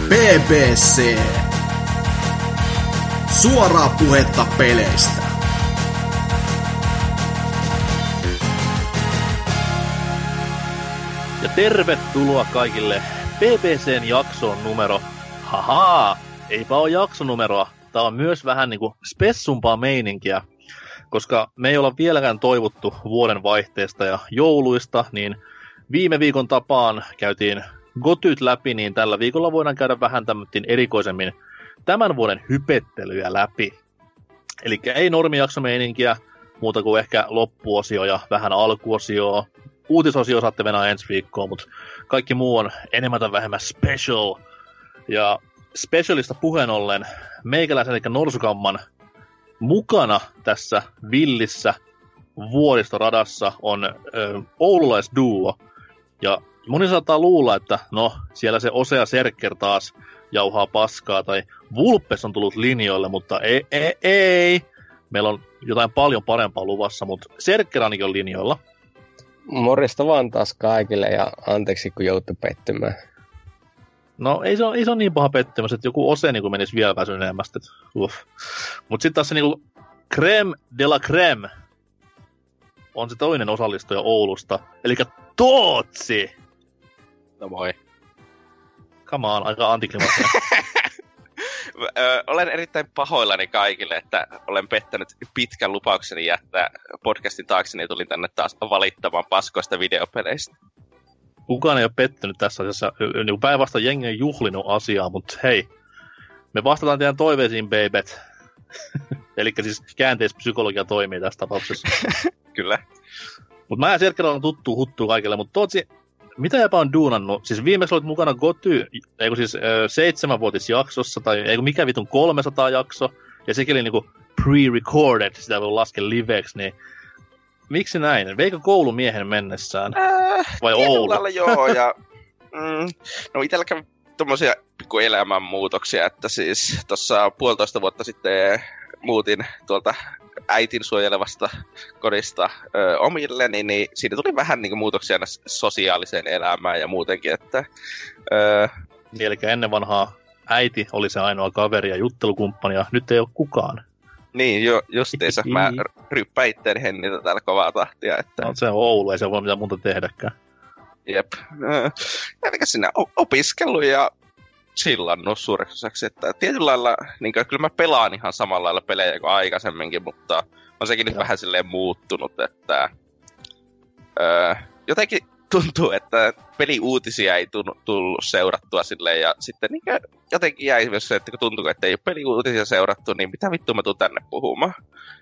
BBC. Suoraa puhetta peleistä. Ja tervetuloa kaikille BBCn jaksoon numero. Haha, eipä ole jaksonumeroa. Tää on myös vähän niinku spessumpaa meininkiä. Koska me ei olla vieläkään toivottu vuoden vaihteesta ja jouluista, niin viime viikon tapaan käytiin gotyt läpi, niin tällä viikolla voidaan käydä vähän tämmötin erikoisemmin tämän vuoden hypettelyjä läpi. Eli ei normijaksomeininkiä, muuta kuin ehkä loppuosio ja vähän alkuosioa. Uutisosio saatte venää ensi viikkoon, mutta kaikki muu on enemmän tai vähemmän special. Ja specialista puheen ollen meikäläisen eli Norsukamman mukana tässä villissä vuoristoradassa on oululaisduo. Ja moni saattaa luulla, että no, siellä se Osea Serker taas jauhaa paskaa, tai Vulpes on tullut linjoille, mutta ei. Meillä on jotain paljon parempaa luvassa, mutta Serker ainakin on linjoilla. Morjesta vaan taas kaikille ja anteeksi, kun joutuu pettymään. No ei se ole niin paha pettymys, että joku Ose niin menisi vielä väsyneemmästä. Mutta sitten taas se niinku crème de la crème on se toinen osallistuja Oulusta, eli Tootsi! No moi. Come on, aika antiklimaattinen. Olen erittäin pahoillani kaikille, että olen pettänyt pitkän lupaukseni jättää podcastin taakseni ja tulin tänne taas valittamaan paskoista videopeleistä. Kukaan ei ole pettynyt tässä asiassa. Niin päinvastoin jengi on juhlinut asiaa, mutta hei, me vastataan teidän toiveisiin, babet. Eli siis käänteispsykologia toimii tässä tapauksessa. Kyllä. Mutta mä ja Serkkerä on tuttu huttu kaikille, mutta Tootsi, mitä jopa on duunannut? Siis viimeksi olit mukana Goty, eikö siis 7-vuotisjaksossa, tai eikö mikä vitun 300 jakso, ja sekin oli niinku pre-recorded, sitä voi laskea liveksi, niin miksi näin? Veikö koulumiehen mennessään? Vai Oulu? Joo, ja no itellä kävi tommosia pikku elämänmuutoksia, että siis tossa 1,5 vuotta sitten muutin tuolta äitin suojelevasta kodista omilleni, niin siinä tuli vähän niinku muutoksia sosiaaliseen elämään ja muutenkin, että Eli ennen vanhaa äiti oli se ainoa kaveri ja juttelukumppani, ja nyt ei ole kukaan. Niin, justiinsa. Mä ryppään itteeni henniltä täällä kovaa tahtia. Että no, se on Oulu, ei se voi mitään muuta tehdäkään. Jep. Eli sinne opiskellut ja chillannut suureksi osaksi. Että tietyllä lailla, niin kyllä mä pelaan ihan samalla lailla pelejä kuin aikaisemminkin, mutta on sekin nyt vähän silleen muuttunut, että jotenkin tuntuu, että peliuutisia ei tullut seurattua silleen, ja sitten niin jotenkin jäi myös se, että kun tuntuu, että ei ole peliuutisia seurattu, niin mitä vittua mä tuun tänne puhumaan?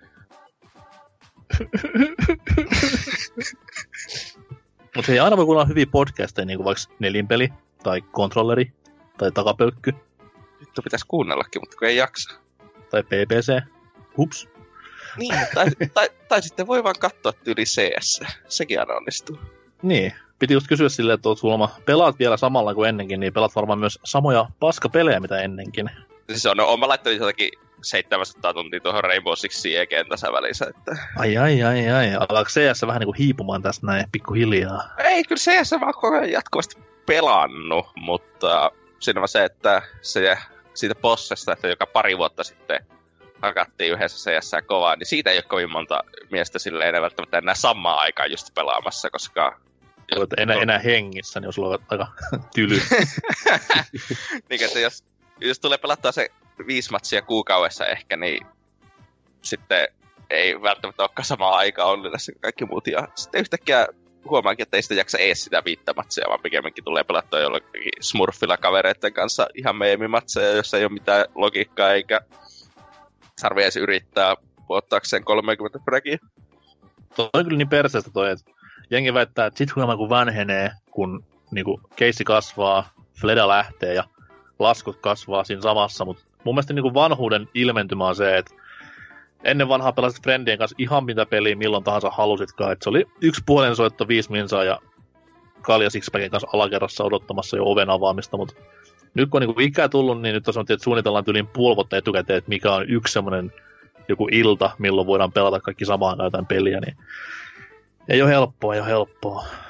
Mutta hei, aina voi kuulla hyviä podcasteja, niin kuin vaikka Nelinpeli, tai Kontrolleri, tai Takapölkky. Vittu pitäisi kuunnellakin, mutta kun ei jaksa. Tai BBC. Hups. Niin, tai sitten voi vaan katsoa tyyli CS. Sekin aina onnistuu. Niin. Piti just kysyä silleen, että Sulma, pelaat vielä samalla kuin ennenkin, niin pelaat varmaan myös samoja paskapelejä mitä ennenkin. Siis on mä laittanut jotakin 700 tuntia tuohon Rainbow Six Siegeen tässä välissä, että Ai. Alkaako CS vähän niinku hiipumaan tästä näin pikkuhiljaa? Ei, kyllä CS mä oon koko ajan jatkuvasti pelannut, mutta siinä on se, että siitä bossesta, että joka pari vuotta sitten hakattiin yhdessä CS kovaa, niin siitä ei ole kovin monta miestä silleen enää välttämättä enää samaan aikaan just pelaamassa, koska olet enää hengissä, niin jos sulla on aika tyly. Niin, että jos tulee pelattua se 5 matsia kuukaudessa ehkä, niin sitten ei välttämättä olekaan samaa aikaa ollut tässä kaikki muut. Ja sitten yhtäkkiä huomaankin, että ei sitä jaksa ees sitä 5 matsia, vaan pikemminkin tulee pelattua jollakin smurfilla kavereiden kanssa ihan meemimatseja, jossa ei ole mitään logiikkaa eikä sarvi edes yrittää puottaakseen 30 fragia. Toi on kyllä niin perseestä toi, että jengi väittää, että sit kun vanhenee, kun niinku keissi kasvaa, Fleda lähtee ja laskut kasvaa siinä samassa, mutta mun mielestä niinku vanhuuden ilmentymä on se, että ennen vanhaa pelasit friendien kanssa ihan mitä peliä milloin tahansa halusitkaan, että se oli 1 puhelinsoitto 5 minsaa ja Kalja Sixpackin kanssa alakerrassa odottamassa jo oven avaamista, mutta nyt kun on niinku ikää tullut, niin nyt on sanottu, että suunnitellaan tyyliin puoli vuotta etukäteen, että mikä on yksi semmoinen joku ilta, milloin voidaan pelata kaikki samaan jotain peliä, niin ei ole helppoa.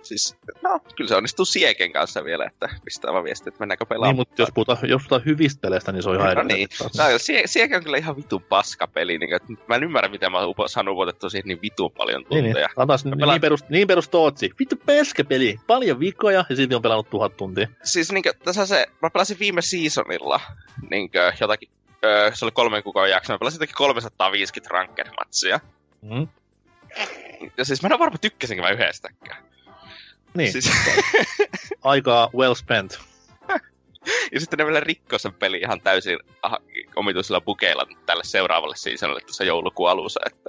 Siis, no, kyllä se onnistuu Sieken kanssa vielä, että pistää vaan viesti, että mennäänkö pelaamaan. Niin, mutta jos puhutaan hyvistä peleistä, niin se on ihan niin. Sieken on kyllä ihan vitun paska peli. Mä en ymmärrä, miten mä oon saanut upotettua siihen niin vitun paljon tunteja. Niin perus Tootsi. Vittu peli. Paljon vikoja ja silti on pelannut 1000 tuntia. Siis tässä mä pelasin viime seasonilla jotakin, se oli 3 kuukauden jakso, mä pelasin jotakin 350 ranked-matsia. Mm. Ja siis mä en ole varma tykkäsinkö mä yhdestäkään. Niin, siis... aikaa well spent. Ja sitten ne vielä rikkoi sen peli ihan täysin omituisilla bugeilla tälle seuraavalle seasonille tuossa joulukuun alussa, että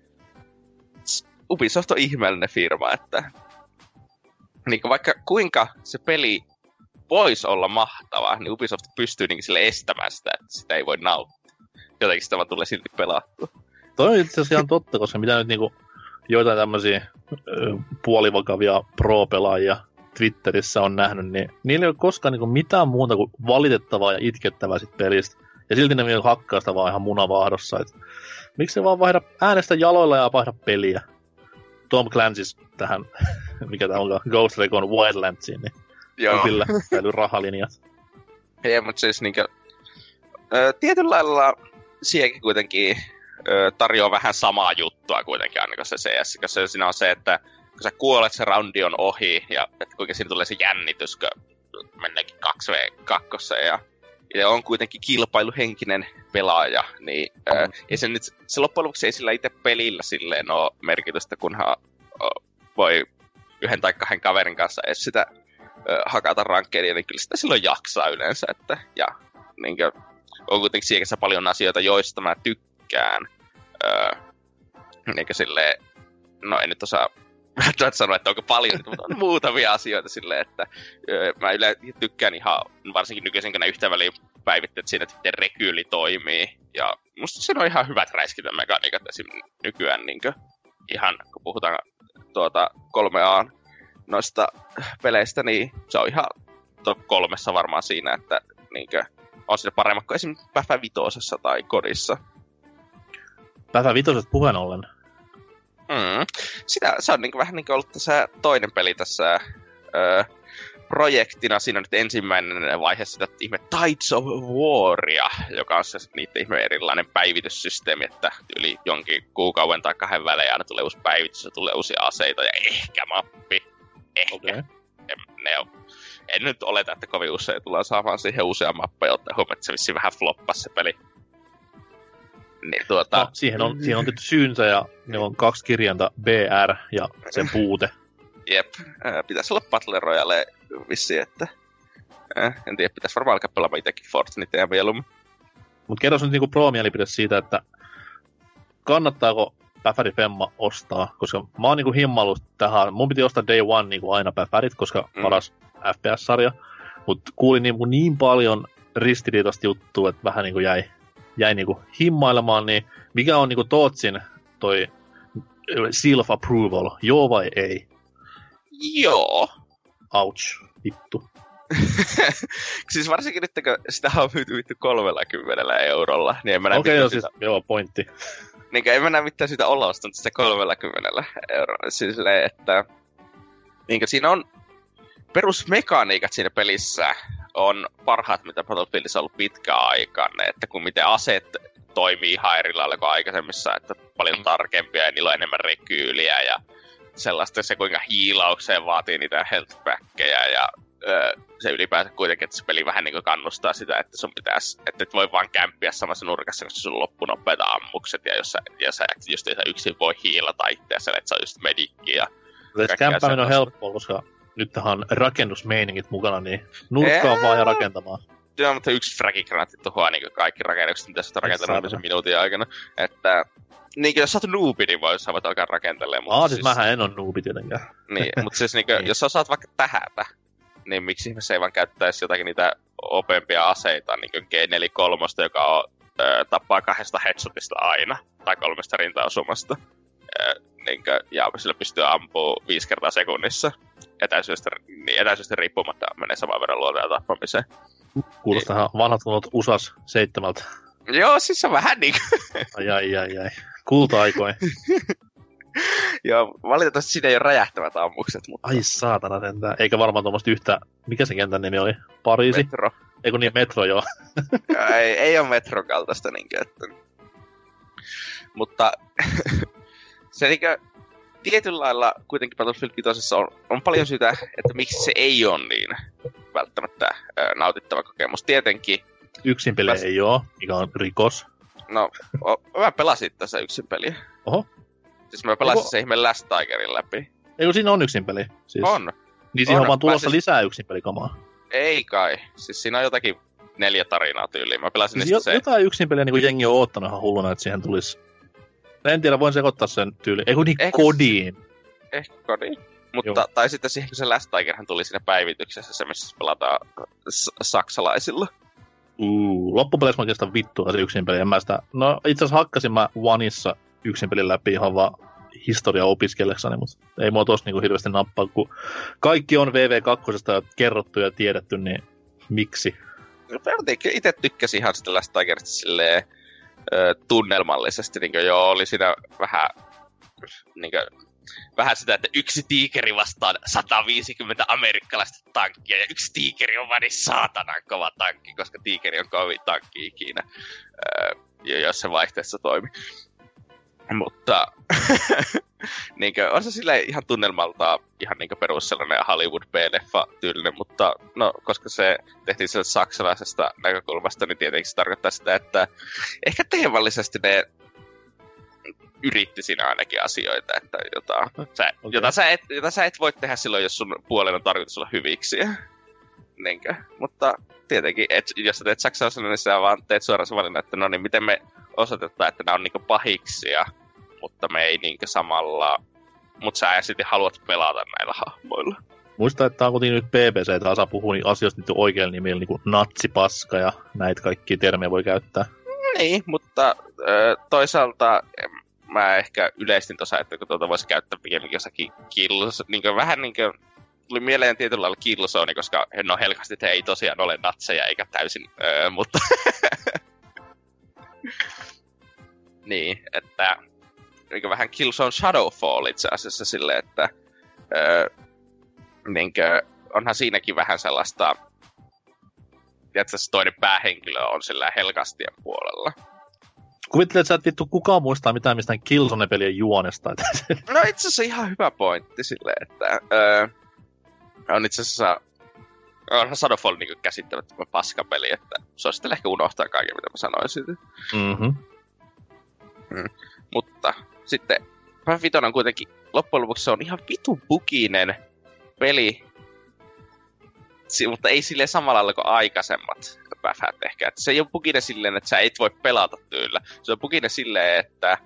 Ubisoft on ihmeellinen firma, että niin vaikka kuinka se peli voisi olla mahtavaa, niin Ubisoft pystyy niin sille estämään sitä, että sitä ei voi nauttia. Jotenkin sitä vaan tulee silti pelattua. Toi on itse asiassa ihan totta, koska mitä nyt niinku joitain tämmöisiä puolivakavia pro-pelaajia Twitterissä on nähnyt, niin niillä ei ole koskaan niinku mitään muuta kuin valitettavaa ja itkettävää sit pelistä. Ja silti ne vielä hakkaa sitä vaan ihan munavahdossa. Et miksi vaan vaihda äänestä jaloilla ja vaihda peliä? Tom Clancy's tähän, mikä tää onkaan, Ghost Recon Wildlandsiin, niin on kyllä säily rahalinjat. Ei, mutta siis niinkö tietyllä lailla Siekin kuitenkin tarjoaa vähän samaa juttua kuitenkin aina kuin se CS, koska siinä on se, että kun sä kuolet, se roundi on ohi, ja että kuinka siinä tulee se jännitys, kun mennäänkin 2v2, ja on kuitenkin kilpailuhenkinen pelaaja, niin ei se nyt, se loppujen lopuksi ei sillä itse pelillä silleen ole merkitystä, kunhan voi 1 tai 2 kaverin kanssa edes sitä hakata rankkeedia, niin kyllä sitä silloin jaksaa yleensä, että, ja niinkö, on kuitenkin Siekissä paljon asioita, joista mä tykkään, niinkö silleen, no en nyt osaa sanoa, että onko paljon, mutta on muutamia asioita silleen, että mä tykkään ihan, varsinkin nykyisin, kun ne yhtä väliin päivitteet siinä, että miten rekyyli toimii. Ja musta siinä on ihan hyvät räiskintämekaniikat esim. Nykyään, niin ihan kun puhutaan 3A noista peleistä, niin se on ihan top 3 varmaan siinä, että niin on siinä paremmat kuin esim. Päfä 5 tai Kodissa. Päfä 5 puheen ollen. Se on vähän niin kuin ollut tässä toinen peli tässä projektina. Siinä on nyt ensimmäinen vaihe sitä ihme Tides of Waria, joka on se niiden ihme erilainen päivityssysteemi, että yli jonkin kuukauden tai 2 välein aina tulee uusi päivitys ja tulee uusia aseita ja ehkä mappi. Ehkä. Okay. En nyt oleta, että kovin usein tullaan saamaan siihen uusia mappeja, ottaa huomioon, että se vissiin vähän floppasi se peli. Niin, no, siihen on tietty syynsä ja ne on 2 kirjainta BR ja sen puute. Jep, pitäisi olla Battle Royale vissiin, että en tiedä, pitäisi varmaan alkaa pelaamaan itsekin Fortnitea mieluummin. Mut kerros nyt niinku pro-mielipide siitä, että kannattaako Päfäri Femma ostaa, koska mä oon niinku himmaillut tähän, mun piti ostaa Day One niinku aina Päfärit, koska paras FPS-sarja, mut kuulin niin paljon ristiriitaista juttua, että vähän niinku jäi niinku himmailemaan, niin mikä on niinku Tootsin toi self-approval, joo vai ei? Joo. Ouch, vittu. Siis varsinkin nyt, kun sitä on myyty vittu 30 €, niin en mä näe mitään sitä... joo, pointti. Niin en mä näe mitään sitä olla ostanut sitä 30 €. Siis että niin siinä on perusmekaniikat siinä pelissä on parhaat, mitä Battlefieldissa on ollut pitkään aikaan, että kun miten aseet toimii ihan eri lailla kuin aikaisemmissa, että paljon tarkempia ja niillä on enemmän rekyyliä ja sellaista, se kuinka hiilaukseen vaatii niitä healthbackkejä ja se ylipäänsä kuitenkin, että se peli vähän niin kuin kannustaa sitä, että sun pitäisi, että et voi vaan kämppiä samassa nurkassa, koska sun loppuu nopeita ammukset ja jos sä just yksin voi hiilata itseäsi, että sä on just medikki ja kämppääminen on helppoa, koska nyt tähän on rakennusmeiningit mukana, niin nurkkaan vaan ja rakentamaan. Joo, mutta yksi fragigranaatti tuhoaa niin kaikki rakennukset, mitä sä oot rakentanut sen minuutin aikana. Että niin jos sä oot noobi, niin sä voit alkaa rakentelemaan. Siis mähän en oo noobi tietenkään. Niin, mutta siis niin jos sä osaat vaikka tähätä, niin miksi ihmeessä ei vaan käyttäisi jotakin niitä opempia aseita, niin kuin G43, joka on, tappaa 2 headshotista aina, tai 3 rintaosumasta. Ja sillä pystyy ampumaan 5 kertaa sekunnissa. Etäisyydestä riippumatta menee saman verran luoteen tappamiseen. Kuulostaa ihan vanhat kunot USAs 7. Joo, siis on vähän niinku. Ai. Kulta-aikoin. Joo, valitettavasti siinä ei ole räjähtävät ammukset, mutta... Ai saatana sentään. Eikä varmaan tuommoista yhtä... Mikä se kentän nimi oli? Pariisi? Metro. Eiku niin, Metro, joo. ei ole Metron kaltaista niinkö, että... Mutta... se niinkö... Tietyllä lailla kuitenkin Battlefield 5 on paljon syytä, että miksi se ei ole niin välttämättä nautittava kokemus. Tietenkin... Yksin peli ei oo, mikä on rikos. No, mä pelasin tässä yksin peliä. Oho. Siis mä pelasin se ihme Last Tigerin läpi. Eikö siinä on yksin peli? Siis... On. Niin siihen on vaan tulossa lisää yksin pelikamaa. Ei kai. Siis siinä on jotakin 4 tarinaa tyyliin. Mä pelasin siis se... Jotain yksin peliä niin jengi on oottanut ihan hulluna, että siihen tulisi... En tiedä, voin sekoittaa sen tyyliin. Eiku niin kodiin. Ehkä kodiin. Mutta, tai sitten siihen, kun se Last Tigerhän tuli siinä päivityksessä, se missä pelataan saksalaisilla. Loppupeleissä mä oikeastaan vittua se yksin peli. No itse asiassa hakkasin mä Oneissa yksin pelin läpi ihan vaan historiaa opiskellessani, mutta ei mua tossa niinku hirveästi nappaa, kun kaikki on VV2 kerrottu ja tiedetty, niin miksi? Itse tykkäsin ihan sitä Last Tigerista silleen tunnelmallisesti, niinkö joo, oli siinä vähän niinkö vähän sitä, että yksi tiikeri vastaan 150 amerikkalaista tankkia, ja yksi tiikeri on vaan niin saatanan kova tankki, koska tiikeri on kovin tankki ikinä, jos se vaihteessa toimii. Mutta niinkö, on se silleen ihan tunnelmaltaan ihan niinkö perus sellainen Hollywood B-leffa tyylinen, mutta no, koska se tehtiin sellaisesta saksalaisesta näkökulmasta, niin tietenkin se tarkoittaa sitä, että ehkä teemallisesti ne yritti siinä ainakin asioita, että jota sä et voi tehdä silloin, jos sun puolen on tarkoitus olla hyviksiä. Niinkö? Mutta tietenkin, jos sä teet saksalaisena, niin sä vaan teet suoraan se valinnan, että no niin, miten me osoitetaan, että nämä on niinkö pahiksia, mutta me ei niinkö samalla... Mutta sä sitten haluat pelata näillä hahmoilla. Muista, että tää on kuitenkin nyt BBC, että Asa puhuu niin asioista nyt oikealla nimellä, niin kuin natsipaska ja näitä kaikkia termejä voi käyttää. Niin, mutta toisaalta mä ehkä yleistin tuossa, että kun tuota voisi käyttää pikemminkin jossakin niinkö vähän niinkö... Tuli mieleen tietyllä lailla Killzone, koska no helkasti, että he ei tosiaan ole natseja eikä täysin, mutta... niin, että... Niinkö vähän Killzone Shadowfall itse asiassa silleen, että... niinkö, onhan siinäkin vähän sellaista... Tiedätkö, se toinen päähenkilö on sillä helkastien puolella. Kuvittelet, että sä et vittu kukaan muistaa mitään mistään Killzone-pelien juonesta. No itse asiassa ihan hyvä pointti silleen, että... on itse asiassa... Onhan Shadowfall niin käsittämättömän paskapeli, että suosittelen ehkä unohtaa kaiken, mitä mä sanoisin. Mutta sitten Päfä 5 on kuitenkin loppujen lopuksi se on ihan vitun buginen peli, mutta ei silleen samalla lailla kuin aikaisemmat Päfät ehkä. Että se ei ole buginen silleen, että sä et voi pelata tyylillä. Se on buginen silleen, että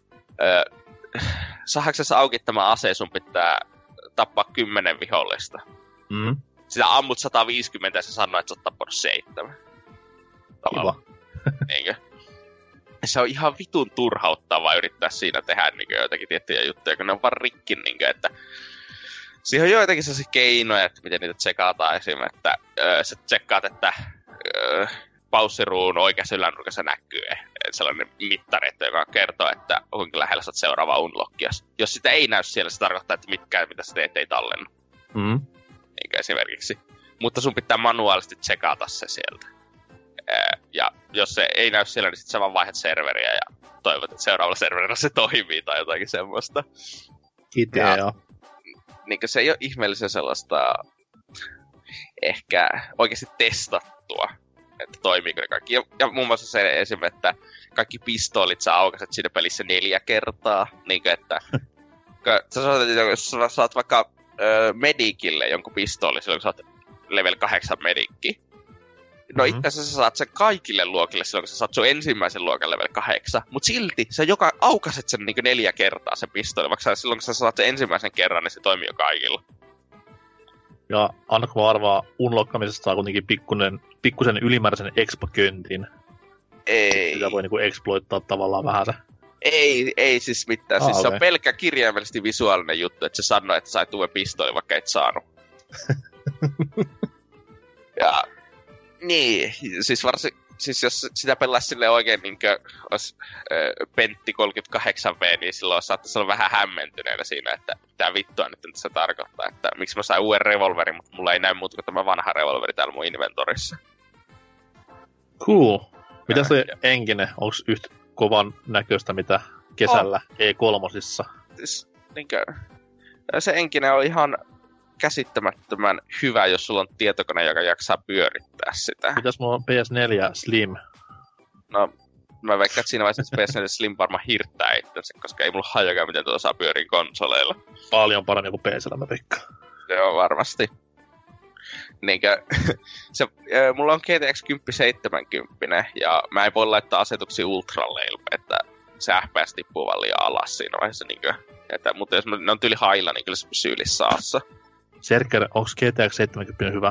saadaksesi auki tämä ase, sun pitää tappaa 10 vihollista. Sitä ammut 150 ja se sanoo, että sä oot tappanut 7. Kiva. Eikö? Se on ihan vitun turhauttavaa yrittää siinä tehdä niin joitakin tiettyjä juttuja, kun ne on vaan rikki, niin kuin, että siihen on joitakin sellaisia keinoja, että miten niitä tsekataan esimerkiksi, että sä tsekkaat, että paussiruun oikeassa ylänurkassa näkyy sellainen mittari, joka kertoo, että kuinka lähellä sä oot seuraava unlockia. Jos sitä ei näy siellä, se tarkoittaa, että mitkään mitä sä teet ei tallennu. Eikä esimerkiksi. Mutta sun pitää manuaalisesti tsekata se sieltä. Ja jos se ei näy siellä, niin sit sä vaan vaihdat serveriä ja toivot, että seuraavalla serverillä se toimii tai jotakin semmoista. Idea. Niinkö se ei ole ihmeellisen sellaista ehkä oikeasti testattua, että toimiiko ne kaikki. Ja muun muassa se esimerkiksi, että kaikki pistoolit sä aukaset siinä pelissä 4 kertaa. Niinkö, että jos sä saat vaikka medikille jonkun pistooli silloin, kun sä oot level 8 medikki. No itse asiassa sä saat sen kaikille luokille silloin, kun sä saat sun ensimmäisen luokan level 8. Mut silti sä aukaset sen niinku 4 kertaa sen pistooli, vaikka silloin kun sä saat sen ensimmäisen kerran, niin se toimii jo kaikilla. Ja annako mä arvaa, unlockamisesta saa kuitenkin pikkusen ylimääräisen expo-köntin. Ei. Sitä voi niinku exploittaa tavallaan vähän se. Ei siis mitään. Siis se on pelkkä kirjaimellisesti visuaalinen juttu, että se sanoo, että sait uuden pistooli, vaikka et saanut. Ja... Niin, siis siis jos sitä pelaisi silleen oikein niinkö olisi Pentti 38V, niin silloin saattaisi olla vähän hämmentyneenä siinä, että mitä vittua nyt se tarkoittaa, että miksi mä sain uuden revolverin, mutta mulla ei näy muuta kuin tämä vanha revolveri täällä mun inventorissa. Cool. Mitä se enkinen? Onks yhtä kovan näköistä mitä kesällä E3:ssa? Siis, niinkö, se enkinen on ihan käsittämättömän hyvä, jos sulla on tietokone, joka jaksaa pyörittää sitä. Mitäs mulla on PS4 Slim? No, mä veikkaan, että siinä vaiheessa PS4 Slim varmaan hirttää itsensä, koska ei mulla hajakaan, miten tuota saa pyöriä konsoleilla. Paljon paremmin kuin PC:llä, mä veikkaan. Joo, varmasti. Niinkö, mulla on GTX 1070, ja mä en voi laittaa asetuksia ultralle, että se FPS tippuu vaan liian alas siinä vaiheessa. Niinkö, mutta jos ne on tyyli hailla, niin kyllä se pysyy yli saassa. Serker, onko GTX 70 hyvä?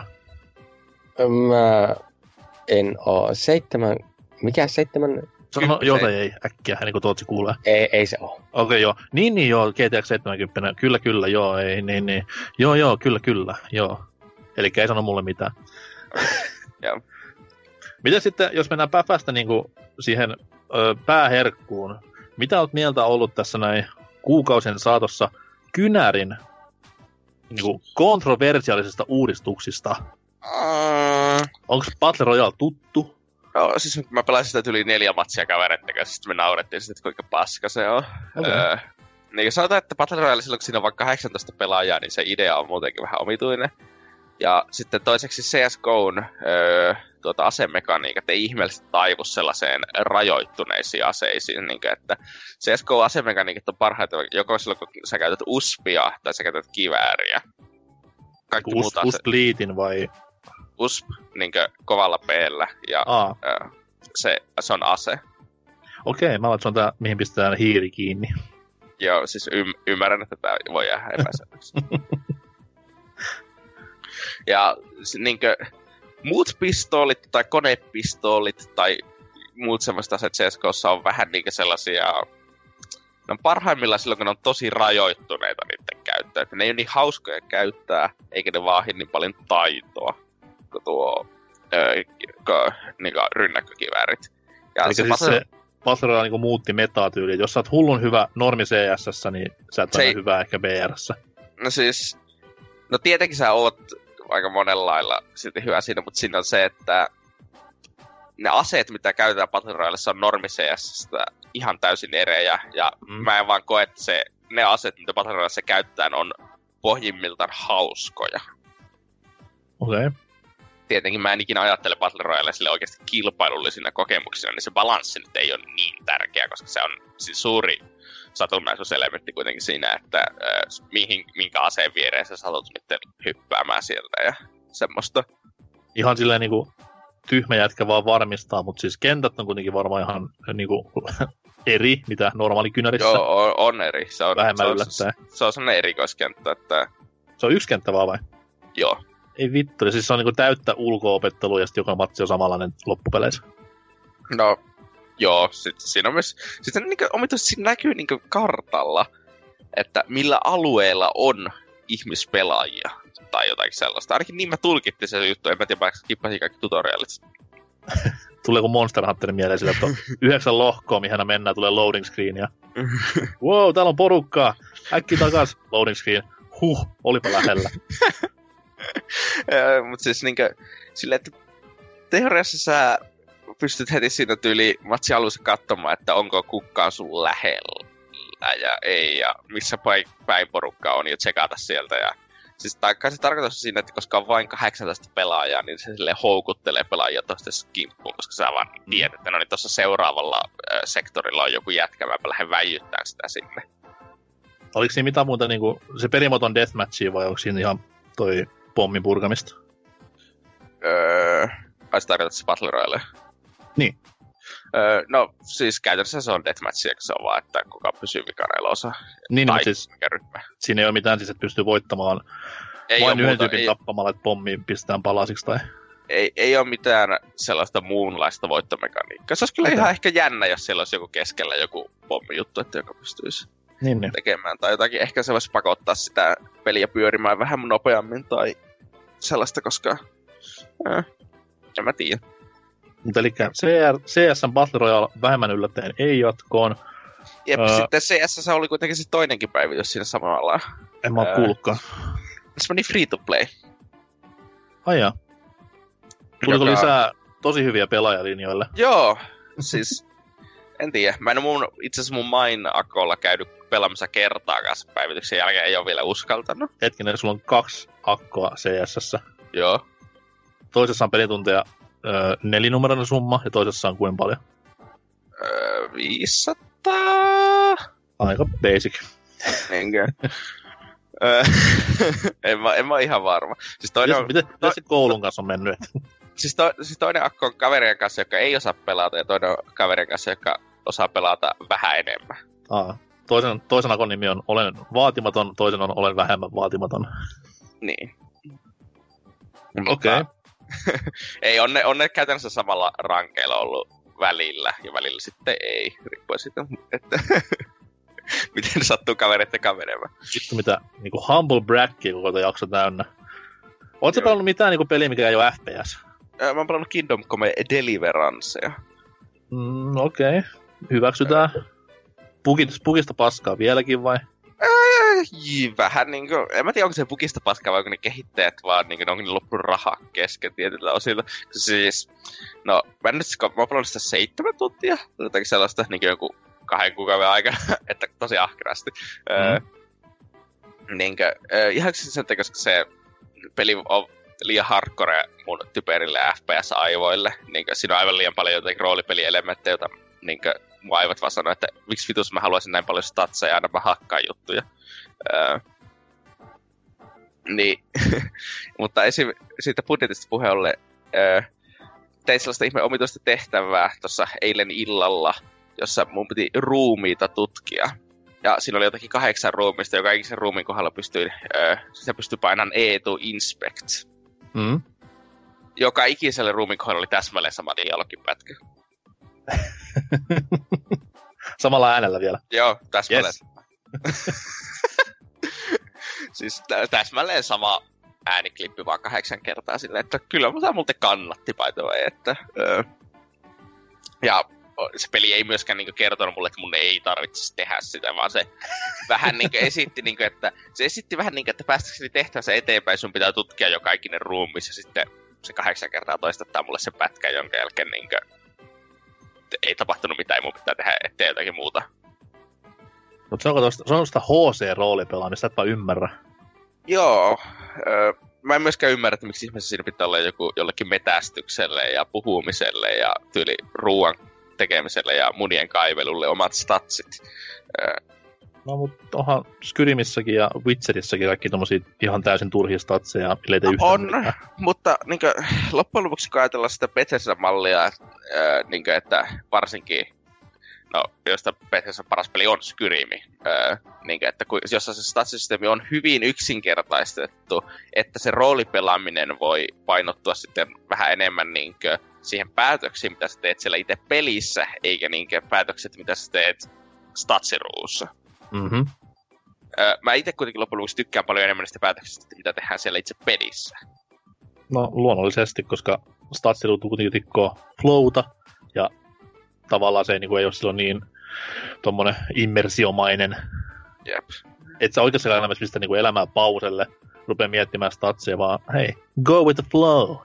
Mä en oo. 7... Mikä 7? Sano joo tai ei, äkkiä, ennen kuin Tootsi kuulee. Ei se oo. Okei, joo. Niin, joo, GTX 70. Kyllä, joo, ei, niin. Joo, kyllä, joo. Elikkä ei sano mulle mitään. Joo. Miten sitten, jos mennään päfästä niinku siihen pääherkkuun, mitä oot mieltä ollut tässä näin kuukausien saatossa Kynärin niinku kontroversiaalisista uudistuksista? Onko Battle Royale tuttu? No, siis mä pelasin sitä yli 4 matsia kavereiden kanssa, sitten me naurettiin sitä, että kuinka paska se on. Okay. Niin sanotaan, että Battle Royale silloin, kun siinä on vaikka 18 pelaajaa, niin se idea on muutenkin vähän omituinen. Ja sitten toiseksi CSGOn asemekaniikat ei ihmeellisesti taivu sellaiseen rajoittuneisiin aseisiin, niin kuin, että CSGO-asemekaniikat on parhaita joko silloin, kun sä käytät USPia tai sä käytät kivääriä. Kaikki muut aseet. USP-liitin vai? USP, niin kuin kovalla P:llä, ja se on ase. Okei, mä se on tää, mihin pistetään hiiri kiinni. Joo, siis ymmärrän, että tää voi jäädä epäselväksi. Ja niinkö muut pistoolit tai konepistoolit tai muut semmoista aseet CSGOssa on vähän niinkö sellaisia... Ne on parhaimmillaan silloin, kun ne on tosi rajoittuneita niiden käyttöön. Että ne ei ole niin hauskoja käyttää, eikä ne vaahi niin paljon taitoa kuin tuo niinkö rynnäkkökiväärit. Ja eli se Battle Royale niinku muutti metatyyliä. Jos sä oot hullun hyvä normi CS:ssä, niin sä et ole hyvä ehkä BR:ssä. No siis... No tietenkin sä oot aika monella lailla silti hyvä siinä, mutta siinä on se, että ne aseet, mitä käytetään Battle Royalessa, on normi CS:stä ihan täysin erejä, ja mä en vaan koe, että ne aseet, mitä Battle Royalessa käytetään, on pohjimmiltaan hauskoja. Okei. Tietenkin mä en ikinä ajattele Battle Royale sille oikeasti kilpailullisina kokemuksina, niin se balanssi nyt ei ole niin tärkeä, koska se on siis suuri satunnaisuuselementti kuitenkin siinä, että minkä aseen viereen sä satut nyt hyppäämään sieltä ja semmoista. Ihan silleen niinku tyhmä jätkä vaan varmistaa, mutta siis kentät on kuitenkin varmaan ihan niinku eri, mitä normaali kynärissä. Joo, on eri. Se on, vähemmän yllättäen. Se on sellainen erikoiskenttä, että... Se on yksi kenttä vaan vai? Joo. Ei vittu, siis se on niinku täyttä ulko-opettelua ja sitten joka matsi on samanlainen loppupeleissä. No, joo, sitten siinä on myös... Sitten niinku, omituisesti siinä näkyy niinku kartalla, että millä alueella on ihmispelaajia tai jotakin sellaista. Ainakin niin mä tulkittiin se juttu, en mä tiedä, vaikka kippasin kaikki tutorialit. Tulee kun Monster Hunterin mieleen sillä, että on 9 lohkoa, mihin mennään, tulee loading screen ja... Wow, täällä on porukkaa! Äkki takas! Loading screen. Olipa lähellä. Mut siis niinkö... Silleen, että teoriassa sä pystyt heti siinä tyyli matsi alussa katsomaan, että onko kukaan sun lähellä ja ei, ja missä päin porukka on, ja tsekata sieltä, ja siis kai se tarkoitus siinä, että koska on vain 18 pelaajaa, niin se silleen houkuttelee pelaajia toistensa kimppuun, koska sä vaan tiedät, että no niin tuossa seuraavalla sektorilla on joku jätkä, mäpä lähden väijyttämään sitä sinne. Oliko siinä mitään muuta, niinku, se perimoton deathmatchia, vai onko siinä ihan toi pommin purkamista? Ai se tarkoittaa se Battle Royale? Niin. No, siis käytännössä se on deathmatchia, kun se on vaan, että kuka pysyy vikana elossa. Niin, tai siis mikä ryhmä. Siinä ei ole mitään siis, että pystyy voittamaan ei vain yhden muuta, tyypin tappamalla, että pommi pistetään palasiksi tai... Ei ole mitään sellaista muunlaista voittomekaniikkaa. Se olisi kyllä ihan ehkä jännä, jos siellä olisi joku keskellä joku pommijuttu, että joka pystyisi tekemään. Tai jotakin, ehkä se voisi pakottaa sitä peliä pyörimään vähän nopeammin tai sellaista, koska... en mä tiedä. Mutta eli CS:n Battle Royale vähemmän yllättäen ei jatkoon. Jep, sitten CS:ssä oli kuitenkin se toinenkin päivitys siinä samalla. En mä oo kuullutkaan. Se meni free to play. Ai jaa. Tuliko lisää tosi hyviä pelaajalinjoille? Joo, siis en tiedä. Mä en itse asiassa mun Mine-akolla käynyt pelaamassa kertaakaan päivityksen jälkeen, ei ole vielä uskaltanut. Hetkinen, sulla on 2 akkoa CS:ssä. Joo. Toisessa on pelitunteja 4-numeroinen summa ja toisessa on kuinka paljon? 500. Aika basic. Niinkö? en mä ihan varma. Siis miten se koulun kanssa on mennyt? Siis toinen akko on kaverien kanssa, joka ei osaa pelata, ja toinen on kaverien kanssa, joka osaa pelata vähän enemmän. Toisen akon nimi on Olen vaatimaton, toisen on Olen vähemmän vaatimaton. Niin. Okei. Ei, on ne käytännössä samalla rankeilla ollut välillä, ja välillä sitten ei, riippuen siitä, että miten sattuu kavereiden kavereille. Vittu mitä niinku humble braggia koko tämä jakso täynnä. Ootko pelannut mitään niinku peliä, mikä ei ole FPS? Mä oon pelannut Kingdom Come Deliveranceja. Okei. Hyväksytään. Pukista paskaa vieläkin vai? Vähän niinku, en mä tiedä onko se pukista paskaa vai onko ne kehittäjät vaan niinku, onko ne loppunut rahaa kesken tietyllä osilla. Siis, no mä oon pelannut sitä 7 tuntia, jotakin sellaista niinku joku 2 kuukauden aikana, että tosi ahkerasti. Niinkö, ihan sen takia, koska se peli on liian hardcore mun typerille FPS-aivoille. Niinkö, siinä on aivan liian paljon jotenkin roolipelielementtejä, joita niinkö mun aivot vaan sanoo, että miksi vitus mä haluaisin näin paljon statseja ja aina mä hakkaan juttuja. Niin, mutta esim. Siitä budjetista puheen ollen, tein sellaista ihme omituista tehtävää tuossa eilen illalla, jossa mun piti ruumiita tutkia. Ja siinä oli jotakin 8 ruumista, joka ikisen ruumiin kohdalla pystyi painamaan E to inspect. Joka ikiselle ruumiin kohdalla oli täsmälleen sama dialogipätkä. Samalla äänellä vielä. Joo, täsmälleen. Yes. Siis täsmälleen sama ääniklippi vaan 8 kertaa silleen, että kyllä tämä multa kannatti by the way, että ja se peli ei myöskään niinku kertonut mulle, että mun ei tarvitsisi tehdä sitä, vaan se vähän niinku esitti niinku, että se esitti vähän niinku, että päästäkseni tehtävänsä eteenpäin, sun pitää tutkia jo kaikinen ruumis ja sitten se 8 kertaa toistattaa mulle se pätkä, jonka jälkeen niinku ei tapahtunut mitään, mun pitää tehdä eteen jotakin muuta. Mutta se on sitä HC-roolipelaamista, et vaan ymmärrä. Joo. Mä en myöskään ymmärrä, että miksi ihmeessä siinä pitää olla jollekin metästykselle ja puhumiselle ja tyyli ruuan tekemiselle ja munien kaivelulle omat statsit. No, mutta onhan Skyrimissäkin ja Witcherissäkin kaikki tommosia ihan täysin turhia statseja, ellei tee yhtään mitään. Mutta niinkö, loppujen lopuksi kun ajatellaan sitä Bethesda-mallia, niinkö, että varsinkin, no, josta Bethesda paras peli on Skyrimi, niinkö, että jossa se statsisysteemi on hyvin yksinkertaistettu, että se roolipelaaminen voi painottua sitten vähän enemmän niinkö siihen päätöksiin, mitä sä teet siellä itse pelissä, eikä niinkö päätökset, mitä sä teet statsiruussa. Mm-hmm. Mä itse kuitenkin loppujen lopuksi tykkään paljon enemmän niistä päätöksistä, mitä tehdään siellä itse pelissä. No luonnollisesti, koska statsiruut kuitenkin tikkoo flowta, ja tavallaan se ei ole silloin niin tommonen immersiomainen. Jep. Et sä oikeassa elämässä pistä niinku elämää pauselle, rupee miettimään statsia, vaan hei, go with the flow.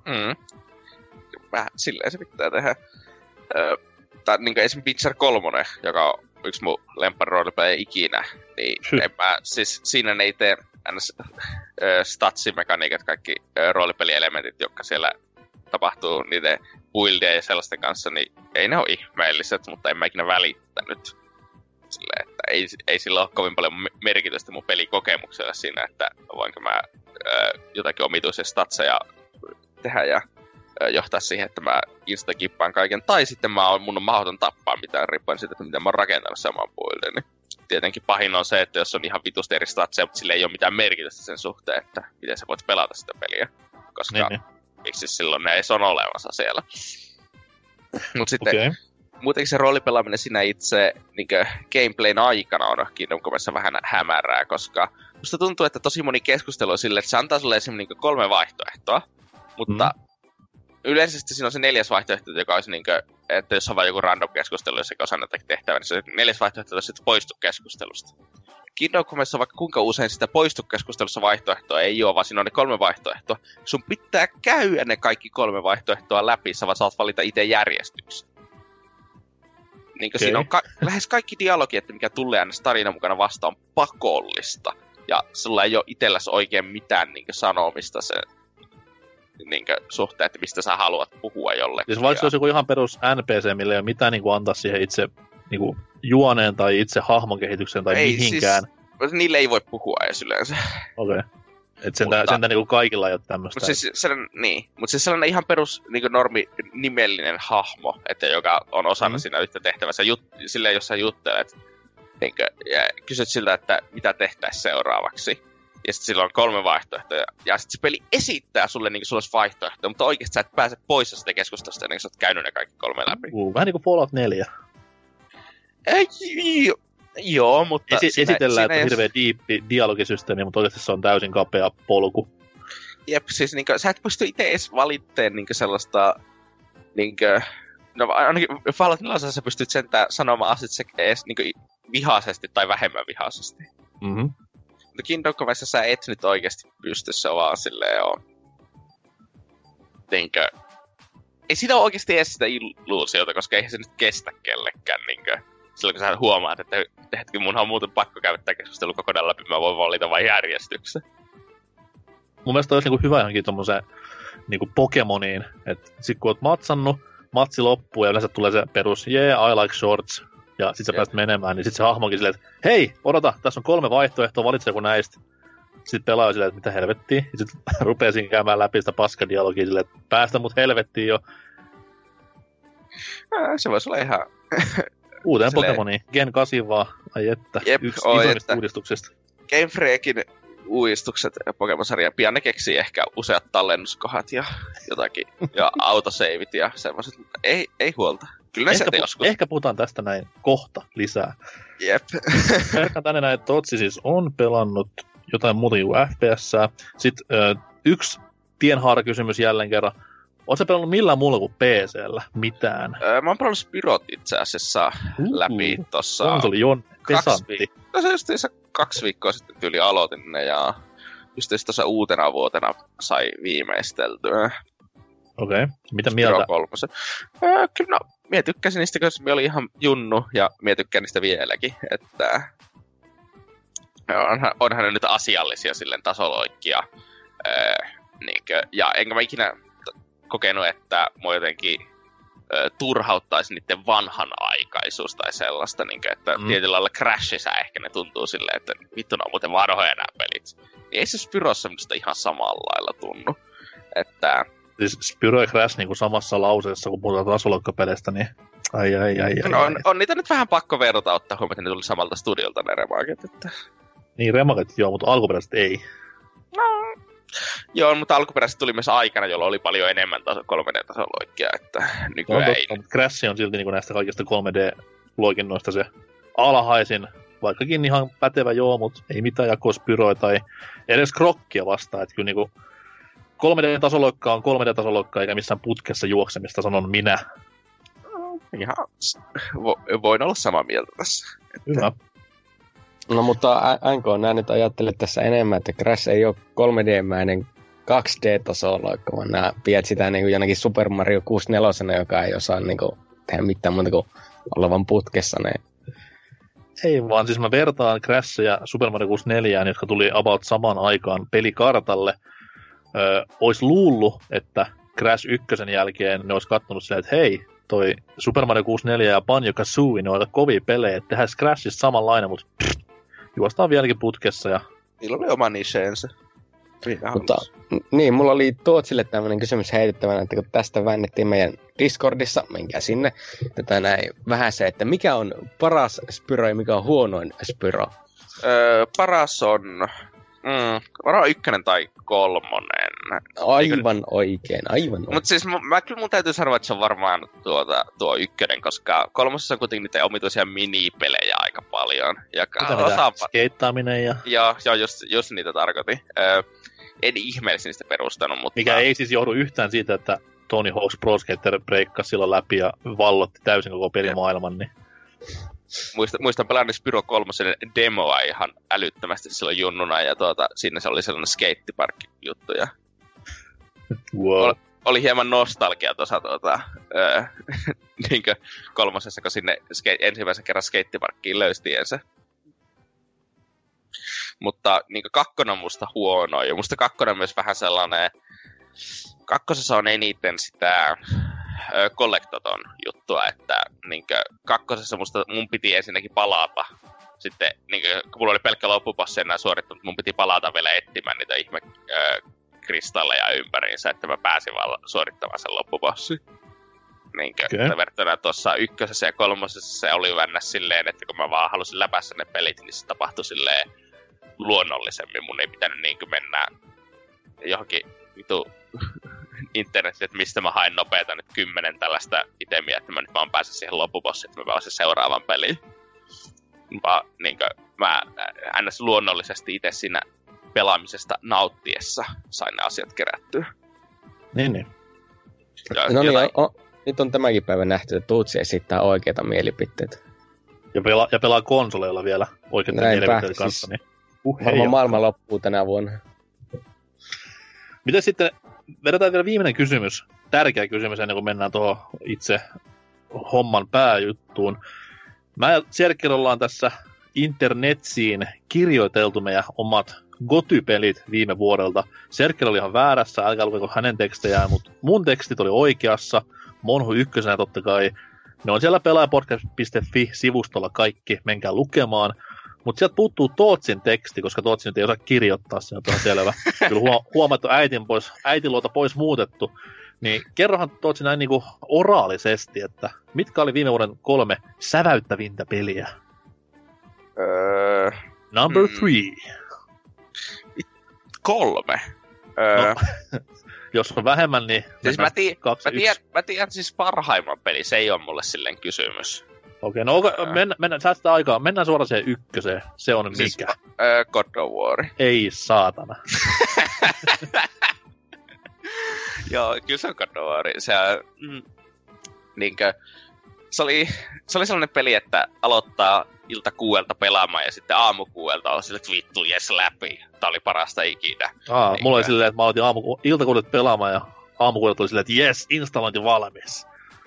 Vähän silleen se pitää tehdä. Tai niin kuin esimerkiksi Witcher 3, joka on yksi mun lemppariroolipelejä ikinä, niin siis siinä ne ei tee statsimekaniikat, kaikki roolipelielementit, jotka siellä tapahtuu niiden buildien ja sellaisten kanssa, niin ei ne ole ihmeelliset, mutta en mä ikinä välittänyt. Silleen, että ei sillä ole kovin paljon merkitystä mun pelikokemuksella siinä, että voinko mä jotakin omituisia statseja tehdä ja johtaa siihen, että mä instakippaan kaiken. Tai sitten mun on mahdoton tappaa mitään, riippuen siitä, että miten mä oon rakentanut saman buildin. Niin tietenkin pahin on se, että jos on ihan vitusti eri statseja, mutta sillä ei ole mitään merkitystä sen suhteen, että miten sä voit pelata sitä peliä. Koska miksi silloin ne ei ole olemassa siellä. Mutta sitten muutenkin se roolipelaaminen siinä itse niin gameplayn aikana on Kingdom Comessa vähän hämärää, koska musta tuntuu, että tosi moni keskustelu on silleen, että se antaa sulle esimerkiksi 3 vaihtoehtoa, mutta yleisesti siinä on se 4. vaihtoehto, joka olisi niinkö, että jos on vain joku random keskustelu, jos eikä osaa näitä tehtävää, niin se 4. vaihtoehto on sitten poistu keskustelusta. Kingdom Comessa on vaikka kuinka usein sitä poistu keskustelussa vaihtoehtoa ei ole, vaan siinä on ne 3 vaihtoehtoa. Sun pitää käydä ne kaikki 3 vaihtoehtoa läpi, sä saat valita itse järjestyksen. Niinkö okay. Siinä on lähes kaikki dialogi, että mikä tulee aina tarinan mukana vastaan, on pakollista. Ja sulla ei ole itselläsi oikein mitään niinkö sanomista sen niinkö suhteen, että mistä sä haluat puhua jollekin. Siis vaikka se olisi joku ihan perus NPC, millä ei ole mitään niinku antaa siihen itse niinku juoneen tai itse hahmon kehitykseen tai ei, mihinkään. Siis, niille ei voi puhua edes yleensä. Okei. Okay. Että sentään niinku kaikilla ei ole tämmöistä. Mutta siis sellainen ihan perus niinku normi nimellinen hahmo, että joka on osana siinä yhtä tehtävässä. Silleen, jos sä juttelet niinkö, ja kysyt siltä, että mitä tehtäisiin seuraavaksi. Ja sitten sillä on 3 vaihtoehtoja. Ja sitten se peli esittää sulle niin kuin sulla olisi vaihtoehtoja, mutta oikeasti sä et pääse pois sitä keskustelusta ennen kuin sä oot käynyt ne kaikki 3 läpi. Vähän niin kuin Fallout 4. Joo, mutta... Esitellään, että on hirveä diippi dialogisysteemi, mutta oikeasti se on täysin kapea polku. Jep, siis niin kuin, sä et pysty itse edes valitteen niin sellaista... Niin kuin, no ainakin Fallout 4 sä pystyt sentään sanomaan asiat edes niin vihaisesti tai vähemmän vihaisesti. Mhm. Mutta Kingdom Comessa sä et nyt oikeesti pysty, se vaan silleen on... Niinkö... Ei siinä ole oikeesti edes sitä illuusiota, koska eihän se nyt kestä kellekään, niinkö... Silloin kun sä huomaat, että hetki munhan on muuten pakko käydä tää keskustelu kokonaan läpi, mä voin valita vain järjestyksen. Mun mielestä olisi niinku hyvä johonkin tommoseen niinku Pokemoniin, että sit kun oot matsannut, matsi loppuu ja yleensä tulee se perus I like shorts. Ja sit sä pääset menemään, niin sit se hahmokin silleen, että hei, odota, tässä on 3 vaihtoehtoa, valitse joku näistä. Sitten pelaa silleen, että mitä helvettiä. Ja sit rupesin käymään läpi sitä paskadialogia silleen, että päästä mut helvettiin jo. Se voisi olla ihan... Uuteen Pokemoniin, Gen 8 vaan, ai että, Jep, yksi isommista uudistuksista. Game Freakin uudistukset Pokemon-sarjaan, pian ne keksii ehkä useat tallennuskohat ja jotakin, ja autoseivit ja semmoset, mutta ei huolta. Kyllä ehkä puhutaan tästä näin kohta lisää. Jep. Ehkä tänne näin, että Totsi siis on pelannut jotain muuta kuin FPS:ää. Sitten yksi tienhaarakysymys jälleen kerran. Oletko pelannut millään muulla kuin PC:llä mitään? Mä oon pelannut Spyrot itse asiassa läpi tossa... Konsoli Jon Pesantti. No se just 2 viikkoa sitten tyyli aloitin ne ja just tuossa uutena vuotena sai viimeisteltyä. Okei. Mitä mieltä? Kyllä no, mie tykkäsin niistä, koska mie oli ihan junnu ja mie tykkään niistä vieläkin, että... Onhan ne nyt asiallisia silleen tasoloikkia. Niinkö, ja enkä mä ikinä kokenut, että mua jotenkin turhauttaisi niiden vanhanaikaisuus tai sellaista, niinkö, että tietyllä lailla Crashissa ehkä ne tuntuu silleen, että vittu ne on muuten vanhoja nämä pelit. Niin ei se Spyrossa minusta ihan samalla lailla tunnu. Että... Siis Spyro ja Crash niinku samassa lauseessa, kun puhutaan tasoloikkapeleistä, niin ai. On niitä nyt vähän pakko verrata ottaa huomioon, että ne tuli samalta studiolta ne remakit, että... Niin, remakit joo, mutta alkuperäiset ei. No, joo, mutta alkuperäiset tuli myös aikana, jolloin oli paljon enemmän 3D-tasoloikkia, että nykyään ei... Crash on silti niinku näistä kaikista 3D-loikinnoista se alhaisin, vaikkakin ihan pätevä joo, mutta ei mitään jakoa Spyroa tai edes Krokkia vastaan, että kyllä niinku 3D-tasoloikka on 3D-tasoloikka, eikä missään putkessa juoksemista, sanon minä. Ihan voin olla samaa mieltä tässä. Hyvä. No mutta NK nyt ajattelet tässä enemmän, että Crash ei ole 3D-mäinen 2D-tasoloikka, vaan nää pidät sitä niin kuin jonakin Super Mario 64, joka ei osaa niin kuin tehdä mitään muuta kuin olevan putkessa. Ne. Ei vaan, siis mä vertaan Crashia Super Mario 64, jotka tuli about samaan aikaan pelikartalle. Ois luullut, että Crash 1 jälkeen ne ois kattonut silleen, että hei, toi Super Mario 64 ja Banjo-Kazooie, ne on aika kovia pelejä, että tehdään Crashissa samanlainen, mutta juostaan vieläkin putkessa. Ja... Niillä oli oma nicheensä. Mutta niin, mulla oli Tootsille tämmönen kysymys heitettävänä, että kun tästä väännettiin meidän Discordissa, menkää sinne, tätä näin vähän se, että mikä on paras Spyro ja mikä on huonoin Spyro? Paras on... varmaan 1 tai 3. Aivan oikein. Mutta siis mun täytyy sanoa, että se on varmaan tuo 1, koska 3 on kuitenkin niitä omituisia minipelejä aika paljon. Ja skeittaaminen ja... Joo, just niitä tarkoitin. En ihmeellisesti niistä perustanut, mutta... Mikä ei siis johdu yhtään siitä, että Tony Hawk's Pro Skater breikkasi silloin läpi ja vallotti täysin koko pelimaailman, niin... Muistan pelannut Spyro 3 demoa ihan älyttömästi silloin junnuna, ja siinä se oli sellainen skatepark-juttu, ja... Wow. Oli hieman nostalgia tuossa niinkö kolmosessa, kun sinne ensimmäisen kerran skateparkkiin löysi tiensä. Mutta niinkö kakkonen on musta huono, ja musta kakkonen on myös vähän sellainen... Kakkosessa on eniten sitä kollektoton juttua, että niinkö kakkosessa mun piti ensinnäkin palata. Sitten niinkö, kun mulla oli pelkkä loppupassi enää suorittanut, mun piti palata vielä etsimään niitä ihme kristalleja ympäriinsä, että mä pääsin vaan suorittamaan sen loppupassin. Niinkö, verrattuna tuossa ykkösessä ja kolmosessa se oli vännäs silleen, että kun mä vaan halusin läpässä ne pelit, niin se tapahtui silleen luonnollisemmin. Mun ei pitänyt niinkö mennä johonkin vitu internetiin, että mistä mä hain nopeeta nyt 10 tällaista itemiä, että mä nyt vaan pääsen siihen loppubossiin, että mä pääsen seuraavan peliin. Vaan niinkö mä ns. Luonnollisesti itse siinä pelaamisesta nauttiessa sain ne asiat kerättyä. Niin. No niin, nyt on tämäkin päivä nähty, että Tuutsi esittää oikeita mielipiteitä. Ja pelaa konsoleilla vielä oikeita mielipiteitä kanssa. Siis, niin. Varmaan maailma loppuu tänä vuonna. Miten sitten, vedetään vielä viimeinen kysymys, tärkeä kysymys ennen kuin mennään tuohon itse homman pääjuttuun. Mä ja Serkkel ollaan tässä internetsiin kirjoiteltu meidän omat Goty-pelit viime vuodelta. Serkkel oli ihan väärässä, älkää lukeko hänen tekstejään, mutta mun tekstit oli oikeassa. Monhu ykkösenä totta kai. Ne on siellä pelaajapodcast.fi-sivustolla kaikki, menkää lukemaan. Mutta sieltä puuttuu Tootsin teksti, koska Tootsi nyt ei osaa kirjoittaa, se on ihan selvä. Kyllä huomattu äitin luota pois muutettu. Niin kerrohan Tootsi näin niinku oraalisesti, että mitkä oli viime vuoden 3 säväyttävintä peliä? Number 3. 3? No, jos on vähemmän, niin... Siis mä tiedän siis parhaimman peli, se ei ole mulle silleen kysymys. Okei, no mennään säästetään aikaa. Mennään suoraan siihen ykköseen. Se on siis, mikä? God of War. Ei saatana. Joo, kyllä se on God of War. Se oli sellainen peli, että aloittaa ilta 6 pelaamaan ja sitten aamu 6 on sille, että vittu, jes läpi. Tää oli parasta ikinä. Mulla oli silleen, että mä aloitin ilta 6 pelaamaan ja aamu 6 oli silleen, että jes, installointi valmis.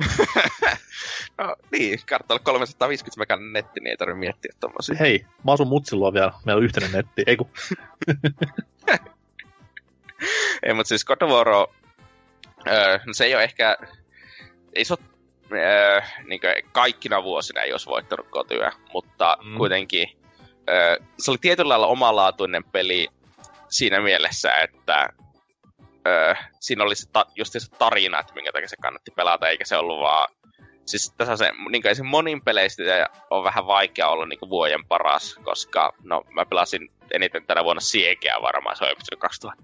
No niin, kartalla 350 megan netti, niin ei tarvitse miettiä tommosia. Hei, mä asun Mutsilla vielä, meillä on yhteinen netti, eiku. Ei, mutta siis God of War, no se ei ole ehkä, ei se ole niin kaikkina vuosina ei olisi voittanut Gotyä, mutta kuitenkin se oli tietyllä lailla omalaatuinen peli siinä mielessä, että siinä oli just se tarina, että minkä takia se kannatti pelata, eikä se ollut vaan... Siis tässä on se, niin se monin peleistä on vähän vaikea olla niin vuoden paras, koska no mä pelasin eniten tänä vuonna Siegeä varmaan, se on ilmestynyt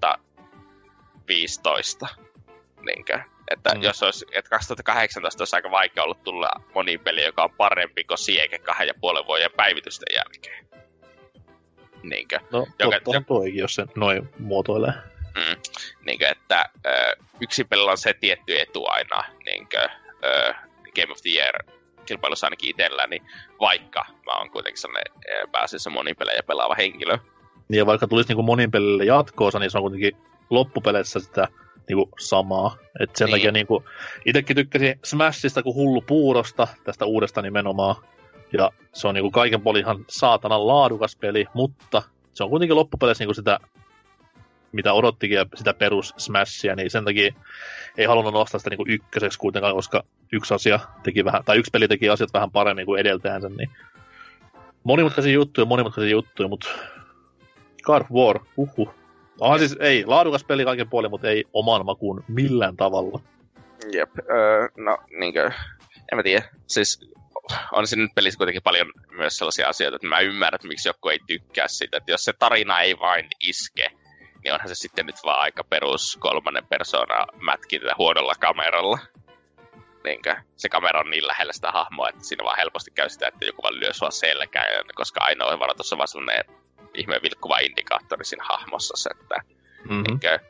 2015. Niinkö? Että jos olisi, että 2018 olisi aika vaikea ollut tulla monin peli, joka on parempi kuin Siege 2,5 vuoden päivitysten jälkeen. Niinkö? No, tottahan toikin, jos se noin muotoilee. Niinkö, että yksin pelillä on se tietty etu aina, niinkö, Game of the Year-kilpailussa ainakin itselläni, vaikka mä oon kuitenkin sellainen pääasiassa monipelejä pelaava henkilö. Niin ja vaikka tulisi niinku monipelille jatkoosa, niin se on kuitenkin loppupeleissä sitä niinku samaa. Et sen takia niinku, itekin tykkäsin Smashista kuin hullu puurosta, tästä uudesta nimenomaan. Ja se on niinku kaiken puolin ihan saatanan laadukas peli, mutta se on kuitenkin loppupeleissä niinku sitä, mitä odottikin ja sitä perus Smashia, niin sen takia ei halunnut nostaa sitä niinku ykköseksi kuitenkaan, koska yksi peli teki asiat vähän paremmin kuin edeltäänsä, niin monimutkaisia juttuja, mutta God of War, siis ei, laadukas peli kaiken puolin, mutta ei oman makuun millään tavalla. Jep, no niinkö, en mä tiedä, siis on siinä nyt pelissä kuitenkin paljon myös sellaisia asioita, että mä ymmärrän, että miksi joku ei tykkää siitä, että jos se tarina ei vain iske, niin onhan se sitten nyt vaan aika perus 3. persona mätkintä huonolla kameralla. Niinkö? Se kamera on niin lähellä sitä hahmoa, että siinä vaan helposti käy sitä, että joku vaan lyö sua selkään, koska ainoa varoitus on vaan sellainen ihmeen vilkkuva indikaattori siinä hahmossa, että niinkö?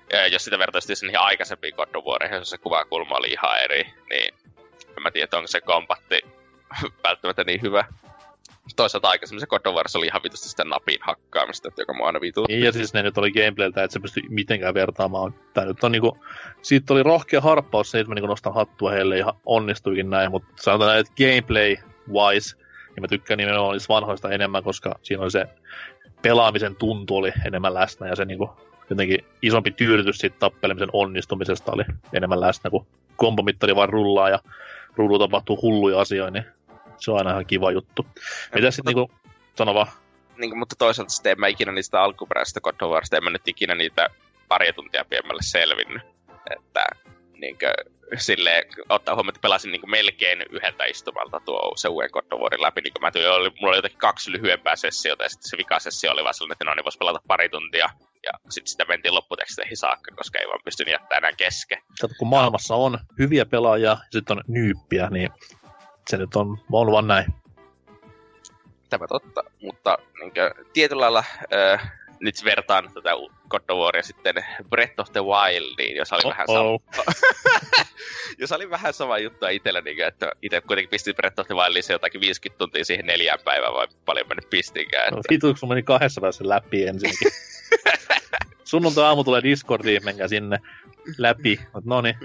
jos sitä vertaisi niihin aikaisempiin God of Wareihin, jos se kuvakulma oli ihan eri, niin en mä tiedä, onko se kompatti välttämättä niin hyvä. Toisaalta aikaisemmin se God of War oli ihan vitusti sitä napin hakkaamista, joka mua aina vituutti. Niin, ja siis ne nyt oli gameplayltä, että se pystyi mitenkään vertaamaan. Tää nyt on niinku, siitä oli rohkea harppaus se, että mä niinku nostan hattua heille ja onnistuikin näin, mutta sanotaan näin, että gameplay-wise, niin mä tykkään nimenomaan niistä vanhoista enemmän, koska siinä oli se pelaamisen tuntu oli enemmän läsnä, ja se niinku jotenkin isompi tyydytys siitä tappelemisen onnistumisesta oli enemmän läsnä, kun kombomittari vaan rullaa ja rullu tapahtuu hulluja asioita, niin se on aina ihan kiva juttu. Mitä sitten niinku, sano vaan. Niin, mutta toisaalta sitten en mä ikinä niistä alkuperäisistä God of Warista, en mä nyt ikinä niitä pari tuntia pidemmälle selvinnyt. Että niinkö silleen, ottaa huomioon, että pelasin niinkö melkein yhdeltä istumalta se uuden God of Warin läpi. Niinkö mulla oli jotakin 2 lyhyempää sessiota ja sitten se vikasessio oli vaan sellainen, että no niin voisi pelata pari tuntia. Ja sitten sitä mentiin lopputeksteihin saakka, koska ei vaan pystynyt jättämään enää kesken. Kato, kun maailmassa on hyviä pelaajia ja sitten on nyyppiä, niin se nyt on vaan näin. Tämä totta, mutta niinkö, tietyllä lailla nyt vertaan tätä God of Waria sitten Breath of the Wildiin, jos oli vähän jos oli vähän sama juttu itsellä, niinkö, että itse kuitenkin pistin Breath of the Wildiin se jotakin 50 tuntia siihen 4 päivään, vai paljon mä nyt pistinkään. No vituiksi sun meni 2 päivässä läpi ensinnäkin. Sunnuntai-aamu tulee Discordiin, menkää sinne läpi. Noniin.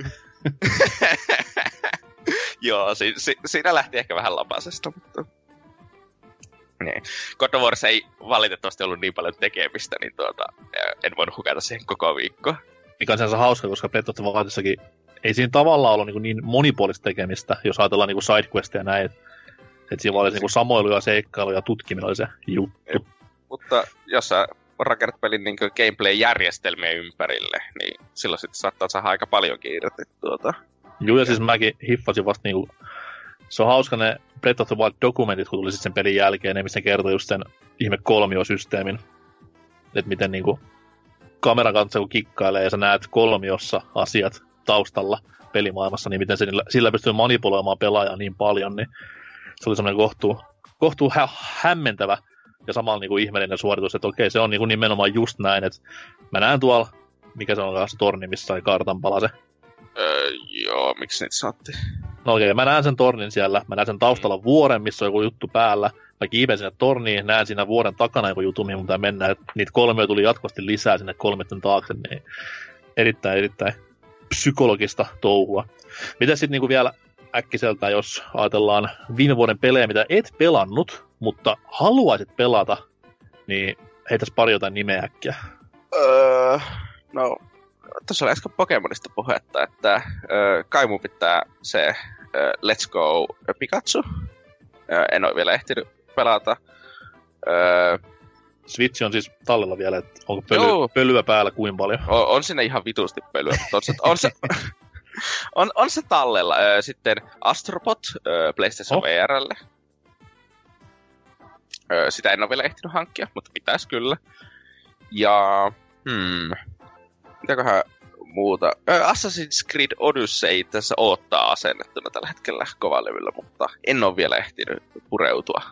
Joo, siinä lähti ehkä vähän lapasesta, mutta niin. God of Warissa ei valitettavasti ollut niin paljon tekemistä, niin en voinut hukata siihen koko viikkoa. Mikä on sen hauska, koska Breath of the Wildissakin ei siinä tavallaan ollut niin monipuolista tekemistä, jos ajatellaan niin sidequestia ja näin, että siinä oli niin samoiluja, seikkailuja ja tutkiminen oli se juttu. Mutta jos sä rakennat pelin niin gameplay-järjestelmiä ympärille, niin silloin sitten saattaa saada aika paljonkin irti Joo, ja siis mäkin hiffasin vasta niinku, se on hauska ne Breath of the Wild-dokumentit, kun tuli sitten sen pelin jälkeen, ne missä kertoi just sen ihme kolmiosysteemin. Että miten niinku kameran kanssa kun kikkailee ja sä näet kolmiossa asiat taustalla pelimaailmassa, niin miten sillä pystyy manipuloimaan pelaajaa niin paljon, niin se oli semmoinen kohtuu hämmentävä ja samalla niinku ihmeellinen suoritus, että okei, se on niinku nimenomaan just näin, että mä näen tuolla, mikä se on se torni, missä oli kartanpalase. Joo, miksi niitä sanottiin? No okei, mä näen sen tornin siellä, mä näen sen taustalla vuoren, missä on joku juttu päällä, mä kiipeen sinne torniin, näen siinä vuoren takana joku juttu, mihin mun pitää mennä, että niitä kolmioita tuli jatkuvasti lisää sinne kolmitten taakse, niin erittäin psykologista touhua. Mitä sitten niinku vielä äkkiseltä, jos ajatellaan viime vuoden pelejä, mitä et pelannut, mutta haluaisit pelata, niin heitäs pari jotain nimeä äkkiä. No, tuossa oli äsken Pokemonista puhetta, että kai mun pitää se Let's Go Pikachu. En ole vielä ehtinyt pelata. Switch on siis tallella vielä, että onko pölyä päällä kuin paljon? On siinä ihan vitusti pölyä, mutta on se tallella. Sitten Astrobot PlayStation VR:lle. Sitä en ole vielä ehtinyt hankkia, mutta pitäisi kyllä. Ja mitäköhän muuta? Assassin's Creed Odyssey tässä odottaa asennettuna tällä hetkellä kovalevyllä, mutta en ole vielä ehtinyt pureutua.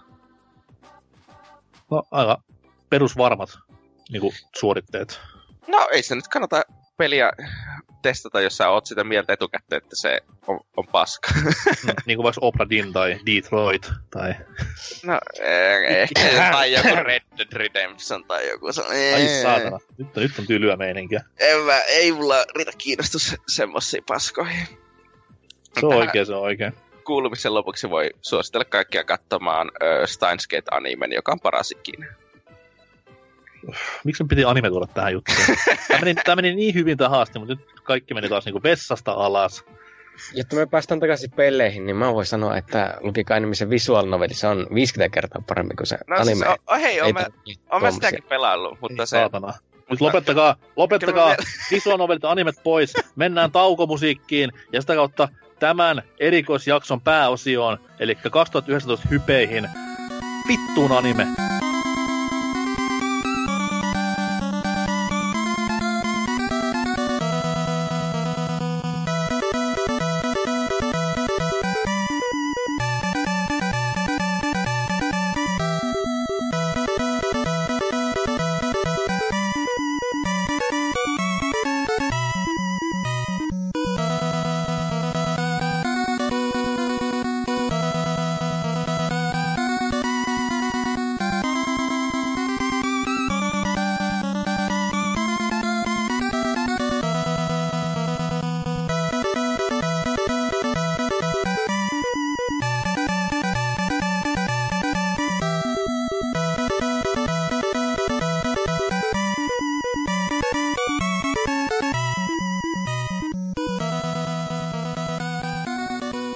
No aika perusvarmat niinku suoritteet. No ei se nyt kannata peliä testata, jos sä oot sitä mieltä etukäteen, että se on paska. Niin kuin vaikka Obra Dinn tai Detroit tai... No ehkä tai joku Red Dead Redemption tai joku. Ai saatana, nyt on tylyä meininkiä. Ei mulla riitä kiinnostus semmosia paskoihin. Se on oikein. Kuulumisen lopuksi voi suositella kaikkia katsomaan Steins Gate-animen, joka on paras ikinä. Miksi piti anime tulla tähän juttuun? Tämä meni niin hyvin tähän asti, mutta nyt kaikki meni taas niinku vessasta alas. Jotta me päästään takaisin peleihin, niin mä voin sanoa, että Lukikai Animisen visual noveli, se on 50 kertaa parempi kuin se anime. Siis, on mä sitäkin pelaillut, mutta se... Saatana. Nyt lopettakaa visual novelit ja animet pois. Mennään taukomusiikkiin ja sitä kautta tämän erikoisjakson pääosioon, eli 2019 hypeihin. Vittuun anime!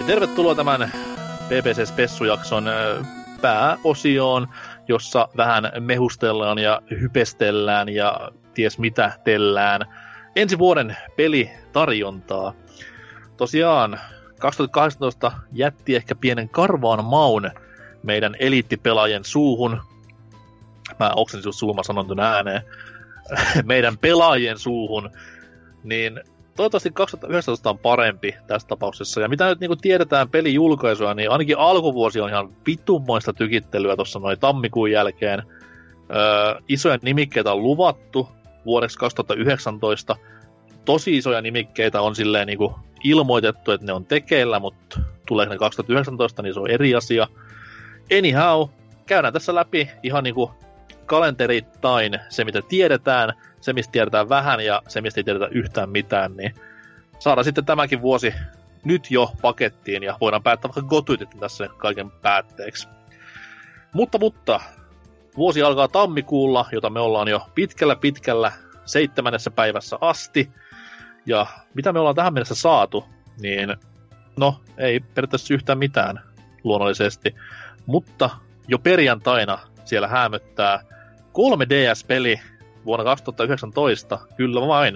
Ja tervetuloa tämän BBC-spessujakson pääosioon, jossa vähän mehustellaan ja hypestellään ja ties mitä tellään ensi vuoden pelitarjontaa. Tosiaan 2018 jätti ehkä pienen karvaan maun meidän eliittipelaajien suuhun. Mä oksensin just suuhun, mä sanon tän ääneen. Meidän pelaajien suuhun. Niin toivottavasti 2019 on parempi tässä tapauksessa. Ja mitä nyt niin tiedetään pelijulkaisua, niin ainakin alkuvuosi on ihan vitummoista tykittelyä tuossa noin tammikuun jälkeen. Isoja nimikkeitä on luvattu vuodeksi 2019. Tosi isoja nimikkeitä on silleen niin kuin ilmoitettu, että ne on tekeillä, mutta tuleeko ne 2019, niin se on eri asia. Anyhow, käydään tässä läpi ihan niin kuin kalenterittain se, mitä tiedetään, se, mistä tiedetään vähän ja se, mistä ei tiedetä yhtään mitään, niin saadaan sitten tämäkin vuosi nyt jo pakettiin ja voidaan päättää vaikka gotytit tässä kaiken päätteeksi. Mutta, vuosi alkaa tammikuulla, jota me ollaan jo pitkällä 7. päivässä asti. Ja mitä me ollaan tähän mennessä saatu, niin no, ei periaatteessa yhtään mitään luonnollisesti. Mutta jo perjantaina siellä häämöttää 3DS-peli vuonna 2019, kyllä vain.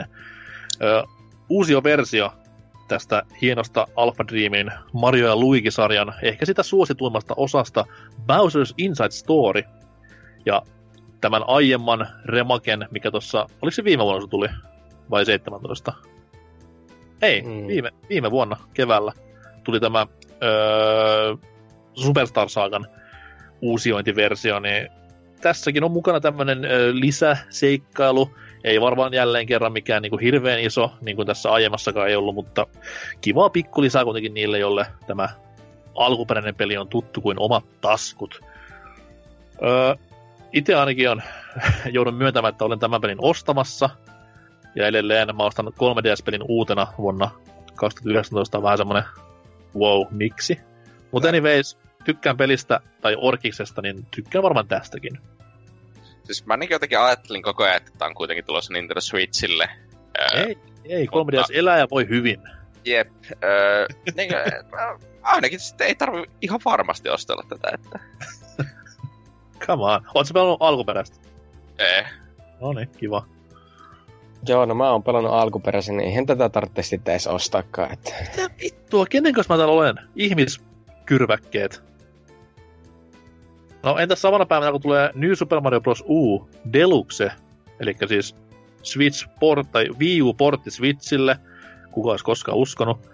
Uusi versio tästä hienosta Alpha Dreamin Mario ja Luigi-sarjan, ehkä sitä suosituimmasta osasta Bowser's Inside Story. Ja tämän aiemman remaken, mikä tuossa, oliko se viime vuonna se tuli, vai 17? Ei, viime vuonna keväällä tuli tämä Superstar Sagan uusiointiversio, niin tässäkin on mukana tämmönen lisäseikkailu. Ei varmaan jälleen kerran mikään niinku hirveän iso, niin kuin tässä aiemmassakaan ei ollut, mutta kivaa pikkulisää kuitenkin niille, jolle tämä alkuperäinen peli on tuttu kuin omat taskut. Itse ainakin joudun myöntämään, että olen tämän pelin ostamassa. Ja edelleen mä ostan 3DS-pelin uutena vuonna 2019 vähän semmonen wow, miksi? Mutta anyways, tykkään pelistä tai Orkiksesta, niin tykkään varmaan tästäkin. Siis mä niin jotenkin ajattelin koko ajan, että tää on kuitenkin tulossa Nintendo Switchille. Ei 3DS elää ja voi hyvin. Jep. Niin, ainakin sitten ei tarvi ihan varmasti ostella tätä, että... Come on. Ootko pelannut alkuperäistä? Ei. Noniin, kiva. Joo, no mä oon pelannut alkuperäisen, niin eihän tätä tarvitse sitten edes ostaakaan. Että... Mitä vittua, kenen kanssa mä täällä olen? Ihmiskyrväkkeet. No entäs samana päivänä, kun tulee New Super Mario Bros. U Deluxe, eli siis Switch port, tai Wii U-portti Switchille, kuka olisi koskaan uskonut.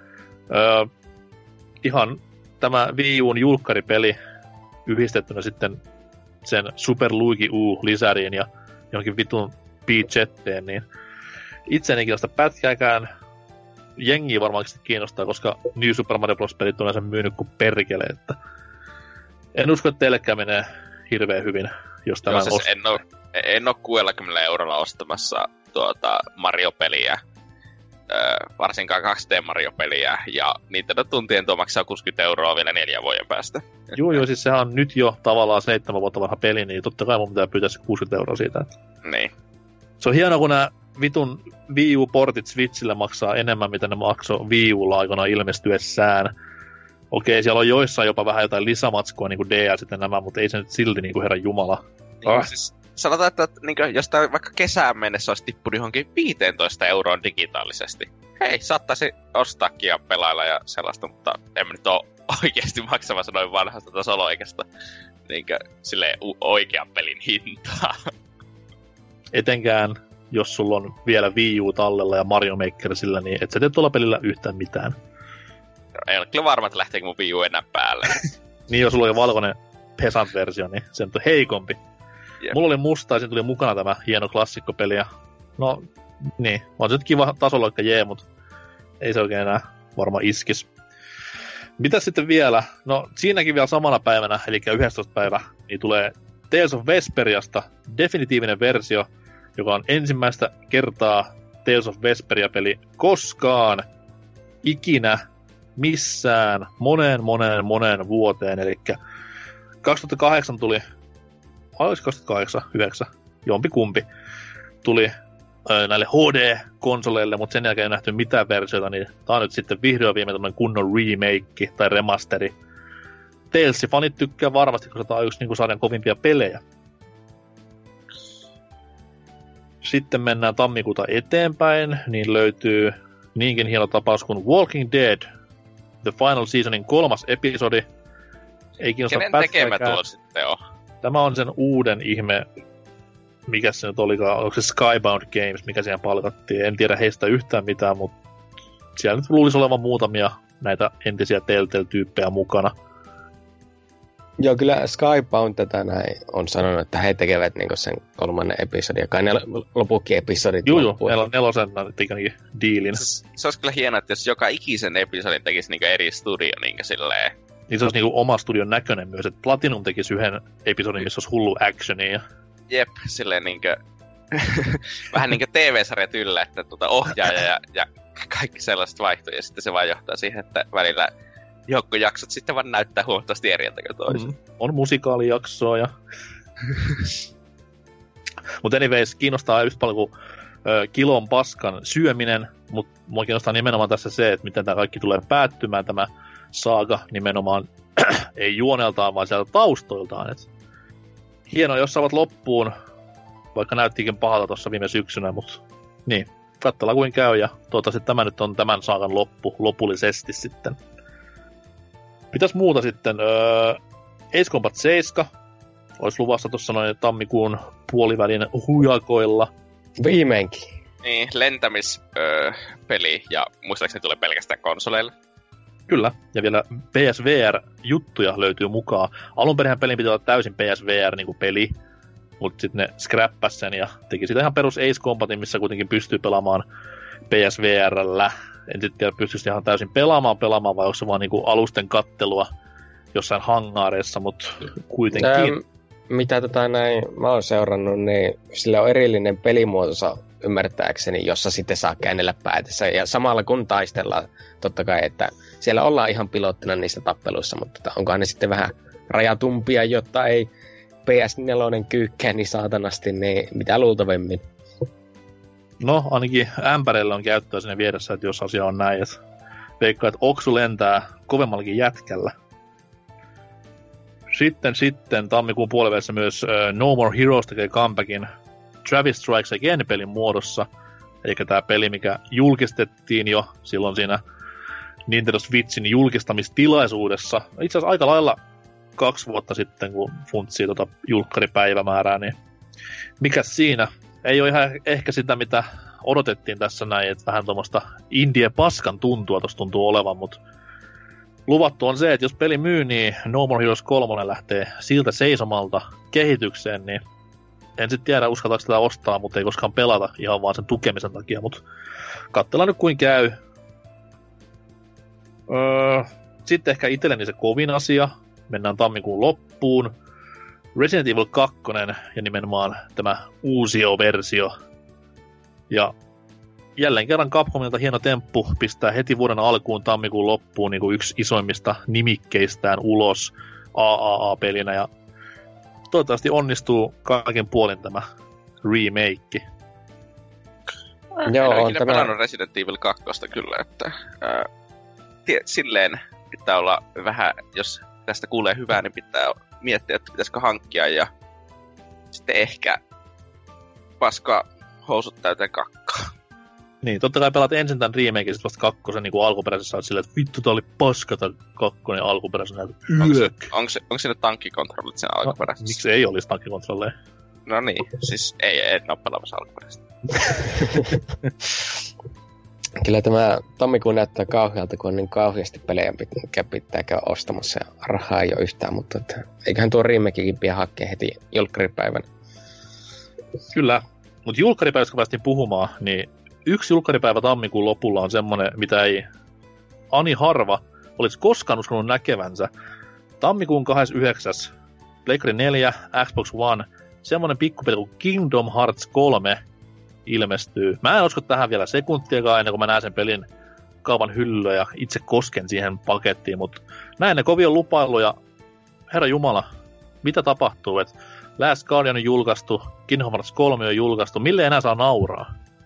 Ihan tämä Wii U:n julkkaripeli yhdistettynä sitten sen Super Luigi U-lisäriin ja jonkin vitun Peachetteen, niin itseänikin sitä pätkääkään jengiä varmaan kiinnostaa, koska New Super Mario Bros. Pelit on sen myynyt kuin perkele, että en usko, että teillekään menee hirveän hyvin, jos tämä on siis en oo 60 € ostamassa Mario-peliä, varsinkaan 2D Mario-peliä, ja niitä tuntien tuo maksaa 60 € vielä 4 vuoden päästä. Joo, siis sehän on nyt jo tavallaan 7 vuotta vanha peli, niin totta kai mun pitää pyytää se 60 € siitä. Että... Niin. Se on hienoa, kun nämä vitun Wii U-portit Switchillä maksaa enemmän, mitä ne maksoi Wii U:lla aikana ilmestyessään. Okei, siellä on joissain jopa vähän jotain lisämatskua, niin kuin DS sitten nämä, mutta ei se nyt silti niin kuin herran jumala. Niin, siis sanotaan, että niin kuin, jos tämä vaikka kesään mennessä olisi tippunut johonkin 15 € digitaalisesti. Hei, saattaisi ostaakin ja pelailla ja sellaista, mutta en nyt ole oikeasti maksamassa noin vanhasta tasoloikasta niin silleen oikean pelin hintaa. Etenkään, jos sulla on vielä Wii U tallella ja Mario Maker sillä, niin et sä tee tuolla pelillä yhtään mitään. Ei ole kyllä varma, että lähteekö mun Wii U enää päälle. Niin, jos sulla oli valkoinen Pesant-versio, niin se on heikompi. Yep. Mulla oli musta ja siinä tuli mukana tämä hieno klassikkopeli. Ja... No, niin. On se nyt kiva tasoloikka mutta ei se oikein enää varmaan iskis. Mitäs sitten vielä? No, siinäkin vielä samana päivänä, eli 11. päivä, niin tulee Tales of Vesperiasta definitiivinen versio, joka on ensimmäistä kertaa Tales of Vesperia-peli koskaan ikinä missään moneen vuoteen. Eli 2008 tuli, oliko 2008, 9, jompikumpi, tuli näille HD-konsoleille, mutta sen jälkeen ei nähty mitään versioita, niin tää on nyt sitten vihdoin viime tämmönen kunnon remake tai remasteri. Tales-fanit tykkää varmasti, koska tää on yksi niinku sarjan kovimpia pelejä. Sitten mennään tammikuuta eteenpäin, niin löytyy niinkin hieno tapaus kuin Walking Dead, The Final Seasonin 3. episodi. Ei kiinnosta kenen tekemä tuo sitten on? Tämä on sen uuden ihme, mikä se nyt olikaan, onko se Skybound Games, mikä siihen palkattiin. En tiedä heistä yhtään mitään, mutta siellä nyt luulisi olevan muutamia näitä entisiä Telltale-tyyppejä mukana. Joo, kyllä Skybound tätä näin on sanonut, että he tekevät niinku sen 3. episodin, ja kai ne loputkin episodit Joo, nelosen ikäänkin diilin. Se olisi kyllä hienoa, että jos joka ikisen episodin tekisi niinku eri studio niinku silleen. Niin se olisi niinku oma studion näköinen myös, että Platinum tekisi yhden episodin, missä olisi hullu actionia. Jep, silleen niinkö vähän niinkö TV-sarjat yllä, että ohjaaja ja kaikki sellaiset vaihtuu, ja sitten se vaan johtaa siihen, että välillä joku jaksot sitten vaan näyttää huomattavasti eriltä kuin toiset. On musikaalijaksoa ja... Mutta anyways, kiinnostaa just paljon kuin kilon paskan syöminen, mutta mua kiinnostaa nimenomaan tässä se, että miten tämä kaikki tulee päättymään, tämä saaga nimenomaan ei juoneltaan, vaan sieltä taustoiltaan. Et hienoa, jos saavat loppuun, vaikka näyttikin pahalta tuossa viime syksynä, mutta niin, katsellaan kuin käy, ja toivottavasti tämä nyt on tämän saagan loppu lopullisesti sitten. Mitäs muuta sitten? Ace Combat 7 olisi luvassa tuossa noin tammikuun puolivälin hujakoilla. Viimeinkin. Niin, lentämispeli, ja muistaakseni tulee pelkästään konsoleille. Kyllä, ja vielä PSVR-juttuja löytyy mukaan. Alunperinhän pelin piti olla täysin PSVR-peli, mutta sitten ne scrappas sen ja teki sitä ihan perus Ace Combatin, missä kuitenkin pystyy pelaamaan PSVR:llä. En sitten tiedä, pystyisi ihan täysin pelaamaan vai onko se vaan niinku alusten kattelua jossain hangaareissa, mutta kuitenkin. Mitä näin mä oon seurannut, niin sillä on erillinen pelimuotonsa ymmärtääkseni, jossa sitten saa käännellä päätössä. Ja samalla kun taistellaan, totta kai, että siellä ollaan ihan pilottina niissä tappeluissa, mutta onkohan ne sitten vähän rajatumpia, jotta ei PS4 kyykkää niin saatanasti, niin mitä luultavemmin. No, ainakin ämpäreillä on käyttöä sinne vieressä, että jos asia on näin, että veikkaa, että oksu lentää kovemmallakin jätkällä. Sitten tammikuun puolivälissä myös No More Heroes tekee comebackin Travis Strikes Again-pelin muodossa. Eli tämä peli, mikä julkistettiin jo silloin siinä Nintendo Switchin julkistamistilaisuudessa. Itse asiassa aika lailla 2 vuotta sitten, kun funtsii julkkaripäivämäärää, niin mikäs siinä? Ei ole ihan ehkä sitä, mitä odotettiin tässä näin, että vähän tuommoista indie-paskan tuntua tuossa tuntuu olevan, mutta luvattu on se, että jos peli myy, niin No More Heroes 3 lähtee siltä seisomalta kehitykseen, niin en sitten tiedä, uskaltaako sitä ostaa, mutta ei koskaan pelata ihan vaan sen tukemisen takia, mutta katsellaan nyt kuin käy. Sitten ehkä itselleni se kovin asia, mennään tammikuun loppuun. Resident Evil 2 ja nimenomaan tämä uusio-versio. Ja jälleen kerran Capcomilta hieno temppu pistää heti vuoden alkuun tammikuun loppuun niin kuin yksi isoimmista nimikkeistään ulos AAA-pelinä. Ja toivottavasti onnistuu kaiken puolin tämä remake. Joo, en ole ikinä pelannut Resident Evil 2 kyllä, että silleen pitää olla vähän, jos tästä kuulee hyvää, niin pitää miettiä, että pitäisikö hankkia ja sitten ehkä paska housut täyteen kakkaa. Niin, totta kai pelaat ensin tämän remakein, sitten vasta kakkosen niin alkuperäisessä olet silleen, että vittu, tää oli paska tää kakkonen alkuperäisen näytä. Onko siinä tankkikontrollit sen alkuperäisessä? Miksi ei olisi tankkikontrolleja? No niin, siis en ole pelaamassa alkuperäistä. Kyllä tämä tammikuun näyttää kauhealta, kun on niin kauheasti pelejä, mikä pitää käydä ostamassa ja rahaa ei ole yhtään, mutta eiköhän tuo remakekin pian hakkeen heti julkkaripäivänä. Kyllä, mutta julkkaripäivästä kun päästiin puhumaan, niin yksi julkkaripäivä tammikuun lopulla on semmonen, mitä ei ani harva olisi koskaan uskonut näkevänsä. Tammikuun 29. Pleikkari 4, Xbox One, semmonen pikkupeli kuin Kingdom Hearts 3 ilmestyy. Mä en usko tähän vielä sekuntiakaan ennen kuin mä näen sen pelin kaupan hyllyä ja itse kosken siihen pakettiin, mutta näin ne kovia lupailuja. Herra Jumala, mitä tapahtuu? Et Last Guardian on julkaistu, Kingdom Hearts 3 on julkaistu, mille enää saa nauraa?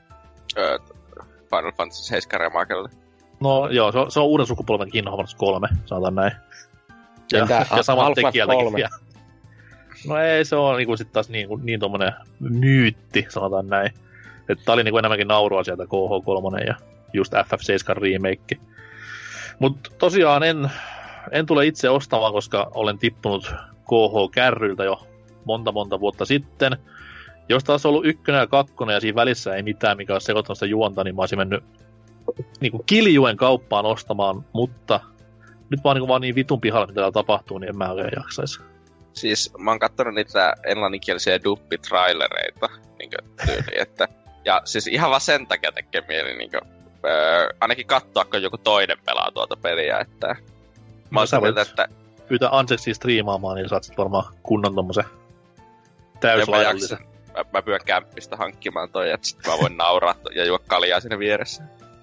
Final Fantasy 7 Remakelle. No joo, se on uuden sukupolven Kingdom Hearts 3, sanotaan näin. Ja samat tekijältäkin vielä. No ei, se on niinku sit taas niin tommonen myytti, sanotaan näin. Että tää oli niinku enemmänkin naurua sieltä KH3 ja just FF7 remake. Mut tosiaan en tule itse ostamaan, koska olen tippunut KH-kärryltä jo monta vuotta sitten. Jos taas on ollut 1 ja 2 ja siinä välissä ei mitään, mikä olisi sekoittanut sitä juonta, niin mä olisin mennyt niinku kiljuen kauppaan ostamaan, mutta nyt mä oon vaan niin vitun pihalla, mitä täällä tapahtuu, niin en mä oikein jaksaisi. Siis mä oon kattonut niitä englanninkielisiä dubbitrailereita niinkö tyyli, että ja siis ihan vaan sen takia tekee mieli niinkö ainakin katsoa, kun joku toinen pelaa tuota peliä, että mä oon sitä, että pyytää Anseksia striimaamaan, niin saat sit varmaan kunnon tommosen täyslaidallisen. Mä pyydän kämppistä hankkimaan toi, että sit mä voin nauraa ja juo kaljaa siinä vieressä.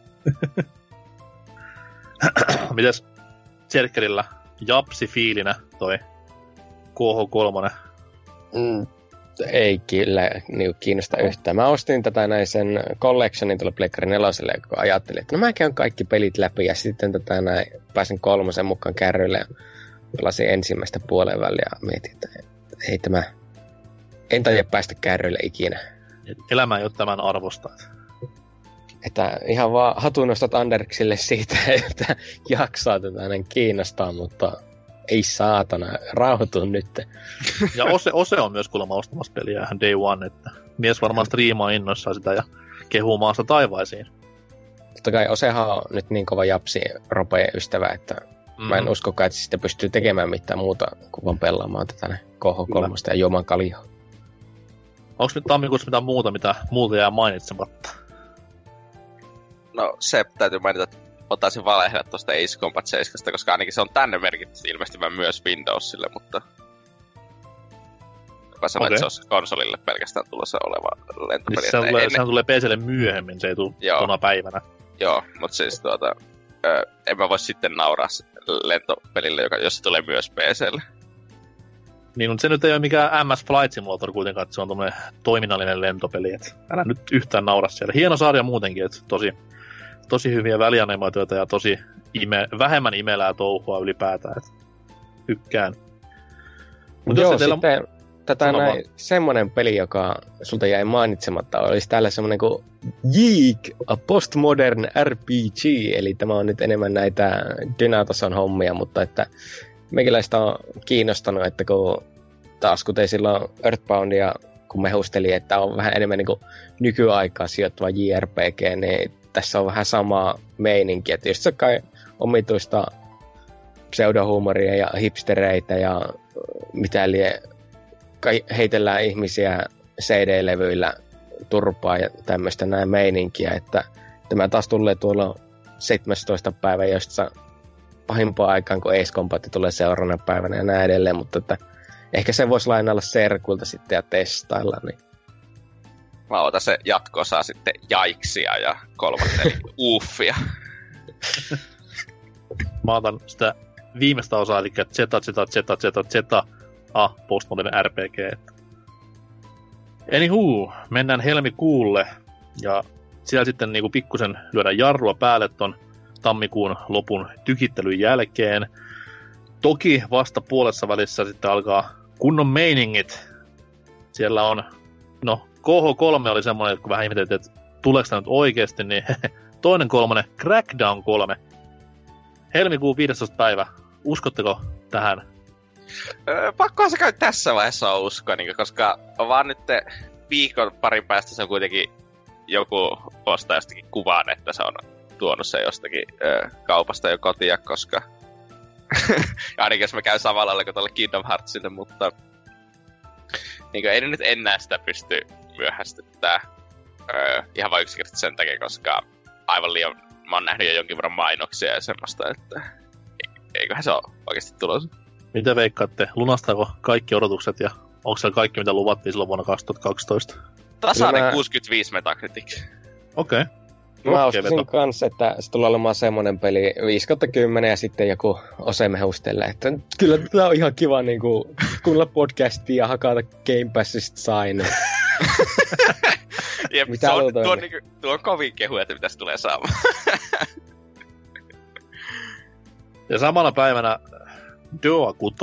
Mites Tserkkerillä japsi-fiilinä toi KH3? Ei kyllä kiinnosta yhtään. Mä ostin tätä näin sen collectionin tuolla Pleikkari 4:lle, kun ajattelin, että no mä käyn kaikki pelit läpi ja sitten tätä näin pääsen 3 mukaan kärrylle ja pelasin ensimmäistä puolen väliä ja mietin, että ei tämä, en taida päästä kärrylle ikinä. Elämä ei ole tämän arvosta. Että ihan vaan hatunnostot Anderksille siitä, että jaksaa tätä näin kiinnostaa, mutta ei saatana, rauhoitu nyt. Ja Ose on myös kuulemma ostamassa peliä ihan day one, että mies varmaan striimaa innoissaan sitä ja kehuu maasta taivaisiin. Totta kai Osehan on nyt niin kova japsi ropeen ystävä, että mä en uskokaan, että sitä pystyy tekemään mitään muuta kuin vaan pelaamaan tätä KH3 ja juomaan kaljoa. Onko nyt tammikuussa mitään muuta, mitä muuta jää mainitsematta? No se täytyy mainita, että otaisin valehdella tuosta Ace Combat 7, koska ainakin se on tänne merkitty ilmeisesti myös Windowsille, mutta mä sanoin, että se on konsolille pelkästään tulossa oleva lentopeli. Niin sehän tulee PClle myöhemmin, se ei tule tona päivänä. Joo, mutta siis en mä voi sitten nauraa lentopelille, jos se tulee myös PClle. Niin, mutta se nyt ei ole mikään MS Flight Simulator kuitenkaan, että se on tommonen toiminnallinen lentopeli, että älä nyt yhtään naura siellä. Hieno sarja muutenkin, että tosi hyviä välianimaatioita ja tosi vähemmän imelää touhua ylipäätään, että tykkään. Mut joo, sitten tätä näin semmonen peli, joka sulta jäi mainitsematta, olisi täällä semmonen kuin Yeek, a postmodern RPG, eli tämä on nyt enemmän näitä Dynatason hommia, mutta että meikäläistä on kiinnostanut, että kun taas kuten silloin Earthboundia, kun mehusteli, että on vähän enemmän niin kuin nykyaikaa sijoittuva JRPG, niin tässä on vähän sama meininki, että just se kai omituista pseudohuumoria ja hipstereitä ja mitä lie, heitellään ihmisiä CD-levyillä turpaa ja tämmöistä näin meininkiä, että tämä taas tulee tuolla 17. päivä, josta pahimpaan aikaan, kun Ace Combat tulee seuraavana päivänä ja näin edelleen, mutta että ehkä se voisi lainailla serkulta sitten ja testailla, niin mä otan se jatko-osaa sitten Jaiksia ja 3. Uuffia. Mä otan sitä viimeistä osaa, eli Z postmodern RPG. Anywho, mennään helmikuulle, ja siellä sitten niinku pikkusen lyödään jarrua päälle ton tammikuun lopun tykittelyn jälkeen. Toki vasta puolessa välissä sitten alkaa kunnon meiningit. Siellä on, no KH3 oli semmoinen, kun vähän ihmeteltiin, että tuleeko tämä nyt oikeasti, niin toinen 3, Crackdown 3. Helmikuun 15. päivä. Uskotteko tähän? Pakkohan se käy tässä vaiheessa uskoa, koska vaan nyt viikon parin päästä se on kuitenkin joku postaa jostakin kuvaan, että se on tuonut se jostakin kaupasta jo kotia, koska ainakin jos mä käyn samalla lailla kuin tuolle Kingdom Heartsille, mutta ei nyt enää sitä pysty myöhästyttää ihan vain yksinkertaisesti sen takia, koska aivan liian mä oon nähnyt jo jonkin verran mainoksia ja semmoista, että eiköhän se ole oikeasti tulossa. Mitä veikkaatte? Lunastaako kaikki odotukset ja onko siellä kaikki, mitä luvattiin silloin vuonna 2012? Tasainen 65 Metacritic. Okei. Mä uskoisin kanssa, että se tulee olemaan semmonen peli 5/10 ja sitten joku Ose mehustelee, että kyllä tää on ihan kiva niinku kuunnella podcastia ja hakata Game Passista sain. Jep, Mitä tuo on kovin kehu, että mitäs tulee saamaan. Ja samana päivänä Doa 6,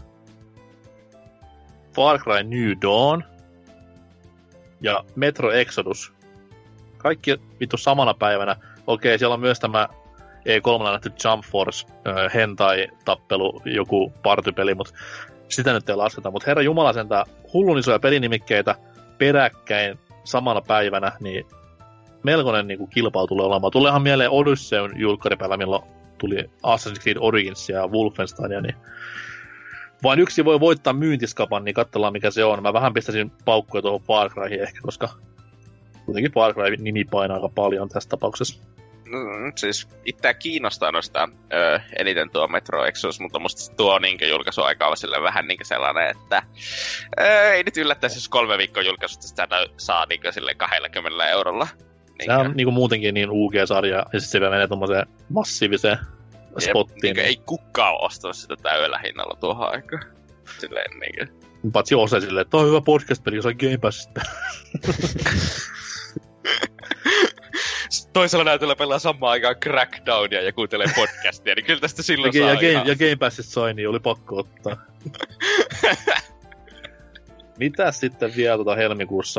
Far Cry New Dawn ja Metro Exodus. Kaikki vittu samana päivänä. Okei, siellä on myös tämä E3 nähty Jump Force, hentai-tappelu, joku partypeli, mutta sitä nyt ei lasketa. Mutta herra jumala sentään hullun isoja pelinimikkeitä peräkkäin samana päivänä, niin melkoinen niin kuin kilpailu tulee olemaan. Tuleehan mieleen Odysseyn julkkaripäivä, milloin tuli Assassin's Creed Origins ja Wolfensteinia, niin vain yksi voi voittaa myyntiskapan, niin katsellaan mikä se on. Mä vähän pistäisin paukkoja tuohon Far Cryhin ehkä, koska kuitenkin Far Cry nimi painaa aika paljon tässä tapauksessa. Siis itseä kiinnostaa noista eniten tuo Metro Exodus, mutta musta tuo julkaisuaika on sille vähän sellainen, että ei nyt yllättäisi, jos 3 viikkoa julkaisusta sitä saa sille 20 €. Se on muutenkin niin UG-sarja, ja sitten se vielä menee tommoseen massiiviseen spottiin. Ei kukaan ole ostanut sitä täydellä hinnalla tuohon aikaan. Silleen Paitsi Ose silleen, että on hyvä podcast-peli, jos on Game Passista. Toisella näytöllä pelaa samaan aikaan Crackdownia ja kuuntelee podcastia, niin kyllä tästä silloin saa ja Game Passista sai, niin oli pakko ottaa. Mitäs sitten vielä helmikuussa?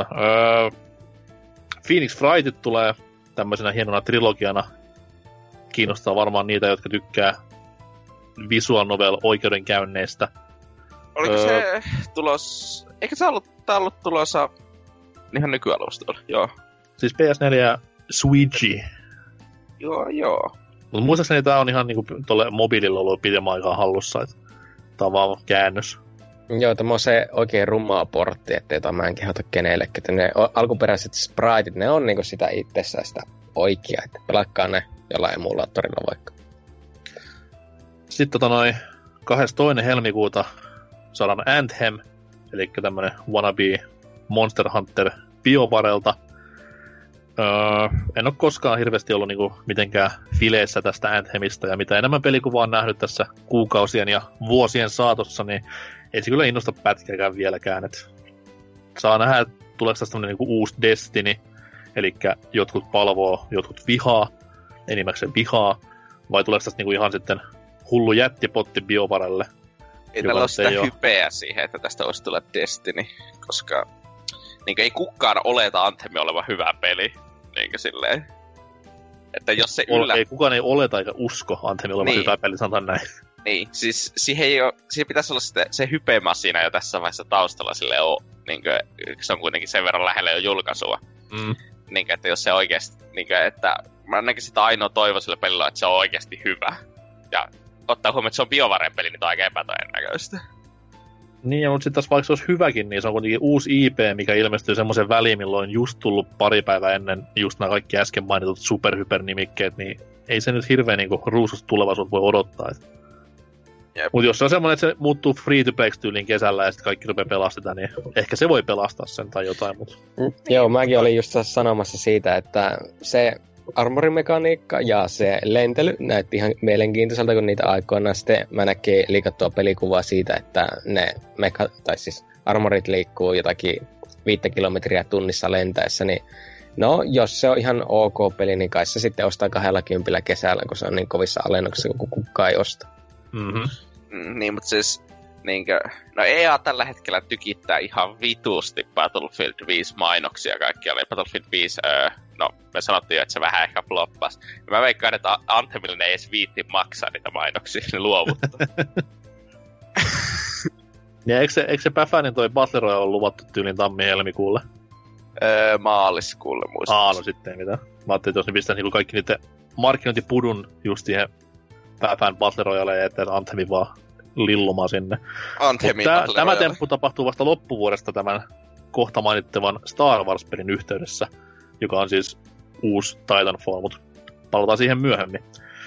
Phoenix Wrightit tulee tämmöisenä hienona trilogiana. Kiinnostaa varmaan niitä, jotka tykkää visual novel oikeudenkäynneistä. Oliko se tulos... Eikö se ollut tulossa ihan nykyalustoilla? Joo. Siis PS4 ja Switchi. Joo. Mutta muistaakseni tää on ihan niinku tolle mobiililla ollut pidemmän aikaa hallussa, että tää on vaan käännös. Joo, tämä on se oikein rummaa portti, ettei mä en kehota kenellekin. Ne alkuperäiset spriteit, ne on niinku sitä itsessään sitä oikeaa, että pelakkaa ne jollain emulaattorilla vaikka. Sitten 22. helmikuuta saadaan Anthem, eli tämmönen wannabe Monster Hunter BioWarelta. En ole koskaan hirveästi ollut niinku mitenkään fileissä tästä Anthemista, ja mitä enemmän pelikuvaa on nähnyt tässä kuukausien ja vuosien saatossa, niin ei se kyllä innosta pätkääkään vieläkään. Et saa nähdä, että tuleeko tästä tämmönen niinku uusi Destiny, eli jotkut palvoo, jotkut vihaa, enimmäkseen vihaa, vai tuleeko tästä niinku ihan sitten hullu jättipotti BioWarelle? Ei tällä ole sitä hypeä siihen, että tästä olisi tulla Destiny, koska ei kukaan oleta Anthemia olevan hyvä peli. Silleen. Että jos se ei kukaan ei oleta eikä usko Anthemia olevan hyvä peli, sanotaan näin. Niin, siis siihen pitäisi olla se hypema siinä jo tässä vaiheessa taustalla silleen se on kuitenkin sen verran lähellä jo julkaisua. Että jos se oikeesti, että mä ainakin sitä ainoa toivo sille pelillä, että se on oikeesti hyvä. Ja ottaa huomioon, että se on BioWaren peli, niin tämä on aika epätodennäköistä. Niin, mutta sitten taas vaikka se olisi hyväkin, niin se on kuitenkin uusi IP, mikä ilmestyy semmoisen väliin, milloin on just tullut pari päivää ennen just nämä kaikki äsken mainitut superhyper-nimikkeet, niin ei se nyt hirveän niinku ruususta tulevaisuutta voi odottaa. Mutta jos se on semmoinen, että se muuttuu free-to-play-tyyliin kesällä ja sitten kaikki rupeaa pelastetaan, niin ehkä se voi pelastaa sen tai jotain. Mutta... Joo, mäkin olin just sanomassa siitä, että se armorimekaniikka ja se lentely näytti ihan mielenkiintoiselta, kun niitä aikoinaan sitten mä näkin liikattua pelikuvaa siitä, että ne armorit liikkuu jotakin 5 kilometriä tunnissa lentäessä, niin no, jos se on ihan ok peli, niin kai se sitten ostaa 20 kesällä, kun se on niin kovissa alennuksissa, kun kukaan ei osta. Niin, mutta siis no EA tällä hetkellä tykittää ihan vitusti Battlefield 5 mainoksia kaikkialle. Battlefield 5, no me sanottiin jo, että se vähän ehkä floppas. Mä veikkaan, että Anthemille ne ei edes viitti maksaa niitä mainoksia, ne luovuttaa. Ja eikö se Päfänin toi Battle Royale on luvattu tyylin tammi-helmikuulle? Maaliskuulle muistaakseni. No sitten ei mitään. Mä ajattelin, että jos ne pistää niinku kaikki niiden markkinointipudun just siihen Päfän Battle Royale, että Anthemi vaan lillumaan sinne. Tämä temppu tapahtuu vasta loppuvuodesta tämän kohta mainittavan Star Wars-pelin yhteydessä, joka on siis uusi Titanfall, mutta palataan siihen myöhemmin.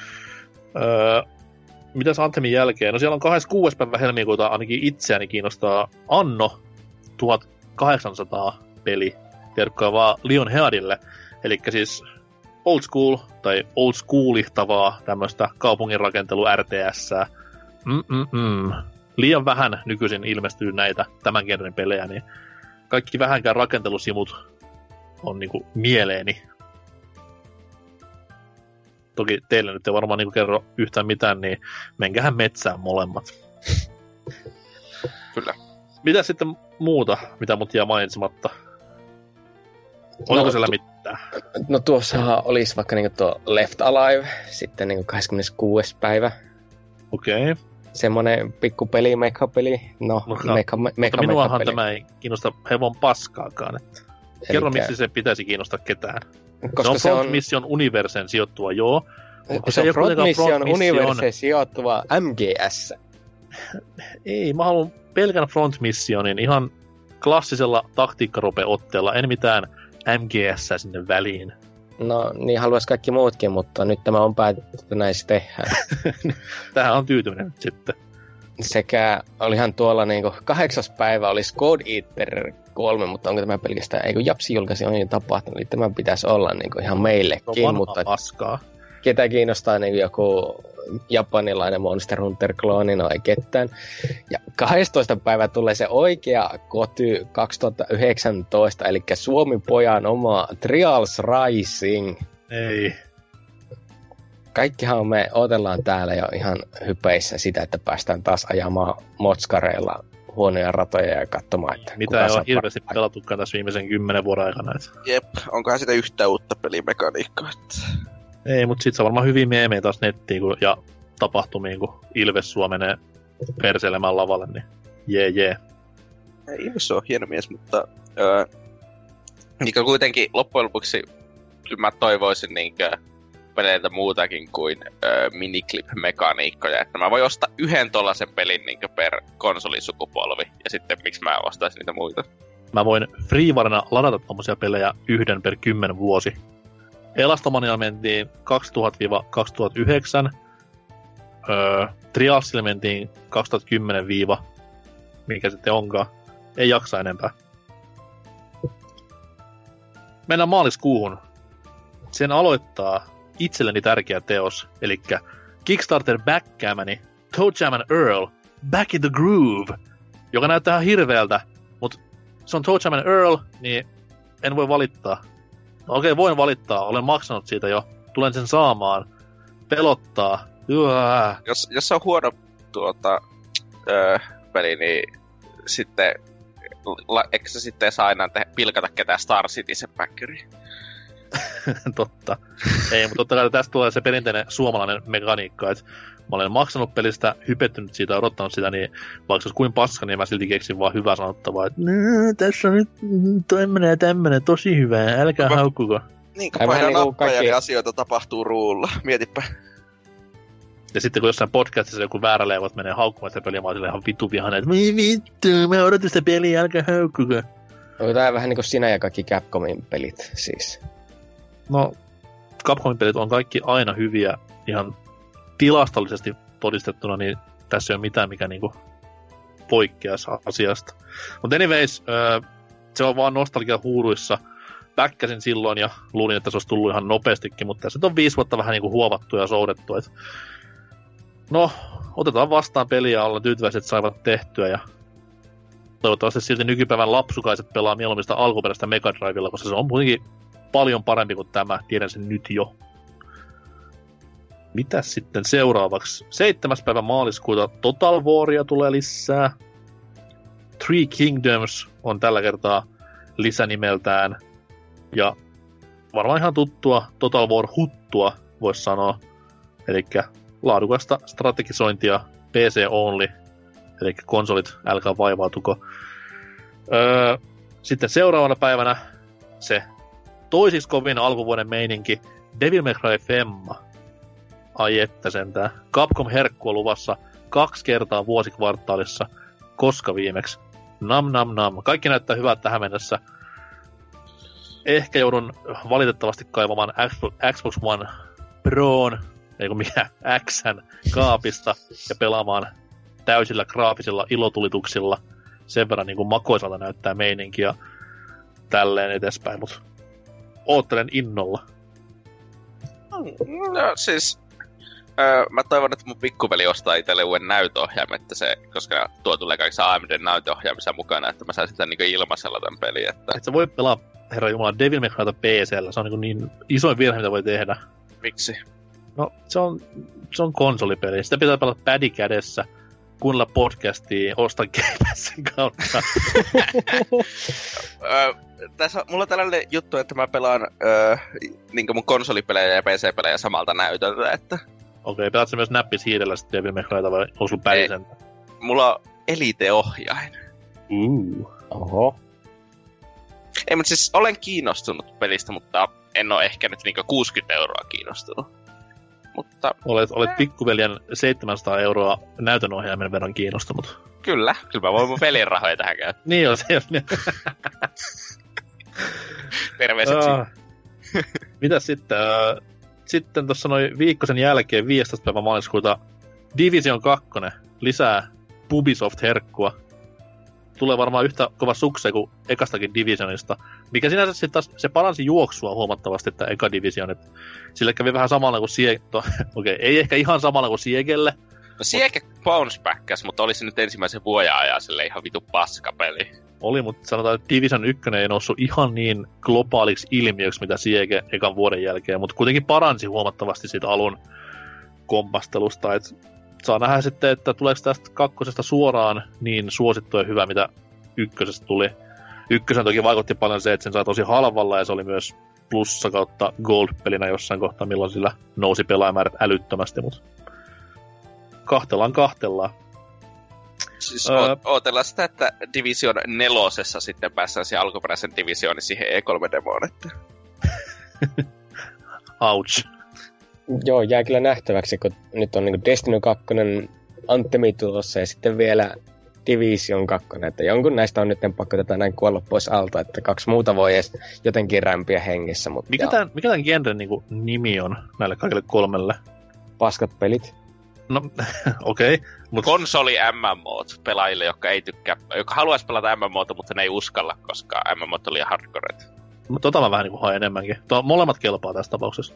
Mitäs Anthemin jälkeen? No siellä on 26. päivä helmikuuta ainakin itseäni kiinnostaa Anno 1800 peli. Terkkoja vaan Lionheadille. Elikkä siis old school tai old schoolihtavaa tämmöistä kaupunginrakentelu RTS:ää. Liian vähän nykyisin ilmestyy näitä tämän genren pelejä, niin kaikki vähänkään rakentelusimut on niinku mieleeni. Toki teille nyt ei varmaan niinku kerro yhtään mitään, niin menkähän metsään molemmat. Kyllä. Mitä sitten muuta, mitä mut jää mainitsematta? Oliko siellä mitään? No tuossahan olisi vaikka niinku tuo Left Alive, sitten niinku 26. päivä. Okei. Semmonen pikku peli, mekapeli. No, mutta minuahan tämä ei kiinnosta hevon paskaakaan. Että. Kerro, miksi se pitäisi kiinnostaa ketään. Koska se on Front Mission Universeen sijoittuva, joo. Mutta se on Front Mission Universeen sijoittuva MGS. Ei, mä haluan pelkän Front Missionin ihan klassisella taktiikkarope-otteella, en mitään MGS sinne väliin. No, niin haluaisi kaikki muutkin, mutta nyt tämä on päätetty, että näin se tehdään. Tähän on tyytyminen nyt sitten. Sekä olihan tuolla niinku 8. päivä olisi God Eater 3, mutta onko tämä pelkästään, ei kun Japsi julkaisi on jo tapahtunut, niin tämä pitäisi olla niinku ihan meillekin, mutta paskaa. Ketä kiinnostaa niinku joku japanilainen Monster Hunter-klooni, no ei ketään. Ja 12. päivä tulee se oikea Koty 2019, eli Suomi-pojan oma Trials Rising. Ei. Kaikkihan me odotellaan täällä jo ihan hypeissä sitä, että päästään taas ajamaan motskareilla huonoja ratoja ja katsomaan, että mitä ei ole hirveästi pelattukaan tässä viimeisen 10 vuoden aikana. Jep, onkohan sitä yhtään uutta pelimekaniikkaa? Ei, mutta sit se on varmaan hyvin meemejä taas nettiin ja tapahtumiin, kun Ilves Suo menee perseilemään lavalle, niin jee. Ilves on hieno mies, mutta niin kuitenkin loppujen lopuksi mä toivoisin niinkö peleiltä muutakin kuin miniclip-mekaniikkoja, että mä voin ostaa yhden tollasen pelin niinkö per konsolisukupolvi, ja sitten miksi mä ostaisin niitä muita. Mä voin freevarina ladata tommosia pelejä 1 per 10 vuosi. Elastomania mentiin 2000-2009. Trialsille mentiin 2010- mikä sitten onkaan. Ei jaksa enempää. Mennään maaliskuuhun. Sen aloittaa itselleni tärkeä teos, eli Kickstarter backkäämäni ToeJam & Earl Back in the Groove, joka näyttää ihan hirveältä, mutta se on ToeJam & Earl, niin en voi valittaa. No okei, voin valittaa, olen maksanut siitä jo, tulen sen saamaan, pelottaa. Jos se on huono peli, niin sitten eikö se sitten saa aina pilkata ketään Star Citizen backeriin? Totta. Ei, mutta totta kai tästä tulee se perinteinen suomalainen mekaniikka, että mä olen maksanut pelistä, hypettynyt siitä, odottanut sitä, niin vaikka se olisi kuin paska, niin mä silti keksin vaan hyvää sanottavaa, että tässä on nyt tämmönen tosi hyvää, älkää haukkuko. Niin, kun painaa nappeja, niin asioita tapahtuu ruulla, mietipä. Ja sitten kun jossain podcastissa joku vääräleivot menee haukkumaan sitä peliä, mä oon silleen ihan vitu vihainen, että vittu, mä odotin sitä peliä, älkää haukkuko. Onko tää vähän niinku sinä ja kaikki Capcomin pelit siis? No, Capcomin pelit on kaikki aina hyviä, ihan tilastollisesti todistettuna, niin tässä ei ole mitään, mikä niinku poikkeaisi asiasta. Mutta anyways, se on vaan nostalgia huuruissa. Päkkäsin silloin ja luulin, että se olisi tullut ihan nopeastikin, mutta tässä on 5 vuotta vähän niinku huovattu ja soudettu. Et no, otetaan vastaan peliä ja ollaan tyytyväiset, että saivat tehtyä ja toivottavasti silti nykypäivän lapsukaiset pelaa mieluummin sitä alkuperäistä Mega Drivella, koska se on kuitenkin paljon parempi kuin tämä, tiedän sen nyt jo. Mitäs sitten seuraavaksi? 7. päivä maaliskuuta Total Waria tulee lisää. Three Kingdoms on tällä kertaa lisänimeltään. Ja varmaan ihan tuttua Total War-huttua, voisi sanoa. Elikkä laadukasta strategisointia PC only. Eli konsolit, älkää vaivaatuko. Sitten seuraavana päivänä se toisiksi kovin alkuvuoden meininki Devil May Cry Femma. Ai että sentään. Capcom herkku on luvassa 2 kertaa vuosikvartaalissa. Koska viimeksi? Nam. Kaikki näyttää hyvältä tähän mennessä. Ehkä joudun valitettavasti kaivamaan Xbox One Proon, eikö mikä, X:n kaapista ja pelaamaan täysillä graafisilla ilotulituksilla. Sen verran niin kuin makoisalta näyttää meininki ja tälleen edespäin, mutta oottelen innolla. No siis, mä toivon, että mun pikkuveli ostaa itselle uuden näytöohjaimen, koska tuo tulee kaikissa AMD näytöohjaimissa mukana, että mä saan sitä niinku ilmaisella tämän pelin. Että et sä voi pelaa herra jumala, Devil May Cryta PC:llä. Se on niin isoin virhe, mitä voi tehdä. Miksi? No, se on konsolipeli. Sitä pitää pelata pädi kädessä, kuunnella podcastia, ostaa Game Passin kautta. Mulla on tällainen juttu, että mä pelaan niin mun konsolipelejä ja PC-pelejä samalta näytöltä, että... Okei, pelaatko myös näppis hiirellä sitten Devil May Cryta vai onko sulla pädisen? Mulla on Elite-ohjain. Oho. Ei, mutta siis olen kiinnostunut pelistä, mutta en ole ehkä nyt niinku 60 € kiinnostunut. Mutta... Olet pikkuveljen 700 € näytönohjaimen verran kiinnostunut. Kyllä mä voin mun pelin rahoja tähän käyttää. Niin on se. Terveiset Mitäs sitten? Sitten tuossa noin viikkosen jälkeen 15. päivä maaliskuuta Division 2 lisää Ubisoft-herkkua. Tulee varmaan yhtä kova sukse kuin ekastakin Divisionista, mikä sinänsä sitten taas, se paransi juoksua huomattavasti, että eka Division, että sille kävi vähän samalla kuin Okei, ei ehkä ihan samalla kuin Siegelle. No Siege bounce backäs, mutta oli se nyt ensimmäisen vuoden ajan sille ihan vitu paskapeli. Oli, mutta sanotaan, että Division 1 ei noussut ihan niin globaaliksi ilmiöksi, mitä Siege ekan vuoden jälkeen, mutta kuitenkin paransi huomattavasti siitä alun kompastelusta, että saa nähdä sitten, että tuleeko tästä kakkosesta suoraan niin suosittu ja hyvä, mitä ykkösestä tuli. Ykkösen toki vaikutti paljon se, että sen sai tosi halvalla ja se oli myös plussa kautta gold-pelinä jossain kohtaa, milloin sillä nousi pelaajmäärät älyttömästi, mutta kahtellaan. Siis ootellaan sitä, että Division 4 sitten päästään siihen alkuperäisen Divisionin siihen E3-demoon, että... Ouch. Joo, jää kyllä nähtäväksi, kun nyt on niin Destiny 2 Anthemi tulossa ja sitten vielä Division 2, että jonkun näistä on nyt pakko tätä näin kuolla pois alta, että 2 muuta voi edes jotenkin rämpiä hengissä. Mutta mikä tämän genren niin nimi on näille kaikille 3? Paskat pelit. No, okei. Okay, konsoli MMOt pelaajille, jotka haluaisi pelata MMOta, mutta ne ei uskalla, koska MMOt on liian hardcoreet. Tota mä vähän niin kuin haen enemmänkin. Molemmat kelpaa tässä tapauksessa.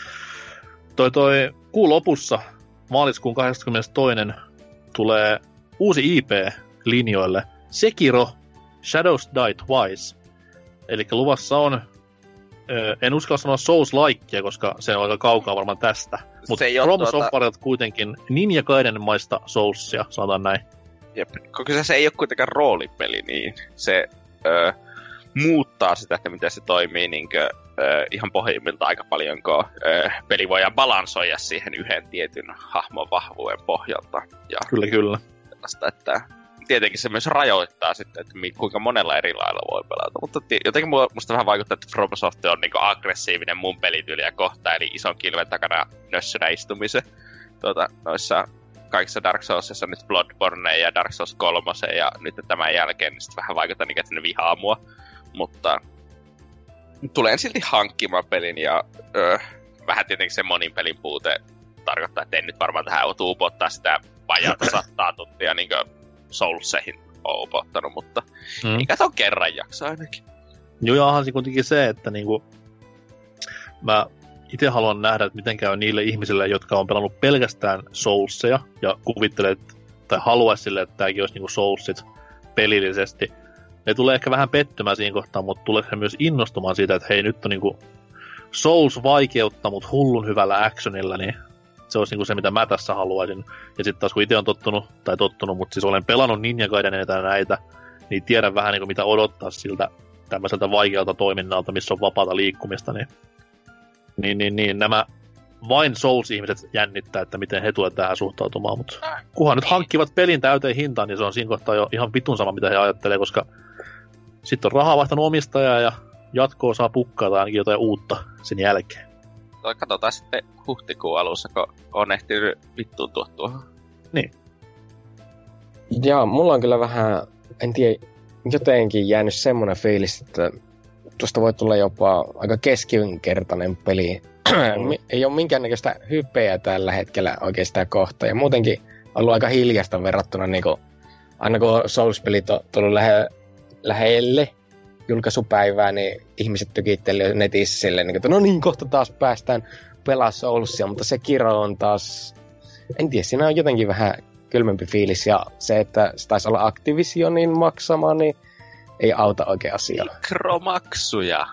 Toi kuun lopussa, maaliskuun 82. tulee uusi IP linjoille. Sekiro Shadows Die Twice. Eli luvassa on, en uskalla sanoa Souls-likea, koska se on aika kaukaa varmaan tästä. Mutta From Softwarelta kuitenkin Ninja Gaiden maista Soulsia, sanotaan näin. Jep, koska se ei ole kuitenkaan roolipeli, niin se muuttaa sitä, että miten se toimii niinkö, ihan pohjimmilta aika paljon, kun peli voidaan balansoida siihen yhden tietyn hahmon vahvuuden pohjalta. Ja kyllä. Sellaista, että tietenkin se myös rajoittaa sitten, että kuinka monella eri lailla voi pelata. Mutta jotenkin musta vähän vaikuttaa, että FromSoft on niin aggressiivinen mun pelityyliä kohtaan, eli ison kilven takana nössönä istumisen. Noissa kaikissa Dark Soulsissa nyt Bloodborne ja Dark Souls 3 ja nyt tämän jälkeen niin vähän vaikuttaa niin, että ne vihaa mua. Mutta tulen silti hankkimaan pelin ja vähän tietenkin se monin pelin puute tarkoittaa, että en nyt varmaan tähän upottaa sitä vajaata 100 tuntia niin kuin Soulseihin on upottanut, mutta mikä on kerran jakso ainakin. Joo, ja onhan se kuitenkin se, että niinku, mä itse haluan nähdä, että miten käy niille ihmisille, jotka on pelannut pelkästään Soulseja ja kuvittelee, tai haluaisi silleen, että tämäkin olisi niinku Soulsit pelillisesti. Ne tulee ehkä vähän pettymään siinä kohtaa, mutta tulee he myös innostumaan siitä, että hei, nyt on niinku Souls vaikeutta, mutta hullun hyvällä actionilla, niin se olisi niinku se, mitä mä tässä haluaisin. Ja sitten taas kun itse on tottunut, mutta siis olen pelannut Ninja Gaideneita ja näitä, niin tiedän vähän niinku mitä odottaa siltä tämmöiseltä vaikealta toiminnalta, missä on vapaata liikkumista, niin nämä vain Souls-ihmiset jännittää, että miten he tulevat tähän suhtautumaan, mutta kunhan nyt hankkivat pelin täyteen hintaan, niin se on siinä kohtaa jo ihan vitun sama, mitä he ajattelee, koska sitten on rahaa vaihtanut omistajaa ja jatkoa saa pukkaa tai ainakin jotain uutta sen jälkeen. Katsotaan sitten huhtikuun alussa, kun on ehtinyt vittuun tuohon. Niin. Ja mulla on kyllä vähän, en tiedä, jotenkin jäänyt semmoinen fiilis, että tuosta voi tulla jopa aika keskinkertainen peli. Ei ole minkäännäköistä hypeä tällä hetkellä oikeastaan kohta. Ja muutenkin ollut aika hiljasta verrattuna, niin kuin, aina kun Souls-pelit on tullut lähelle julkaisupäivää, niin ihmiset tykitteli netissä silleen, niin, että no niin, kohta taas päästään pelaa Soulsia, mutta se Sekiro on taas, en tiedä, siinä on jotenkin vähän kylmempi fiilis, ja se, että se taisi olla Activisionin maksama, niin ei auta oikein asiaa. Mikromaksuja.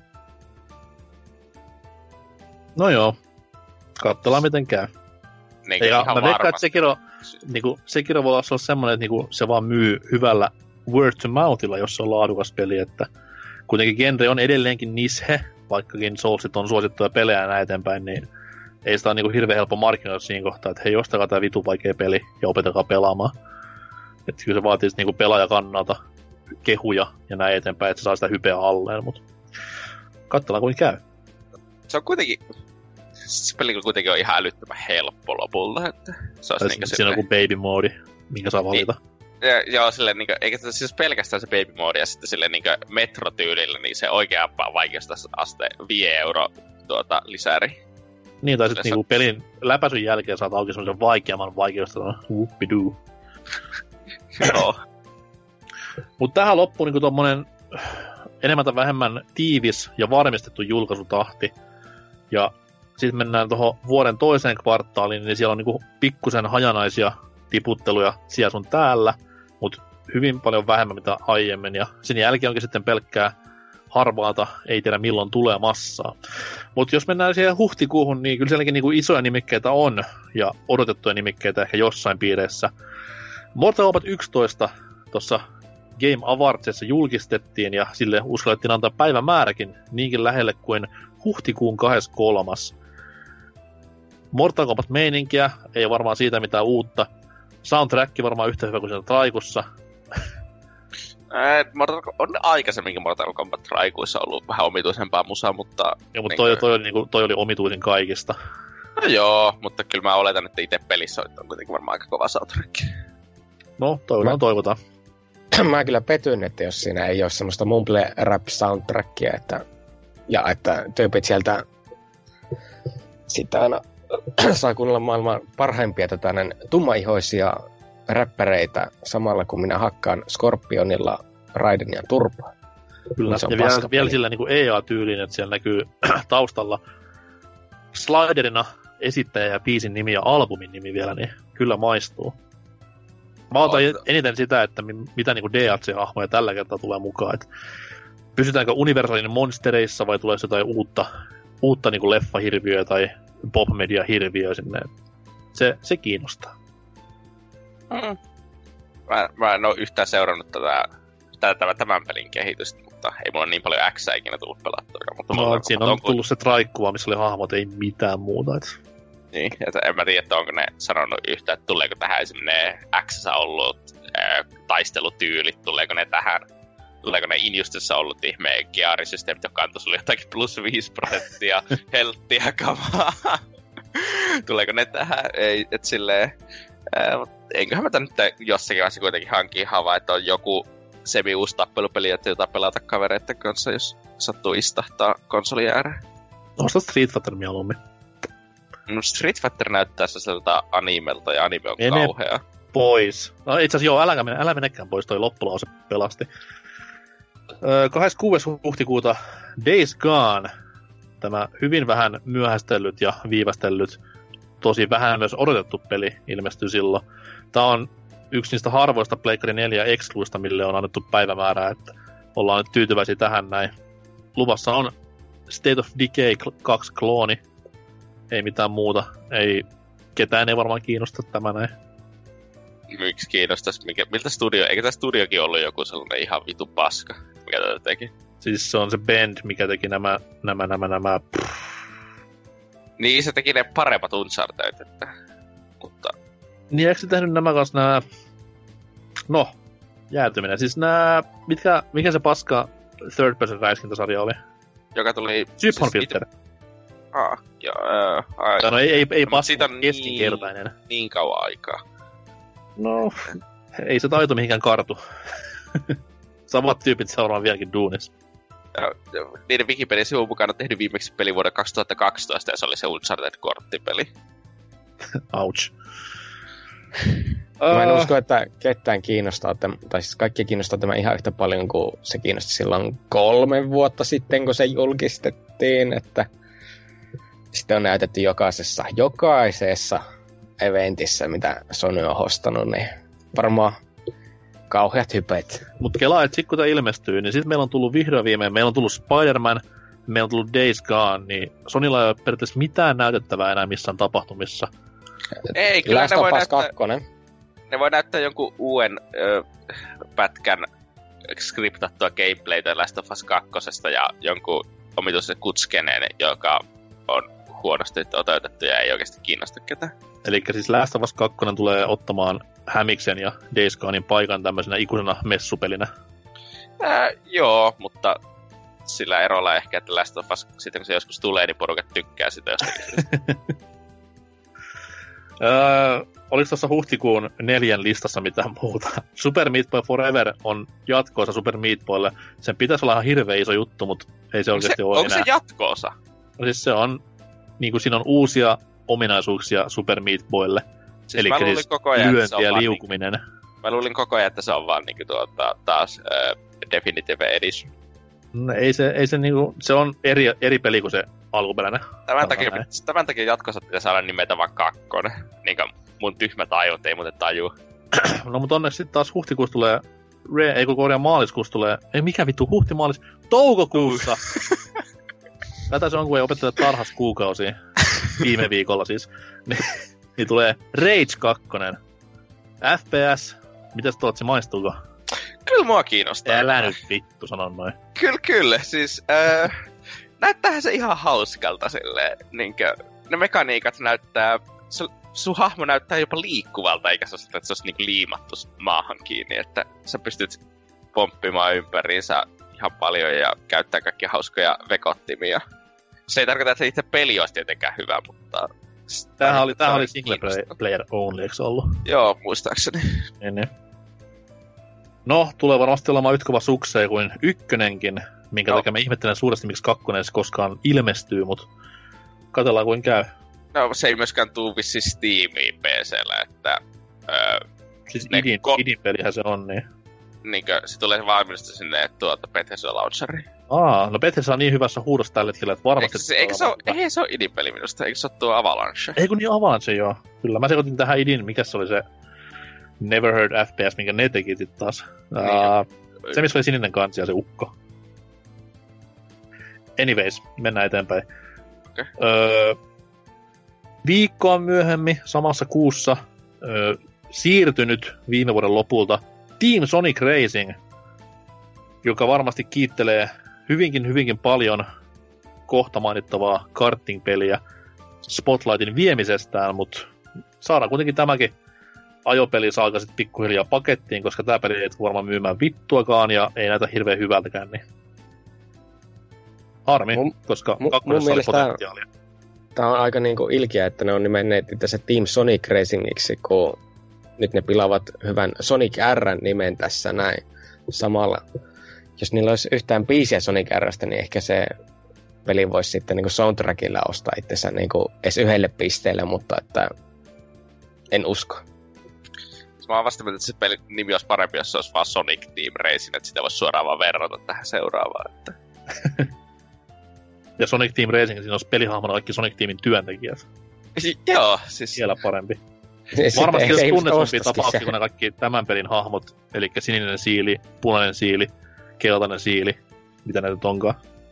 No joo, katsotaan miten käy. Niin, ja mä veikkaan, että Sekiro voi olla semmoinen, että niinku, se vaan myy hyvällä word to mouthilla, jos se on laadukas peli, että kuitenkin genre on edelleenkin niche, vaikkakin Soulsit on suosittuja pelejä ja näin eteenpäin, niin ei sitä ole niinku hirveän helppo markkinoida siinä kohtaa, että hei, ostakaa tää vitu vaikea peli ja opetakaa pelaamaan. Että kyllä se vaatii niinku pelaajakannalta kehuja ja näin eteenpäin, että se saa sitä hypeä alleen, mutta katsotaan kuin käy. Se on kuitenkin, se peli kuitenkin on ihan älyttömän helppo lopulta, että se olisi niinku siinä on kuin baby moodi, minkä saa valita. Joo, silleen niinku, eikä se siis pelkästään se baby moodi ja sitten silleen niinku metrotyylillä, niin se oikeampaa vaikeusaste 5 € lisäri. Niin, tai sitten niinku pelin läpäisyn jälkeen saat auki semmoisen vaikeamman vaikeustason. Whoopidoo. Joo. Mut tähän loppuu niinku tommonen enemmän tai vähemmän tiivis ja varmistettu julkaisutahti. Ja sitten mennään tuohon vuoden toiseen kvartaaliin, niin siellä on niinku pikkusen hajanaisia tiputteluja siellä sun täällä, mutta hyvin paljon vähemmän mitä aiemmin. Ja sen jälkeen onkin sitten pelkkää harvaata, ei tiedä milloin tulee massaa. Mutta jos mennään siihen huhtikuuhun, niin kyllä sielläkin niinku isoja nimikkeitä on, ja odotettuja nimikkeitä ehkä jossain piireissä. Mortal Kombat 11 tuossa Game Awardsissa julkistettiin, ja sille uskallettiin antaa päivämääräkin niinkin lähelle kuin huhtikuun 23. Mortal Kombat meininkiä, ei varmaan siitä mitään uutta. Soundtrack varmaan yhtä hyvä kuin siellä Traikussa. On aikaisemminkin Mortal Kombat Traikuissa ollut vähän omituisempaa musaa, mutta... Joo, mutta toi oli omituisin kaikista. No joo, mutta kyllä mä oletan, että itse pelissä on kuitenkin varmaan aika kova soundtrack. No, toivotaan. Mä kyllä petyn, että jos siinä ei ole semmoista mumble rap soundtrackia, että tyypit sieltä sitten aina saa kuunnella maailman parhaimpia tummaihoisia räppäreitä samalla kun minä hakkaan Scorpionilla Raiden ja Turboa. Kyllä, ja vielä sillä niin kuin EA-tyyliin, että siellä näkyy taustalla sliderina esittäjä ja biisin nimi ja albumin nimi vielä, niin kyllä maistuu. Mä otan eniten sitä, että mitä niin kuin DLC-hahmoja tällä kertaa tulee mukaan. Että pysytäänkö Universalin monstereissa vai tulee jotain uutta niin kuin leffahirviöä tai pop-media-hirviöä sinne. Se kiinnostaa. Mä en ole yhtään seurannut tämän pelin kehitystä, mutta ei mulla niin paljon X:ää ikinä tullut pelattua. No, siinä on tullut se traikkuva, missä oli hahmot, ei mitään muuta. Niin, että en mä tiedä, että onko ne sanonut yhtään, että tuleeko tähän esimerkiksi ne X:ssä ollut taistelutyylit, tuleeko ne tähän, tuleeko ne Injustissa ollut ihmeen gearisysteemit, joka antoi sulle jotakin plus 5% helttiä kamaa. Tuleeko ne tähän? Ei, et silleen... Enköhän mä tän nyt jossakin vaiheessa kuitenkin hankin havaa, että on joku semi-uusi tappelupeli, jota pelata kavereiden kanssa, jos sattuu istahtaa konsolin ääreen. Osta Street Fighter mieluummin. No Street Fighter näyttää sellaiselta animelta, ja anime on kauhea. Pois. No itse asiassa joo, älä menekään pois, toi loppulause pelasti. 26. huhtikuuta Days Gone. Tämä hyvin vähän myöhästellyt ja viivästellyt, tosi vähän myös odotettu peli ilmestyi silloin. Tämä on yksi niistä harvoista Pleikkari 4 excluista, mille on annettu päivämäärää, että ollaan nyt tyytyväisiä tähän näin. Luvassa on State of Decay 2 klooni. Ei mitään muuta. Ketään ei varmaan kiinnosta tämä näin. Miksi kiinnostaisi? Miltä studio? Eikö tämä studiokin ollut joku sellainen ihan vitu paska? Mikä tätä teki? Siis se on se Bend, mikä teki nämä. Niin, se teki ne paremmat Uncharted, että... Mutta... Niin, eikö se tehnyt nämä kanssa nää... No, jäätyminen. Siis nää... Mikä se paska third person räiskintäsarja oli? Joka tuli... Syphon Filter. Joo. No ei paska, keskinkertainen. Niin kauan aikaa. No, ei se taito mihinkään kartu. Samat tyypit seuraavat vieläkin duunissa. Niiden Wikipedia-sivun mukaan on tehnyt viimeksi peli vuonna 2012, ja se oli se Uncharted-korttipeli. Ouch. Mä en usko, että ketään kiinnostaa, tai siis kaikki kiinnostaa tämä ihan yhtä paljon kuin se kiinnosti silloin 3 vuotta sitten, kun se julkistettiin, että sitten on näytetty jokaisessa eventissä, mitä Sony on hostanut, niin varmaan kauheat hypet. Mut kelaa, että sit kun tää ilmestyy, niin sit meillä on tullut vihdoin viimein, meillä on tullut Spider-Man, meillä on tullut Days Gone, niin Sonylla ei ole periaatteessa mitään näytettävää enää missään tapahtumissa. Ei, kyllä Last ne voi of Us näyttää... 2. Ne voi näyttää jonkun uuden pätkän skriptattua gameplaytä Last of Us 2 ja jonkun omituisen kutskeneen, joka on huonosti toteutettu ja ei oikeasti kiinnosta ketään. Elikkä siis Last of Us 2 tulee ottamaan Hämiksen ja Days Gonein paikan tämmöisenä ikuisena messupelinä. Joo, mutta sillä erolla ehkä, että Last of Us, sitten kun se joskus tulee, niin porukat tykkää sitä jostakin. Oliko tuossa huhtikuun 4 listassa mitään muuta? Super Meat Boy Forever on jatkoosa Super Meat Boylle. Sen pitäisi olla ihan hirveä iso juttu, mutta ei se oikeasti ole onko enää. se jatkoosa? No siis se on, niinku siinä on uusia ominaisuuksia Super Meat Boylle. Eli siis lyönti ja liukuminen. Mä luulin koko ajan, että se on vaan niinku taas Definitive Edition. No, ei se niinku, se on eri peli kuin se alkuperäinen. Tämän takia jatkossa pitäisi saada nimetä vaan 2. Niinkö mun tyhmät aivot ei muuten tajua. No mut onneksi sit taas huhtikuussa tulee, ei kun korjaan maaliskuussa tulee, ei mikä vittu toukokuussa! Tätä se on, kun ei opettele tarhas kuukausia, viime viikolla siis, niin tulee Rage 2. FPS, mitäs tuot se maistuuko? Kyllä mua kiinnostaa. Älä nyt vittu sanon noin. Kyllä, siis näyttäähän se ihan hauskalta silleen, niinkö, ne mekaniikat näyttää, sun hahmo näyttää jopa liikkuvalta, eikä se että se olisi niinku liimattu maahan kiinni, että sä pystyt pomppimaan ympäriinsä ihan paljon ja käyttää kaikkia hauskoja vekottimia. Se ei tarkoita, että se itse peli olisi tietenkään hyvä, mutta... Tämähän oli single player only, eikö se ollut? Joo, muistaakseni. Niin. No, tulee varmasti olemaan yhtä kova sukseen kuin 1, minkä takia mä ihmettelen suuresti, miksi 2 koskaan ilmestyy, mutta katsellaan kuin käy. No, se ei myöskään tuu vissiin Steamiin PC:llä, että... siis idin pelihän se on, niin... Niinkö, se tulee valmistusta sinne Bethesda Launcheriin. No Bethesda on niin hyvässä huudossa tällä hetkellä, että varmasti... Eikä se ole idin peli minusta, eikö se ole tuo Avalanche? Ei kun niin Avalanche, joo. Kyllä, mä sekoitin tähän idin, mikä se oli se Never Heard FPS, minkä ne teki sit taas. Se, missä oli sininen kansi ja se ukko. Anyways, mennään eteenpäin. Okay. Viikkoa myöhemmin, samassa kuussa, siirtynyt viime vuoden lopulta Team Sonic Racing, joka varmasti kiittelee hyvinkin paljon kohta mainittavaa karting-peliä Spotlightin viemisestään, mutta saadaan kuitenkin tämäkin ajopeli saakaa sit pikkuhiljaa pakettiin, koska tää peli ei varmaan myymään vittuakaan ja ei näytä hirveän hyvältäkään, niin harmi, koska kakkosessa oli potentiaalia. Tää on aika niinku ilkeä, että ne on nimenneet tässä Team Sonic Racingiksi, kun nyt ne pilaavat hyvän Sonic R:n nimen tässä näin samalla. Jos niillä olisi yhtään biisiä Sonic R:stä, niin ehkä se peli voisi sitten niinku soundtrackilla ostaa itsensä niinku edes 1 pisteelle, mutta että en usko. Mä oon vasta mieltä, että se pelin nimi olisi parempi, jos se olisi vaan Sonic Team Racing, että sitä voisi suoraan vaan verrata tähän seuraavaan. Että... ja Sonic Team Racing, siinä olisi pelihahmona kaikki Sonic Teamin työntekijät. Joo, siis... Vielä parempi. Varmasti jos tunnetumpia tapauksia kuin ne kaikki tämän pelin hahmot, eli sininen siili, punainen siili, keltainen siili, mitä näitä nyt onkaan.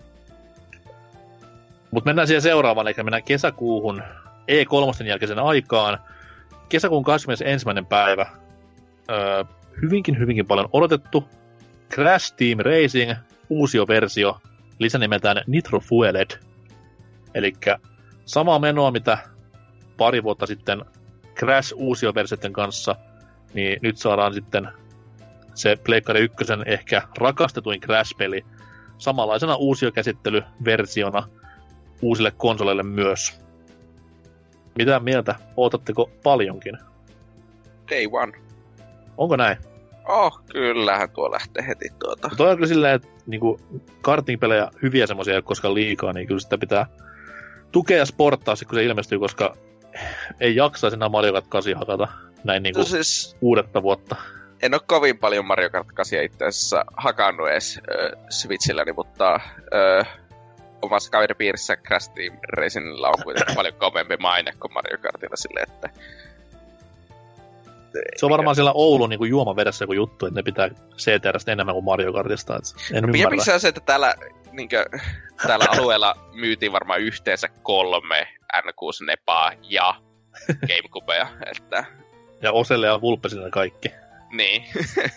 Mutta mennään siihen seuraavaan, eli mennään kesäkuuhun E3 jälkeisen aikaan. Kesäkuun 21. päivä. Hyvinkin paljon odotettu. Crash Team Racing, uusioversio, lisänimeltään Nitro Fueled. Elikkä samaa menoa, mitä pari vuotta sitten Crash-uusioversioiden kanssa, niin nyt saadaan sitten se Pleikkari 1 ehkä rakastetuin Crash-peli samanlaisena uusiokäsittelyversiona uusille konsoleille myös. Mitä mieltä? Ootatteko paljonkin? Day one. Onko näin? Kyllähän tuo lähtee heti tuota. Toi on kyllä silleen, että niinku, karting-pelejä hyviä semmosia ei ole koskaan liikaa, niin kyllä sitä pitää tukea ja sporttaa kun se ilmestyy, koska ei jaksaisi enää Mario Kart 8 hakata näin niinku no siis, uudetta vuotta. En oo kovin paljon Mario Kart 8 itse asiassa hakannut edes Switchilläni, mutta omassa kaveripiirissä Crash Team Racingilla on kuitenkin paljon kovempi maine kuin Mario Kartilla silleen, että Se on varmaan siellä Oulun niin juomavedessä joku juttu, että ne pitää CTR:stä enemmän kuin Mario Kartista. En ymmärrä. Missä on se, että täällä alueella myytiin varmaan yhteensä 3 N6 Nepaa ja Gamecubeja. Että... Ja Oselle ja Vulpesille kaikki. Niin.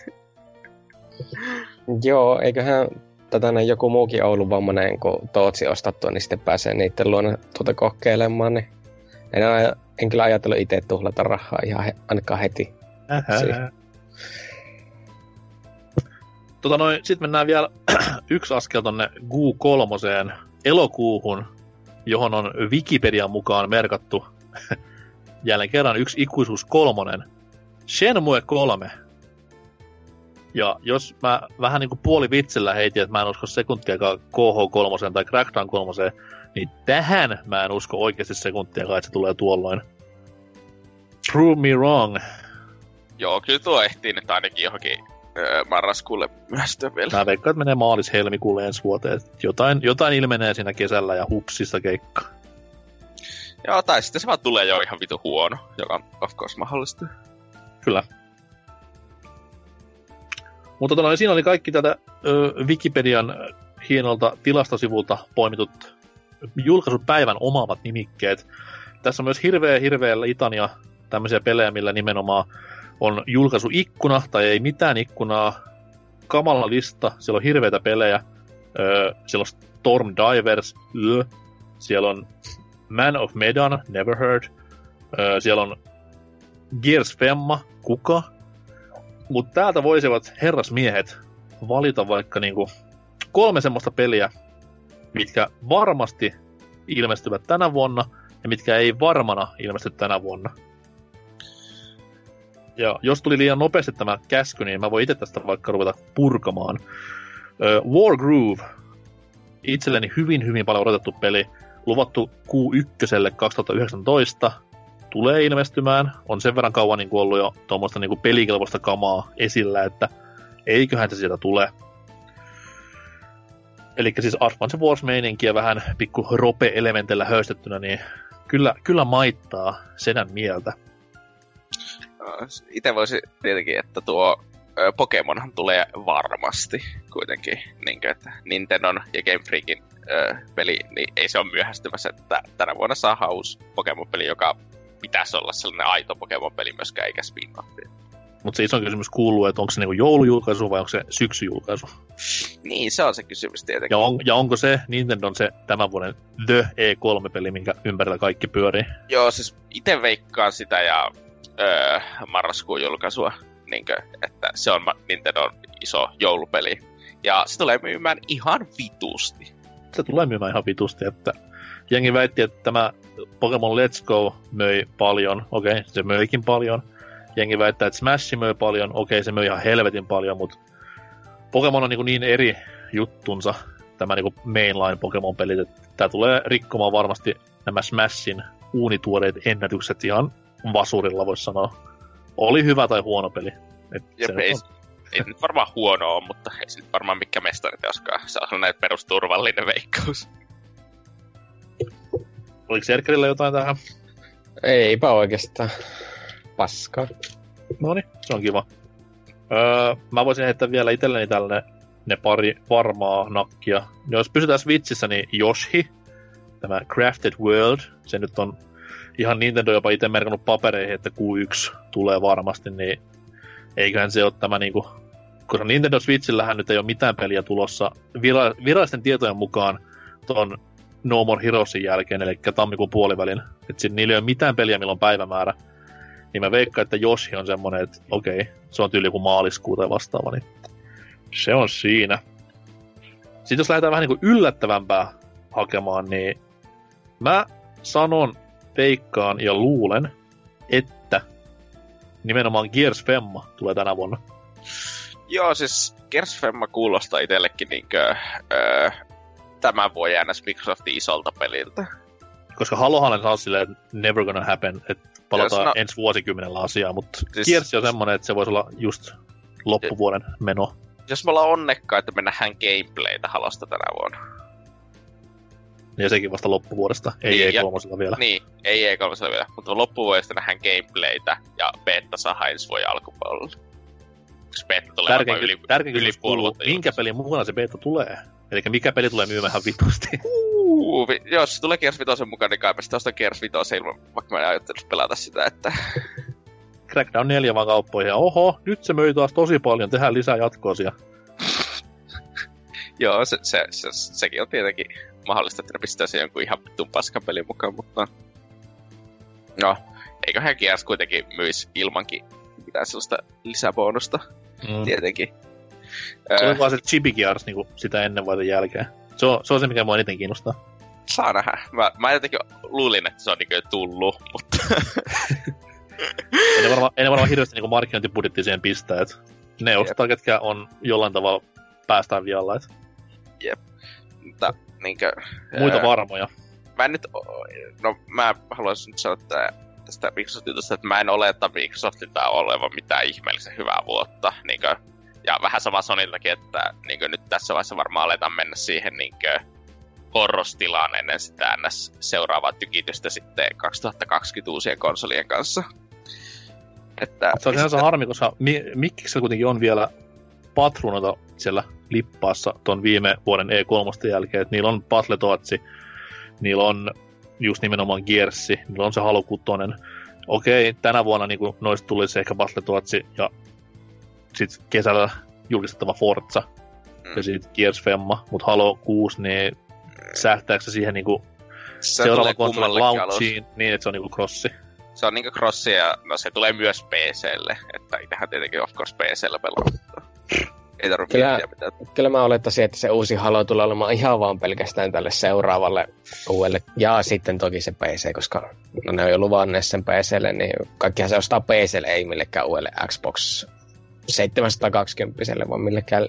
Joo, eiköhän joku muukin Oulun vammainen, kun Tootsi ostattua, niin sitten pääsee niiden luona kokeilemaan. Niin en kyllä ajatellut itse tuhlata rahaa ihan ainakaan heti. Sitten mennään vielä yksi askel tonne Q3 elokuuhun, johon on Wikipedian mukaan merkattu jälleen kerran yksi ikuisuus 3. Shenmue 3. Ja jos mä vähän niinku puolivitsellä heitin, että mä en usko sekuntiakaan KH3 tai Crackdown 3, niin tähän mä en usko oikeasti sekuntiakaan, että se tulee tuolloin. Prove me wrong. Joo, kyllä tuo ehtii nyt ainakin johonkin marraskuulle myöhästyä vielä. Mä veikkaan, että menee maalis-helmikuulle ensi vuoteen. Jotain ilmenee siinä kesällä ja hupsista keikka. Joo, tai sitten se vaan tulee jo ihan vitu huono, joka on of course mahdollista. Kyllä. Mutta siinä oli kaikki tätä Wikipedian hienolta tilastosivulta poimitut julkaisupäivän omaavat nimikkeet. Tässä on myös hirveä litania tämmöisiä pelejä, millä nimenomaan on julkaisuikkuna tai ei mitään ikkunaa. Kamala lista, siellä on hirveitä pelejä. Siellä on Storm Divers, siellä on Man of Medan, never heard. Siellä on Gears Femma, kuka? Mutta täältä voisivat herrasmiehet valita vaikka niinku 3 semmoista peliä, mitkä varmasti ilmestyvät tänä vuonna ja mitkä ei varmana ilmesty tänä vuonna. Ja jos tuli liian nopeasti tämä käsky, niin mä voin itse tästä vaikka ruveta purkamaan. Wargroove. Itselleni hyvin paljon odotettu peli. Luvattu Q1 2019. Tulee ilmestymään. On sen verran kauan niin ollut jo tuommoista niin pelikelpoista kamaa esillä, että eiköhän se sieltä tule. Elikkä siis Advance Wars-meininkiä vähän pikku rope-elementellä höystettynä, niin kyllä maittaa sedän mieltä. Itse voisi tietenkin, että tuo Pokemonhan tulee varmasti kuitenkin, niin kuin, että Nintendon ja Game Freakin peli, niin ei se ole myöhästymässä, että tänä vuonna saa uusi Pokemon-peli, joka pitäisi olla sellainen aito Pokemon-peli myöskään, eikä spin-offi. Mutta se iso kysymys kuuluu, että onko se niinku joulujulkaisu vai onko se syksyjulkaisu? Niin, se on se kysymys tietenkin. Ja onko se Nintendon se tämän vuoden The E3-peli, minkä ympärillä kaikki pyörii? Joo, siis itse veikkaan sitä ja marraskuun julkaisua, niinkö, että se on Nintendon iso joulupeli. Ja se tulee myymään ihan vitusti. Se tulee myymään ihan vitusti, että jengi väitti, että tämä Pokemon Let's Go möi paljon. Okei, se möikin paljon. Jengi väittää, että Smash möi paljon. Okei, se möi ihan helvetin paljon, mutta Pokemon on niin eri juttunsa, tämä niin mainline Pokemon-pelit. Että tämä tulee rikkomaan varmasti nämä Smashin uunituoreet ennätykset ihan vasurilla, voisi sanoa. Oli hyvä tai huono peli. Ei nyt varmaan huono ole, mutta ei se nyt varmaan mikään mestariteoskaan. Se on näin perusturvallinen veikkaus. Oliko Serkerillä jotain tähän? Eipä oikeastaan. Paskaa. Noniin, se on kiva. Mä voisin heittää vielä itselleni tälle ne pari varmaa nakkia. Jos pysytään Switchissä, niin Yoshi, tämä Crafted World, se nyt on ihan Nintendo jopa itse merkannut papereihin, että Q1 tulee varmasti, niin eiköhän se ole tämä niinku, koska Nintendo Switchillähän nyt ei ole mitään peliä tulossa virallisten tietojen mukaan ton No More Heroesin jälkeen, eli tammikuun puolivälin, että niillä ei ole mitään peliä, milloin on päivämäärä. Niin mä veikkaan, että Yoshi on semmonen, että okei, se on tyyli joku maaliskuu tai vastaava, niin se on siinä. Sitten jos lähdetään vähän niin kuin yllättävämpää hakemaan, niin mä sanon, veikkaan ja luulen, että nimenomaan Gears Femma tulee tänä vuonna. Joo, siis Gears Femma kuulostaa itsellekin niinkö tämän voi jäädä Microsoftin isolta peliltä. Koska Halohan saa silleen never gonna happen, että palataan ensi vuosikymmenellä asiaa, mutta siis, Gears on semmonen, että se voisi olla just loppuvuoden meno. Jos me ollaan onnekkaita, että me nähdään gameplaytä Halosta tänä vuonna. Ja sekin vasta loppuvuodesta, ei Niin, E3 vielä. Niin, ei E3 vielä, mutta loppuvuodesta nähdään gameplaytä ja beta saadaan ensi vuoden alkupuolella. Koska beta tulee Tärkein kysymys kuuluu, minkä pelin mukana se beta tulee? Eli mikä peli tulee myymään ihan vitusti? Jos se tulee Gears 5 mukaan, niin kaipa sitä ostaa Gears 5 ilman, vaikka mä en ajattelisi pelata sitä, että... Crackdown 4 vaan kauppoihin, ja oho, nyt se möi taas tosi paljon, tehdään lisää jatkoosia. Joo, sekin on tietenkin mahdollista, että ne pistää sen jonkun ihan vittun paskapelin mukaan, mutta... No, eiköhän Gears kuitenkin myisi ilmankin mitään sellaista lisäbonusta, tietenkin. Tulee vaan se Chibi Gears niin sitä ennen vai jälkeen. Se on se, mikä mua eniten kiinnostaa. Saa nähdä. Mä jotenkin luulin, että se on niin tullut, mutta... ei ne varmaan hirveästi niin markkinointibudjettia siihen pistää, että ne ostaa, ketkä on jollain tavalla päästään vialla. Et. Jep. Mutta niinkö... Muita varmoja. Mä haluaisin nyt sanoa tästä Microsoftista, että mä en oleta Microsoftilta olevan mitään ihmeellisen hyvää vuotta. Niinkö, ja vähän sama Soniltakin, että niinkö, nyt tässä vaiheessa varmaan aletaan mennä siihen niinkö horrostilaan ennen sitä ns. Seuraavaa tykitystä sitten 2020 uusien konsolien kanssa. Että se on ihan harmi, koska Mikkiksellä kuitenkin on vielä patruunata siellä lippaassa ton viime vuoden E3 jälkeen, että niillä on Battletoadsi, niillä on just nimenomaan Gearsi, niillä on se Halo 6. Okei, tänä vuonna niin noista tulisi ehkä Battletoadsi ja sit kesällä julkistettava Forza ja sit Gears Femma, mut Halo 6, niin sähtääkö se siihen niinku seuraavan konsolin launchiin niin, että se on niinku crossi? Se on niinku crossi ja no se tulee myös PC:lle, että itähän tietenkin of course PC:llä pelata. Ei tarvitse miettiä mitään. Kyllä mä olettaisin, että se uusi Halo tulee olemaan ihan vaan pelkästään tälle seuraavalle uudelle. Ja sitten toki se PC, koska no ne on jo luvanneet sen PC:lle, niin kaikkihan se ostaa PC:lle, ei millekään uudelle Xbox 720, vaan millekään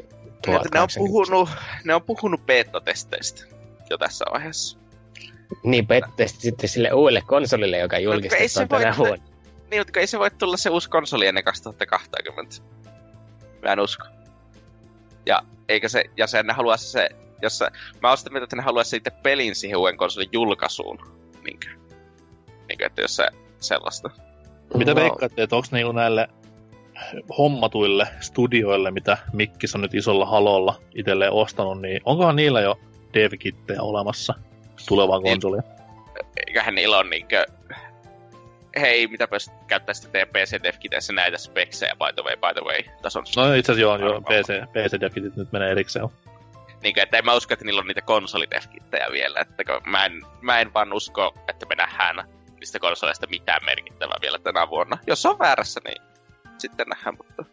1080. Ne on puhunut beta-testeistä jo tässä vaiheessa. Niin, beta-testit sitten sille uudelle konsolille, joka julkistetaan tänä vuonna. Niin, mutta ei se voi tulla se uusi konsoli ennen 2020. Mä en usko. Ja eikö se, ja sen ne haluaisi se, mä oon sitä mieltä, että ne haluaisi sitten pelin siihen uuden konsolin julkaisuun. Niinkö, että jos se sellaista. Mitä veikkaatte, että onko niinku näille hommatuille studioille, mitä Mikkis on nyt isolla Halolla itselleen ostanut, niin onkohan niillä jo dev-kittejä olemassa tulevaan konsoliin? Eiköhän niillä on niinkö... Hei, mitäpä jos käyttäisitte teidän PC-dev-kiteissä näitä speksejä, by the way. No itse asiassa joo, PC-dev-kitit nyt menee erikseen. Niinkö, että en mä usko, että niillä on niitä konsolidev-kittejä vielä. Että mä en vaan usko, että me nähdään niistä konsoleista mitään merkittävää vielä tänä vuonna. Jos on väärässä, niin sitten nähdään, mutta...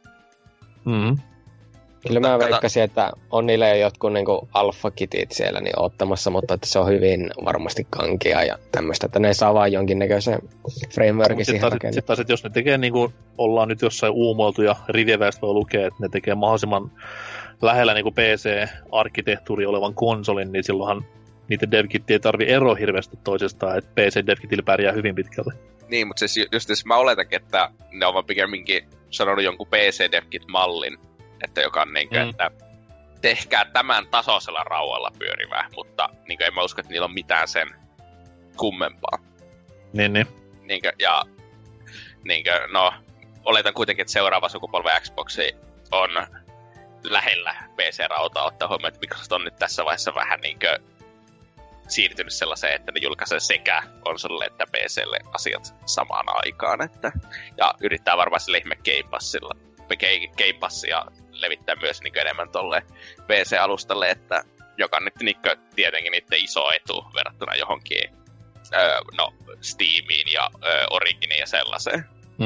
Kyllä mä veikkasin, että on niillä jo jotkut niinku alfa-kitit siellä niin ottamassa, mutta että se on hyvin varmasti kankia ja tämmöistä, että ne saa vaan jonkinnäköisen frameworkin siihen rakentaa. Sitten taas, että jos ne tekee niin kuin ollaan nyt jossain uumoiltu ja rivieväistä voi lukea, että ne tekee mahdollisimman lähellä niin kuin PC-arkkitehtuuri olevan konsolin, niin silloinhan niiden dev-kitti ei tarvi eroa hirveästi toisestaan, että PC-dev-kitillä pärjää hyvin pitkälti. Niin, mutta siis just mä oletankin, että ne on vaan pikemminkin sanonut jonkun PC-dev-kit-mallin, että joka on niinkö, että tehkää tämän tasoisella rauhalla pyörivää, mutta niinkö en mä usko, että niillä on mitään sen kummempaa. Niin. Niinkö, ja niinkö, no, oletan kuitenkin, että seuraava sukupolven Xboxi on lähellä PC-rautaa, ottaa huomioon, että Microsoft on nyt tässä vaiheessa vähän niinkö siirtynyt sellaiseen, että ne julkaisee sekä konsolille että PC:lle asiat samaan aikaan, että, ja yrittää varmaan sille ihme Game Passia levittää myös niin enemmän tolle PC-alustalle, että joka on nyt niin tietenkin niiden iso etu verrattuna johonkin Steamiin ja Originiin ja sellaiseen.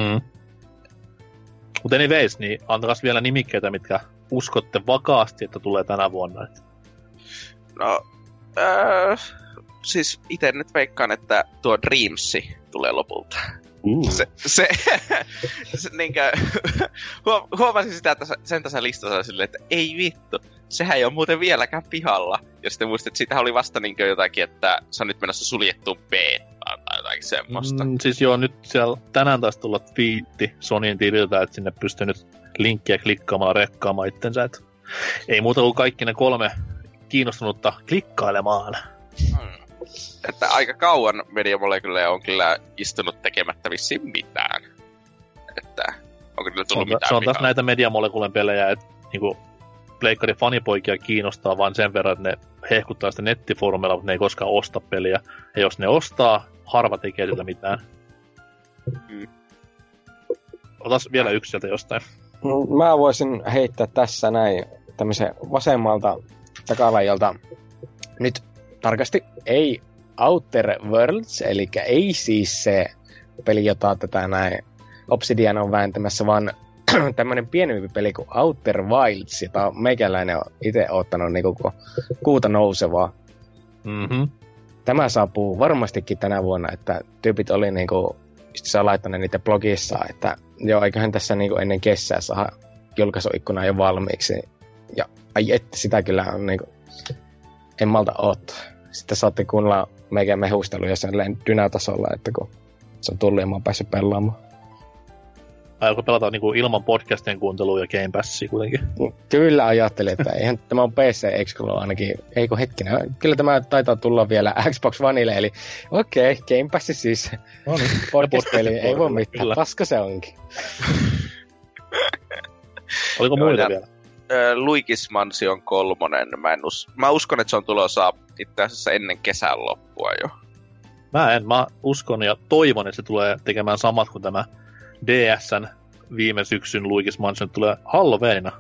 Mutta anyways, niin antakas vielä nimikkeitä, mitkä uskotte vakaasti, että tulee tänä vuonna. No, siis itse nyt veikkaan, että tuo Dreamsi tulee lopulta. Se niinkö, huomasin sitä sen tässä listassa silleen, että ei vittu, sehän ei ole muuten vieläkään pihalla. Ja sitten muistin, että siitähän oli vasta niinkö jotakin, että se on nyt menossa suljettuun betaan tai jotakin semmoista. Siis joo, nyt siellä tänään taisi tulla twiitti Sonyin tililtä, että sinne pystyy nyt linkkiä klikkaamalla rekkaamaan itsensä. Et ei muuta kuin kaikki ne 3 kiinnostunutta klikkailemaan. Että aika kauan Media Molecule on kyllä istunut tekemättä vissiin mitään. Että onko niille tullut mitään se on taas näitä Media Moleculen pelejä, että niinku pleikkarin fanipoikia kiinnostaa vaan sen verran, että ne hehkuttaa sitä nettifoorumilla, mutta ne ei koskaan osta peliä. Ja jos ne ostaa, harva tekee sitä mitään. Otas vielä yksi sieltä jostain. Mä voisin heittää tässä näin tämmöisen vasemmalta takalajalta. Nyt tarkasti ei Outer Worlds, eli ei siis se peli, jota tätä näin Obsidian on vääntämässä, vaan tämmönen pienempi peli kuin Outer Wilds, jota meikäläinen on itse ottanut niinku kuuta nousevaa. Mhm. Tämä saapuu varmastikin tänä vuonna, että tyypit oli niinku, saa laittaneet niitä blogissa, että joo, eiköhän tässä niinku ennen kesää saa julkaisuikkuna jo valmiiksi. Ja ai että sitä kyllä on niinku, en malta ottaa. Sitten saatte kuunnella meikän mehusteluja sellainen dynatasolla, että kun se on tullut ja mä oon päässyt pelaamaan. Aiotko pelata niinku ilman podcastien kuuntelua ja Game Passia kuitenkin? Kyllä ajattelin, että eihän tämä on PC-exclu ainakin. Eikö hetkinen, kyllä tämä taitaa tulla vielä Xbox Oneille, eli okei, Game Pass siis. No niin. Podcast-peli, ei voi mitään, Kyllä. paska se onkin. Oliko muita vielä? Luigi's Mansion 3. Mä uskon, että se on tulossa itse asiassa ennen kesän loppua jo. Mä uskon ja toivon, että se tulee tekemään samat kuin tämä DS:n viime syksyn Luigi's Mansion tulee Halloweenina.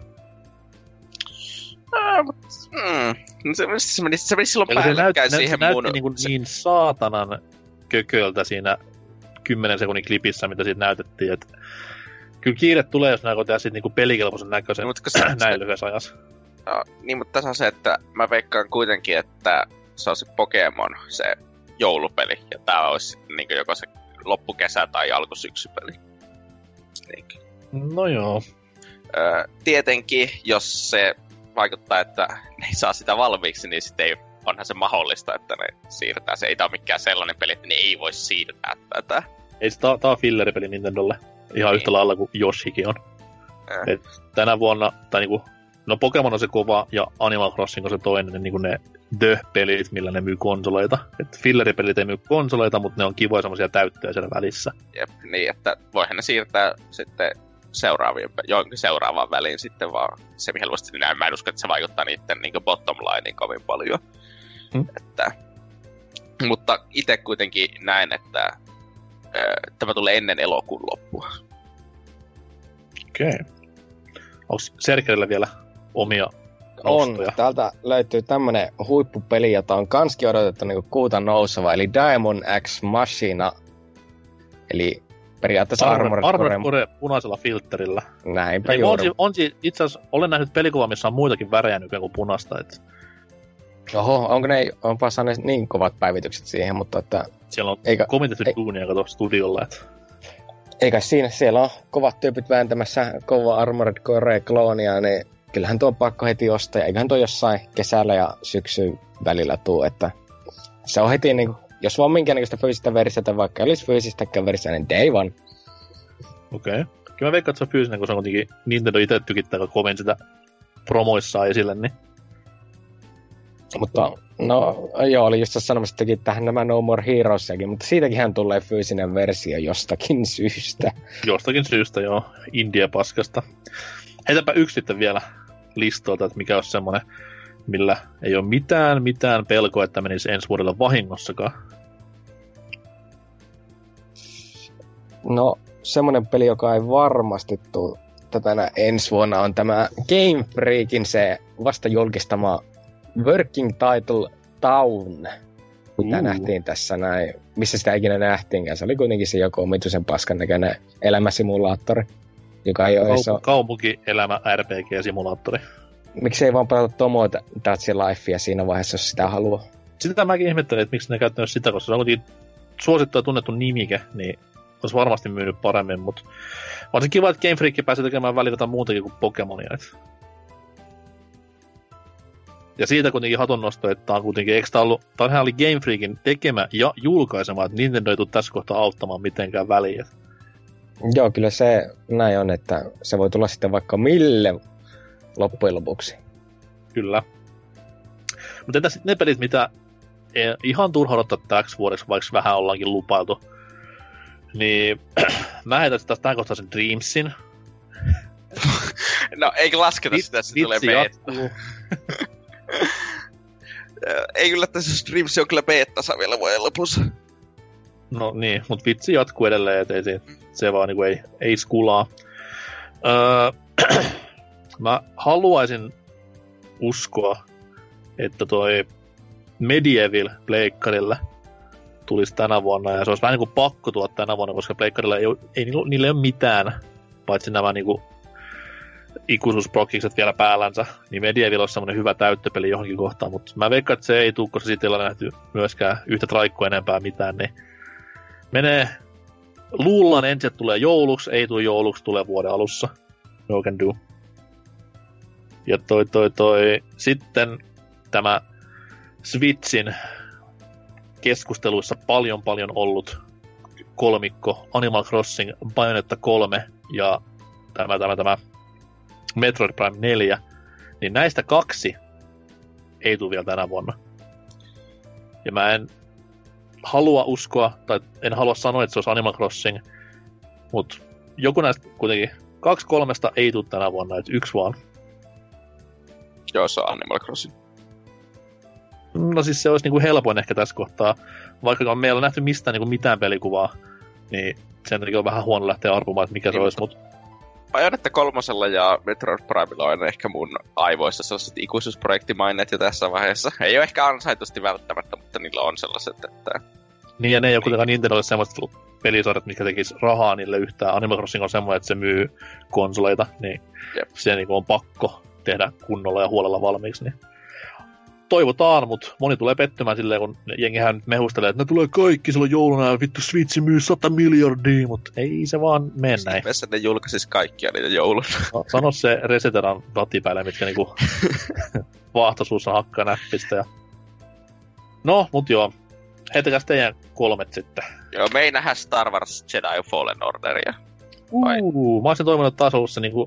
Se meni silloin päällekkäin siihen se mun... näytti niin saatanan kököltä siinä 10 sekunnin klipissä, mitä siitä näytettiin. Et kyllä kiire tulee, jos näkö tehdä sit niinku pelikelpoisen näköisen näin lyhyessä ajassa. No, niin, mutta tässä on se, että mä veikkaan kuitenkin, että se on se Pokemon, se joulupeli. Ja tää olisi niin joko se loppukesä tai alkusyksypeli. Niin. No joo. Tietenkin, jos se vaikuttaa, että ne ei saa sitä valmiiksi, niin sitten ei, onhan se mahdollista, että ne siirtää. Se ei tää ole mikään sellainen peli, että ne ei voi siirtää tätä. Ei tää on filleripeli Nintendolle. Ihan yhtä lailla kuin Yoshikin on. Et tänä vuonna, tai niinku, no Pokemon on se kova ja Animal Crossing on se toinen, niin niinku ne pelit millä ne myy konsoleita. Et filleripelit ei myy konsoleita, mutta ne on kivoja semmosia täyttöjä siellä välissä. Jep, niin että voihan ne siirtää sitten jonkin seuraavaan väliin sitten vaan semi-helposti. Mä en usko, että se vaikuttaa niiden niin bottom lineen kovin paljon. Että, mutta itse kuitenkin näen, että tämä tulee ennen elokuun loppua. Okei. Onko Serkerillä vielä omia nostoja? On. Täältä löytyy tämmönen huippupeli, jota on kanskin odotettu niinku kuuta nouseva, eli Diamond X Machina. Eli periaatteessa Armored Core punaisella filterillä. Näinpä itse asiassa olen nähnyt pelikuva, missä on muitakin värejä nykyään kuin punaista. Oho, onpa saaneet niin kovat päivitykset siihen, mutta että... Siellä on komitettu duunia kato studiolla, että... Eikä siinä, siellä on kovat tyypit vääntämässä kova Armored Core-kloonia, niin kyllähän tuo on pakko heti ostaa, ja eiköhän tuo jossain kesällä ja syksyn välillä tuu, että se on heti niinku, jos vaan minkäännäköistä fyysistä versiota, vaikka olisi fyysistäkään versiota, niin day one. Okei. Kyllä mä veikkaan, että se on fyysinen, kun se on kuitenkin Nintendo itse tykittää kovin sitä promoissaan esille, niin... Mutta, no joo, oli just sanomassa, että tähän nämä No More Heroesiakin, mutta siitäkinhän tulee fyysinen versio jostakin syystä. Jostakin syystä, joo. India-paskasta. Heitäpä yksi sitten vielä listolta, että mikä olisi semmoinen, millä ei ole mitään pelkoa, että menisi ensi vuodelle vahingossakaan. No, semmoinen peli, joka ei varmasti tule tätä ensi vuonna, on tämä Game Freakin se vasta julkistama Working Title Town, mitä nähtiin tässä näin, missä sitä ikinä nähtiinkään. Se oli kuitenkin se joku omituisen paskan näköinen elämäsimulaattori, joka ei ole... Kaupunkielämä RPG-simulaattori. Miksi ei vaan pelata Tomo Dachi Lifea siinä vaiheessa, jos sitä haluaa? Sitä mäkin ihmettelin, että miksi ne käyttänyt sitä, koska se on kuitenkin suosittu ja tunnettu nimike, niin olisi varmasti myynyt paremmin, mutta on se kiva, että Game Freak pääsee tekemään välillä jotain muutakin kuin Pokemonia. Ja siitä kuitenkin hatunnosto, että tämä on kuitenkin, tämähän oli Game Freakin tekemä ja julkaisema, että Nintendo ei tule tässä kohtaa auttamaan mitenkään väliin. Joo, kyllä se näin on, että se voi tulla sitten vaikka mille loppujen lopuksi. Kyllä. Mutta entäs ne pelit, mitä ihan turha odottaa täksi vuodeksi, vaikka vähän ollaankin lupailtu. Niin mä heitän taas tämän kohtaisen Dreamsin. No, ei lasketa sitä, että se tulee beta. Ei kyllä tässä Dreams on kyllä beta vielä vuoden lopussa. No niin, mutta vitsi jatkuu edelleen, ettei se vaan niinku ei skulaa. Mä haluaisin uskoa, että toi Medieval pleikkarille tulisi tänä vuonna, ja se olisi vähän niinku pakko tulla tänä vuonna, koska pleikkarilla niillä ei ole mitään, paitsi nämä niinku ikuisuusprokkikset vielä päällänsä, niin Medieval on semmoinen hyvä täyttöpeli johonkin kohtaan, mutta mä veikkaan, että se ei tule, koska siitä ei ole nähty myöskään yhtä traikkua enempää mitään, niin menee, luullaan ensin, että tulee jouluksi, ei tule jouluksi, tulee vuoden alussa. No can do. Ja sitten tämä Switchin keskusteluissa paljon ollut kolmikko Animal Crossing, Bayonetta 3 ja tämä Metroid Prime 4, niin näistä 2 ei tule vielä tänä vuonna. Ja mä en halua uskoa, tai en halua sanoa, että se olisi Animal Crossing, mutta joku näistä kuitenkin 2-3 ei tule tänä vuonna, että 1 vaan. Joo, se on Animal Crossing. No siis se olisi niinku helpoin ehkä tässä kohtaa, vaikka meillä on nähty mistään niinku mitään pelikuvaa, niin sen takia on vähän huono lähteä arpumaan, että mikä niin, se olisi, mutta Bayonetta 3 ja Metroid Primella on ehkä mun aivoissa sellaiset ikuisuusprojektimaineet jo tässä vaiheessa. Ei ole ehkä ansaitusti välttämättä, mutta niillä on sellaiset, että niin, ja ne ei ole kuitenkaan Nintendolle semmoiset pelisarjat, mitkä tekis rahaa niille yhtään. Animal Crossing on semmoinen, että se myy konsoleita, niin se niinku on pakko tehdä kunnolla ja huolella valmiiksi. Niin toivotaan, mutta moni tulee pettymään silleen, kun jengihän nyt mehustelee, että ne tulee kaikki silloin jouluna ja vittu Switch myy 100 miljardia, mutta ei se vaan mene näin. Missä ne julkaisis kaikkia niitä jouluna? No, sano se Reseteran rattipäille, mitkä niinku vaahtosuussa hakkaa näppistä. Ja no, mut joo. Heitäkäs teidän 3 sitten. Joo, me ei nähdä Star Wars Jedi Fallen Orderia. Mä olisin toivonut, että taas ollut se niinku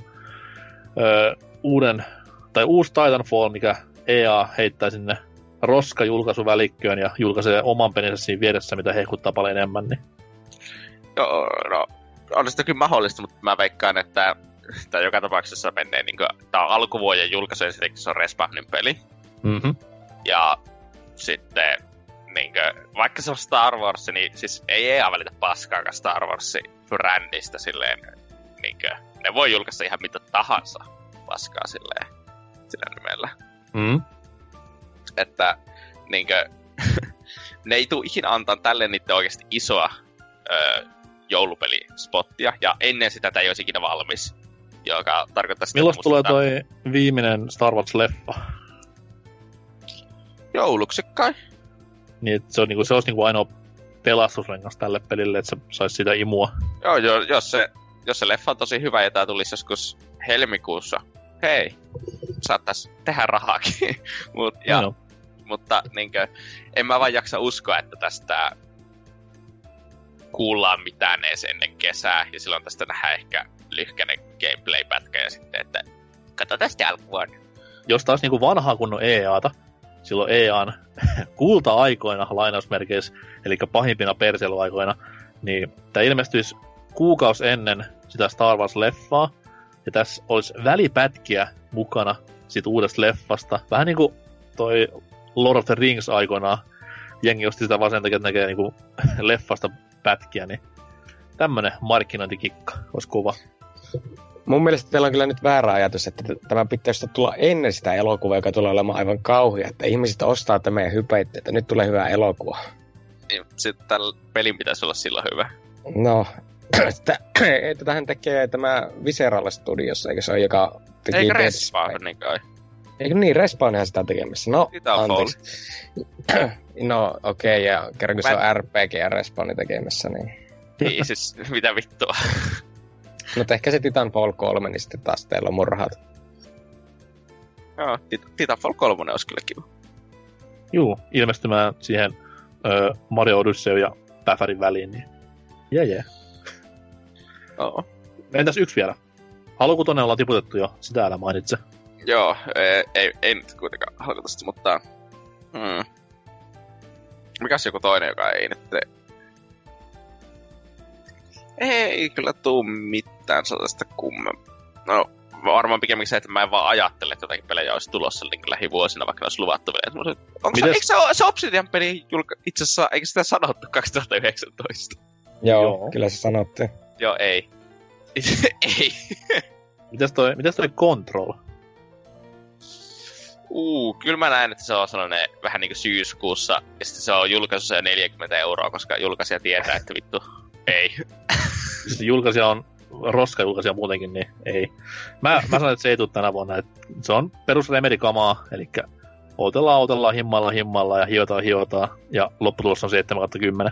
uusi Titanfall, mikä EA heittää sinne roska-julkaisuvälikköön ja julkaisee oman pelinsä siinä vieressä, mitä hehkuttaa paljon enemmän. Niin. Joo, no, on sitä kyllä mahdollista, mutta mä veikkaan, että joka tapauksessa menee niin kuin, tää on alkuvuoden julkaisu, ensinnäkin se on Respawnin peli. Mm-hmm. Ja sitten niinkö, vaikka se on Star Wars, niin siis ei EA välitä paskaakaan Star Wars-brändistä silleen, niinkö, ne voi julkaista ihan mitä tahansa paskaa silleen, sillä nimellä. Mm. Että niinkö, ne ei tuu ikinä antaa tälleen niitten oikeasti isoa joulupelispottia, ja ennen sitä tää ei olisi ikinä valmis, joka tarkoittaa sitä, milloin tulee toi viimeinen Star Wars-leffa? Jouluksi kai. Niin, se olisi niinku ainoa pelastusrengas tälle pelille, että se saisi sitä imua. Joo, jos se leffa on tosi hyvä ja tää tulisi joskus helmikuussa, hei, saattais tehdä rahaakin. Mutta niinkö, en mä vaan jaksa uskoa, että tästä kuullaan mitään edes ennen kesää, ja silloin tästä nähdään ehkä lyhkäinen gameplay-pätkä, ja sitten, että katsotaan sitä alkuvuonna. Jos taas niinku vanhaa kunnon EA:ta, silloin EA:n kulta-aikoina lainausmerkeissä, eli pahimpina perseiluaikoina, niin tää ilmestyisi kuukausi ennen sitä Star Wars-leffaa, ja tässä olisi välipätkiä mukana siitä uudesta leffasta. Vähän niinku toi Lord of the Rings aikoinaan, jengi osti sitä vaan sen takia, että näkee niinku leffasta pätkiä, niin tämmönen markkinointikikka olisi kova. Mun mielestä teillä on kyllä nyt väärä ajatus, että tämä pitäisi tulla ennen sitä elokuvaa, joka tulee olemaan aivan kauhia, että ihmiset ostaa tämän meidän hypeitä, että nyt tulee hyvä elokuva. Sitten tällä pelin pitäisi olla silloin hyvä. No, tätähän tekee tämä Visceral Studios, eikö se ole, joka teki... Eikä Respawn, niin kai. Eikö niin, Respawnhan sitä tekemässä? No, anteeksi. No, okei, ja kerran kun se on RPG ja Respawnin tekemässä, niin... Niin, siis mitä vittua. Mutta ehkä se Titanfall 3, niin sitten taas teillä on murhat. Joo, Titanfall 3 olisi kyllä kiva. Juu, ilmestymään siihen Mario Odyssey ja Päfärin väliin, niin jee. Oo. Entäs yksi vielä? Halukutonen ollaan tiputettu jo, sitä älä mainitse. Joo, ei nyt kuitenkaan halukutosta, mutta... Mikäs joku toinen, joka ei nyt tee? Ei kyllä tuu mitään sellaista No, varmaan pikemminkin se, että mä en vaan ajattele, että jotakin pelejä olisi tulossa niin lähivuosina, vaikka ne olisi luvattu vielä. Eikö se Obsidian-peli itse asiassa, eikö sitä sanottu 2019? Joo, kyllä se sanottiin. Joo, ei. Ei. Mitäs toi Control? Kyllä mä näen, että se on sellainen vähän niinku syyskuussa, ja sitten se on julkaisu se 40 €, koska julkaisija tietää, että vittu, ei. Siis julkaisija on roskajulkaisija muutenkin, niin ei. Mä sanon, että se ei tule tänä vuonna. Että se on perus Remedy-kamaa, eli odotellaan himmalla ja hiotaan, ja lopputulos on 7/10.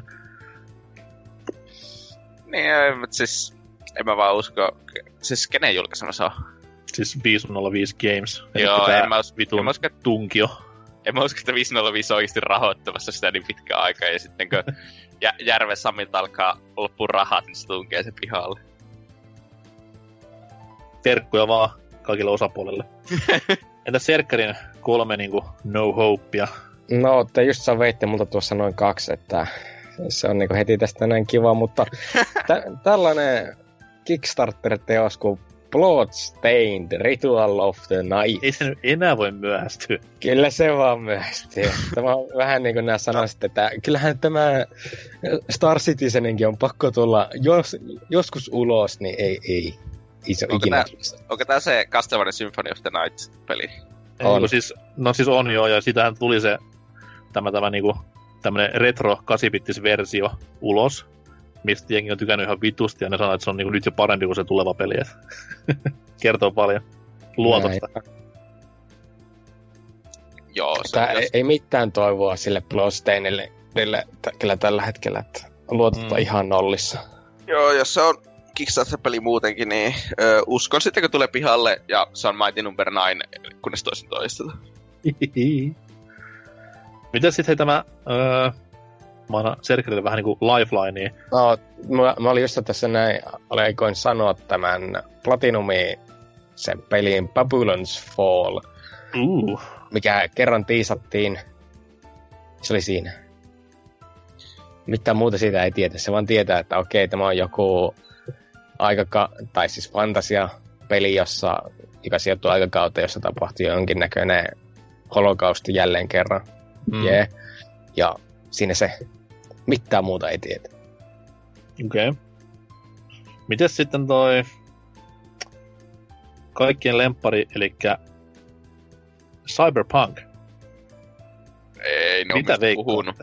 Niin, mutta siis en mä vaan usko. Siis kenen julkaisema se on? Siis 505 Games. Joo, en mä usko, tunkio. En mä usko, että 505 on oikeasti rahoittamassa sitä niin pitkään aikaa, ja sitten kun Järven Samilta alkaa loppua rahat, niin se tunkee se pihalle. Terkkuja vaan kaikille osapuolelle. Entä Serkkarin 3 niinku no hopea? No, te just sä veitte multa tuossa noin 2, että se on niinku heti tästä näin kiva, mutta tällainen Kickstarter-teos kuin Bloodstained Ritual of the Night. Ei se nyt enää voi myöhästyä. Kyllä se vaan myöhästyy. Tämä on vähän niin kuin nää sanoisit, että kyllähän tämä Star Citizeninkin on pakko tulla joskus ulos, niin ei. Se on ikinä. Onko tää se Castlevania Symphony of the Night-peli? On. Siis on joo, ja sitähän tuli se tämä niinku tämmönen retro 8-bittis versio ulos, mistä jengi on tykännyt ihan vitusti, ja ne sanoo, että se on niinku nyt jo parempi kuin se tuleva peli. Kertoo paljon luotosta. Joo, ei mitään toivoa sille Bloodstainille kyllä tällä hetkellä, että luotot on ihan nollissa. Joo, jos se on Kickstarter-peli muutenkin, niin uskon sitten, kun tulee pihalle, ja se on Mighty Number 9, kunnes toisin toisteta. Mitäs sitten tämä mä annan Serkerille vähän niinku lifelinea. No, mä olin just tässä näin, aikoin sanoa tämän Platinumi sen pelin Babylon's Fall. Mikä kerran tiisattiin. Se oli siinä. Mitään muuta siitä ei tiedä. Se vaan tietää, että okei, tämä on joku tai siis fantasia-peli, joka sijoittuu aikakauteen, jossa tapahtui jonkinnäköinen holokausti jälleen kerran. Yeah. Ja siinä se. Mitään muuta ei tiedä. Okei. Mites sitten toi kaikkien lemppari, elikkä Cyberpunk? Ei, ne mitä on puhunut.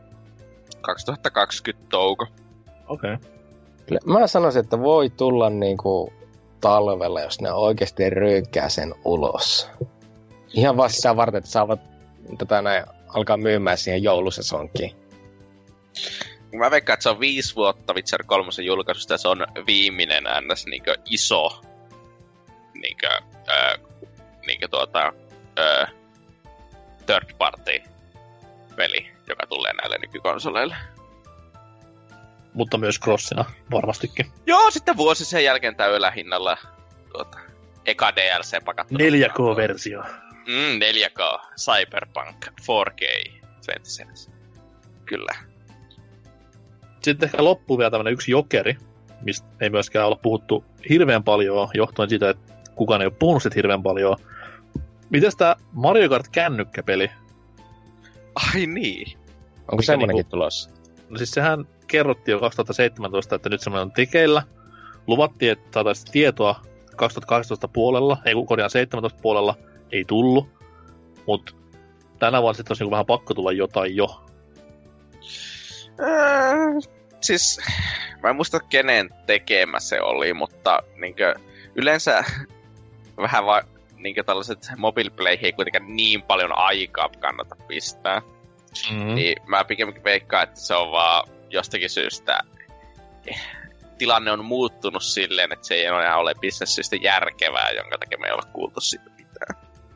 2020 touko. Okei. Mä sanoisin, että voi tulla niinku talvella, jos ne oikeasti ryykkää sen ulos. Ihan vaan sitä varten, että saavat tätä näin alkaa myymään siihen joulusesonkiin. Mä veikkaan, että se on 5 vuotta Witcher 3 julkaisusta, ja se on viimeinen ns. Niinkö iso third party peli, joka tulee näille nykykonsoleille. Mutta myös crossina, varmastikin. Joo, sitten vuosi sen jälkeen täydellä hinnalla eka DLC pakattu. 4K-versio. 4K, Cyberpunk, 4K, 27. Kyllä. Sitten ehkä loppuu vielä tämmönen yksi jokeri, mistä ei myöskään olla puhuttu hirveän paljon, johtuen siitä, että kukaan ei ole puhunut sit hirveän paljon. Mites tää Mario Kart kännykkäpeli? Ai niin. Onko semmonenkin tulossa? No siis sehän kerrottiin jo 2017, että nyt semmoinen on tekeillä. Luvattiin, että saataisiin tietoa 2018 puolella, ei korjaan 17 puolella, ei tullut. Mut tänä vuonna sitten olisi niinku vähän pakko tulla jotain jo. Siis, mä en muista kenen tekemä se oli, mutta niinkö, yleensä vähän vaan niinkö tällaiset mobile playhin ei kuitenkaan niin paljon aikaa kannata pistää. Niin mä pikemminkin veikkaan, että se on vaan jostakin syystä tilanne on muuttunut silleen, että se ei enää ole business-syystä järkevää, jonka takia me ei ole kuultu siitä mitään.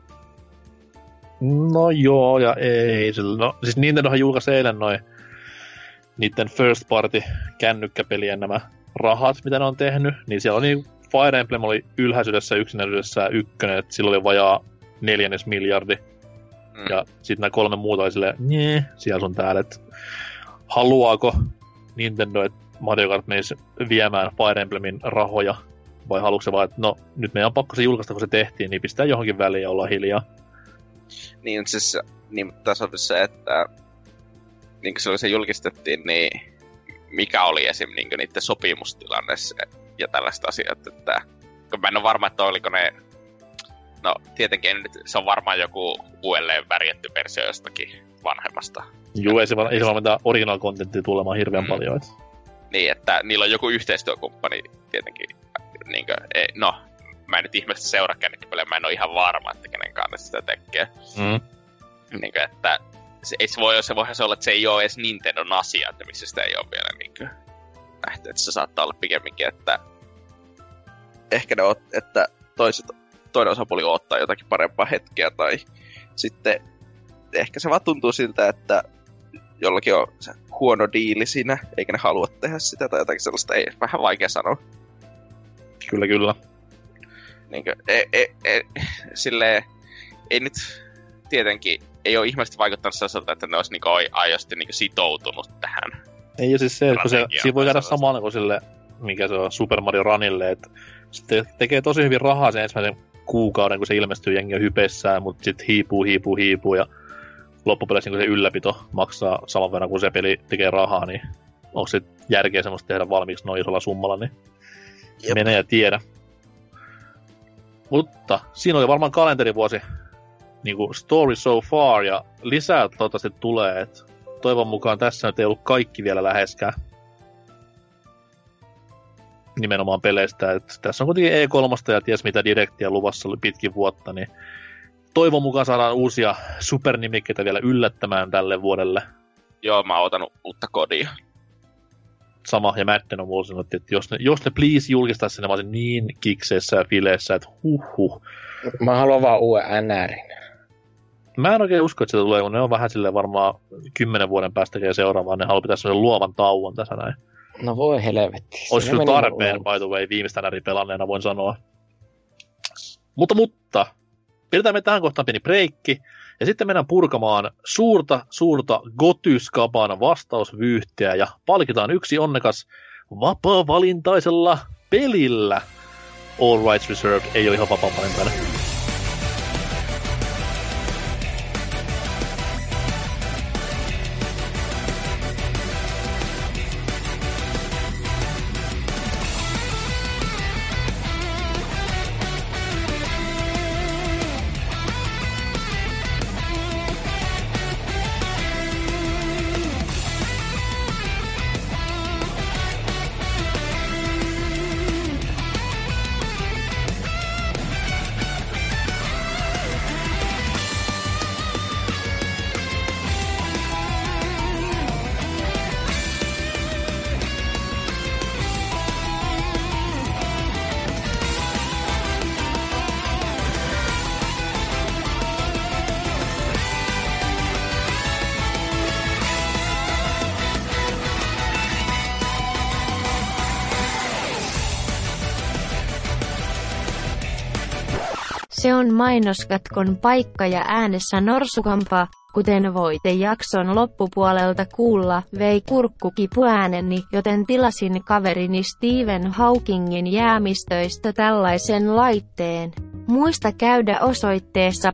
No joo ja ei. No siis Nintendohan julkaisi eilen noin niiden first party kännykkäpelien nämä rahat, mitä ne on tehnyt. Niin siellä oli Fire Emblem oli ylhäisyydessä ja yksinäisyydessä ykkönen, että sillä oli vajaa 4 miljardia. Ja sitten nämä 3 muuta oli silleen, siellä sun täällä, että haluaako Nintendo, että Mario Kart menisi viemään Fire Emblemin rahoja, vai haluatko se vaan, että no, nyt meidän on pakko se julkaista, kun se tehtiin, niin pistää johonkin väliin ja ollaan hiljaa. Niin siis, niin tässä on se, että niin kuin silloin se julkistettiin, niin mikä oli esim. Niin niiden sopimustilanne ja tällaiset asiat, että kun mä en ole varma, että oliko ne, no tietenkin nyt, se on varmaan joku uudelleen värjätty versio jostakin vanhemmasta. Joo, ei se vaan mitään original contenttia tulemaan hirveän paljon. Että. Niin, että niillä on joku yhteistyökumppani tietenkin, niin kuin, no, mä en nyt ihmeellisesti seuraa kännykkäpelejä, mä en ole ihan varma, että kenen kanssa sitä tekee. Niin kuin, että voihan se olla, että se ei ole edes Nintendon asia, että missä sitä ei ole vielä niin kuin nähty, että se saattaa olla pikemminkin, että ehkä ne että toinen osapuoli odottaa jotakin parempaa hetkeä, tai sitten ehkä se vaan tuntuu siltä, että jollakin on se huono diili siinä, eikä ne halua tehdä sitä tai jotakin sellaista, ei vähän vaikea sanoa. Kyllä. Niinkö, silleen, ei nyt tietenkin, ei ole ihmeellisesti vaikuttanut sellaiselta, että ne olisi niinku aidosti niinku sitoutunut tähän. Ei, ja siis se, että siinä voi käydä samalla kuin sille, mikä se on Super Mario Runille, että se tekee tosi hyvin rahaa sen ensimmäisen kuukauden, kun se ilmestyy, jengi on hypessään, mutta sitten hiipuu, ja loppupeleissä niin se ylläpito maksaa saman verran, kun se peli tekee rahaa, niin onko se järkeä semmoista tehdä valmiiksi noin isolla summalla, niin menee ja tiedä. Mutta siinä oli varmaan kalenterivuosi niin kuin story so far, ja lisää toivottavasti tulee, että toivon mukaan tässä nyt ei ollut kaikki vielä läheskään nimenomaan peleistä, että tässä on kuitenkin E3 ja ties mitä direktiä luvassa pitkin vuotta, niin toivon mukaan saadaan uusia supernimikkeitä vielä yllättämään tälle vuodelle. Joo, mä oon otanut uutta kodia. Sama, ja Madden on mulla sanonut, että jos ne please julkistaisi sen, mä olisin niin kikseissä ja fileissä, että Mä haluan vaan uuden NRin. Mä en oikein usko, että sitä tulee, kun ne on vähän silleen varmaan 10 vuoden päästä seuraavaan, ne haluaa pitää sellaisen luovan tauon tässä näin. No voi helvetti. Olisi kyllä tarpeen, by the way, viimeistä NRin pelanneena voin sanoa. Mutta pidetään me tähän kohtaan pieni breikki, ja sitten mennään purkamaan suurta Gotyskapan vastausvyyhtiä, ja palkitaan yksi onnekas vapaa-valintaisella pelillä. All Rights Reserved ei ole ihan vapaa-valintainen. Se on mainoskatkon paikka ja äänessä Norsukampa, kuten voitte jakson loppupuolelta kuulla, vei kurkkukipuääneni, joten tilasin kaverini Stephen Hawkingin jäämistöistä tällaisen laitteen. Muista käydä osoitteessa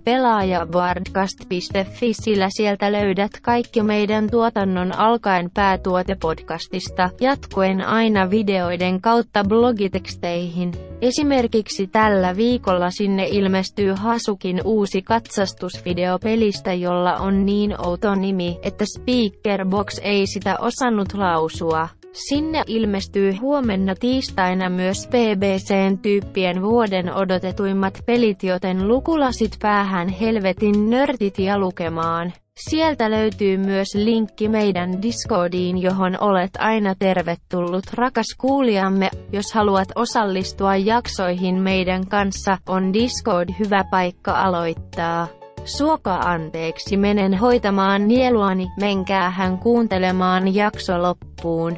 pelaajabardcast.fi, sillä sieltä löydät kaikki meidän tuotannon alkaen päätuotepodcastista, jatkuen aina videoiden kautta blogiteksteihin. Esimerkiksi tällä viikolla sinne ilmestyy Hasukin uusi katsastusvideo pelistä, jolla on niin outo nimi, että Speakerbox ei sitä osannut lausua. Sinne ilmestyy huomenna tiistaina myös BBCn tyyppien vuoden odotetuimmat pelit, joten lukulasit päähän helvetin nörtit ja lukemaan. Sieltä löytyy myös linkki meidän Discordiin, johon olet aina tervetullut rakas kuulijamme. Jos haluat osallistua jaksoihin meidän kanssa, on Discord hyvä paikka aloittaa. Suoka anteeksi, menen hoitamaan nieluani, menkäähän kuuntelemaan jakso loppuun.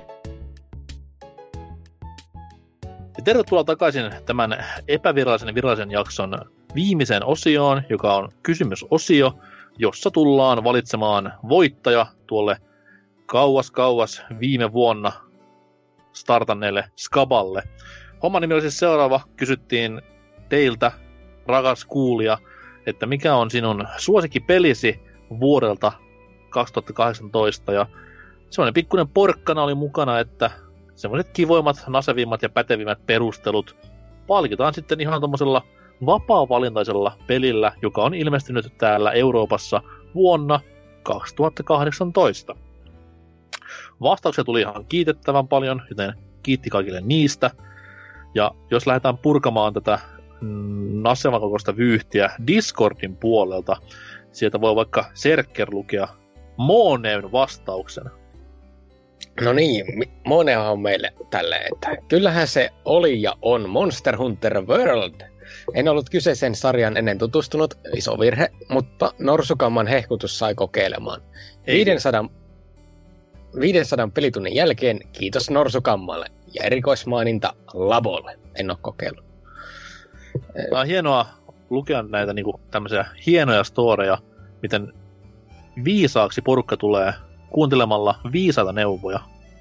Ja tervetuloa takaisin tämän epävirallisen ja virallisen jakson viimeiseen osioon, joka on kysymysosio. jossa tullaan valitsemaan voittaja tuolle kauas viime vuonna startanneelle Skaballe. Homman nimi oli siis seuraava. Kysyttiin teiltä, rakas kuulija, että mikä on sinun suosikkipelisi vuodelta 2018. Ja semmoinen pikkuinen porkkana oli mukana, että semmoiset kivoimmat, nasevimmat ja pätevimmät perustelut palkitaan sitten ihan tommosella vapaa-valintaisella pelillä, joka on ilmestynyt täällä Euroopassa vuonna 2018. Vastauksia tuli ihan kiitettävän paljon, joten kiitti kaikille niistä. Ja jos lähdetään purkamaan tätä nasevan kokoista vyyhtiä Discordin puolelta, sieltä voi vaikka Serker lukea Mooneyn vastauksen. No niin, Moonehan on meille tälleen, että kyllähän se oli ja on Monster Hunter World. En ollut kyseisen sarjan ennen tutustunut, iso virhe, mutta Norsukamman hehkutus sai kokeilemaan. 500 pelitunnin jälkeen kiitos Norsukammalle ja erikoismaininta Labolle. En oo kokeillut. On hienoa lukea näitä niinku tämmöisiä hienoja storeja, miten viisaaksi porukka tulee kuuntelemalla viisaita neuvoja.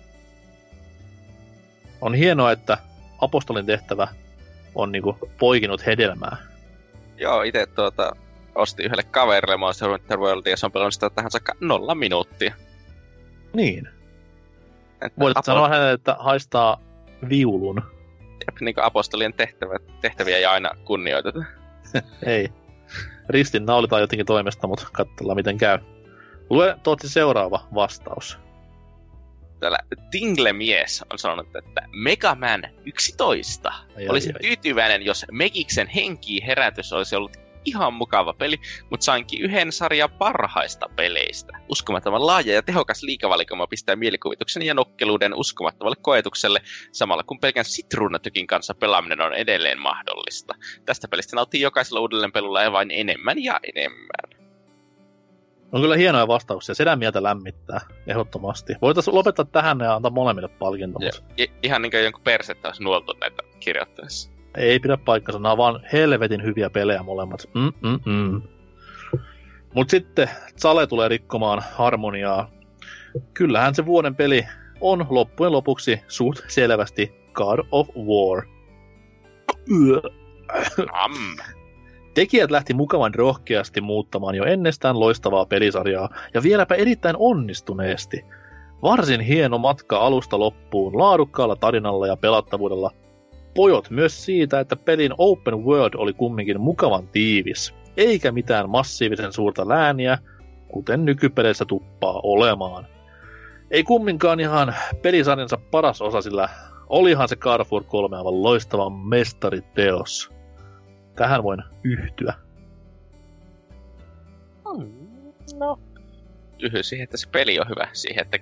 On hienoa, että apostolin tehtävä on niinku poikinut hedelmää. Joo, itse ostin yhdelle kaverille Monster Hunter World ja se on pelannut sitä tähän saakka 0 minuuttia. Niin. Voit sanoa hänelle, että haistaa viulun. Niin kuin apostolien tehtäviä ei aina kunnioiteta. Ei. Ristin naulitaan jotenkin toimesta, mutta katsellaan miten käy. Lue Tootsi seuraava vastaus. Täällä Tingle-mies on sanonut, että Mega Man 11. Olisin tyytyväinen, jos Megiksen henkiin herätys olisi ollut ihan mukava peli, mutta sainkin yhden sarjan parhaista peleistä. Uskomattoman laaja ja tehokas liikavalikoima pistää mielikuvituksen ja nokkeluuden uskomattomalle koetukselle, samalla kun pelkän sitruunatykin kanssa pelaaminen on edelleen mahdollista. Tästä pelistä nauttii jokaisella uudelleen pelulla ja vain enemmän ja enemmän. On kyllä hienoja vastauksia. Sedän mieltä lämmittää, ehdottomasti. Voitaisiin lopettaa tähän ja antaa molemmille palkinto. Ihan niin kuin jonkun persettä olisi nuoltu näitä kirjoittaessa. Ei pidä paikkansa, nämä on vaan helvetin hyviä pelejä molemmat. Mut sitten Zale tulee rikkomaan harmoniaa. Kyllähän se vuoden peli on loppujen lopuksi suht selvästi God of War. Tekijät lähti mukavan rohkeasti muuttamaan jo ennestään loistavaa pelisarjaa, ja vieläpä erittäin onnistuneesti. Varsin hieno matka alusta loppuun, laadukkaalla tarinalla ja pelattavuudella. Pojot myös siitä, että pelin open world oli kumminkin mukavan tiivis, eikä mitään massiivisen suurta lääniä, kuten nykypeleissä tuppaa olemaan. Ei kumminkaan ihan pelisarjansa paras osa, sillä olihan se God of War 3 aivan loistava mestariteos. Tähän voin yhtyä. No. Yhdyn siihen, että se peli on hyvä. Siihen, että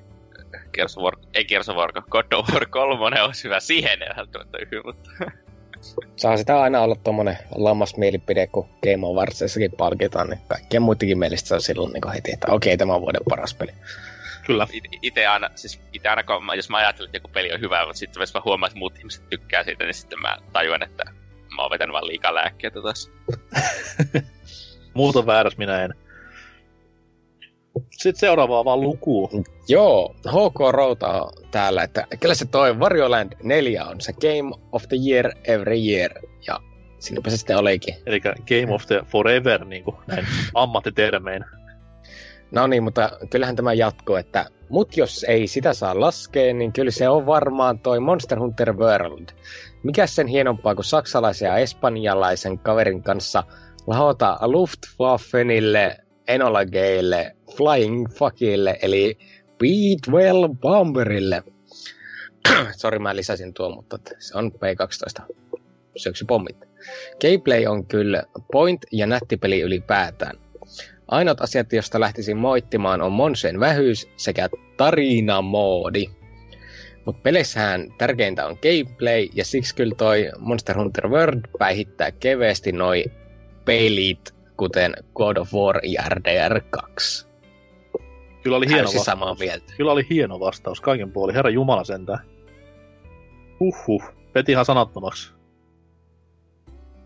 God of War 3 olisi hyvä. Siihen ei välttämättä yhdy, mutta... Saa sitä aina olla tommonen lammas mielipide, kun Game Awardsissakin palkitaan, niin kaikkien muidenkin mielestä se on silloin niin heti, että okei, tämä on vuoden paras peli. Kyllä. Ite aina, jos mä ajattelen, että joku peli on hyvä, mutta sitten jos mä huomaan, että muut ihmiset tykkää siitä, niin sitten mä tajuan, että mä oon vetänyt vaan liikaa lääkkeitä taas. Muut on väärässä, minä en. Sitten seuraavaa vaan lukuu. Joo, HK Routa on täällä, että kyllä se toi Warioland 4 on se Game of the Year every year. Ja sinäpä se sitten olikin. Eli Game of the Forever, niin kuin näin ammattitermein. No niin, mutta kyllähän tämä jatkuu, että mut jos ei sitä saa laskea, niin kyllä se on varmaan toi Monster Hunter World. Mikäs sen hienompaa kuin saksalaisen ja espanjalaisen kaverin kanssa lahota Luftwaffenille, Enola Gaylle, Flying Fuckille, eli Beatwell Bomberille. Sori, mä lisäsin tuon, mutta se on P12 syöksypommit. Gameplay on kyllä point ja nätti peli ylipäätään. Ainoat asiat, josta lähtisin moittimaan, on Monsen vähyys sekä tarinamoodi. Mutta peleissähän tärkeintä on gameplay, ja siksi kyllä toi Monster Hunter World päihittää keveesti noi pelit, kuten God of War ja RDR2. Kyllä oli hieno vastaus. Samaa mieltä. Kyllä oli hieno vastaus, kaiken puolin. Herra Jumala sentään. Veti ihan sanattomaksi.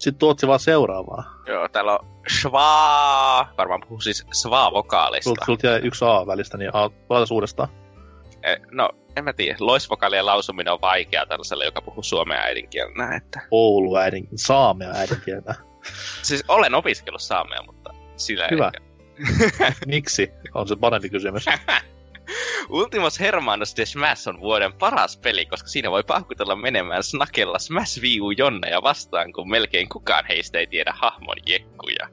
Sit Tootsi vaan seuraavaa. Joo, täällä on Svaa. Varmaan puhuu siis Svaa-vokaalista. Sulta jäi yksi A välistä, niin laita uudestaan. No, en mä tiedä. Loisvokaalien lausuminen on vaikeaa tällaiselle, joka puhuu suomea äidinkielenä, että... Oulu saamea äidinkielenä. Siis olen opiskellut saamea, mutta sillä hyvä. Ehkä. Miksi? On se parempi kysymys. Ultimos Hermanos de Smash on vuoden paras peli, koska siinä voi pauhkutella menemään snakella Smash Wii U Jonneja vastaan, kun melkein kukaan heistä ei tiedä hahmon jekkuja.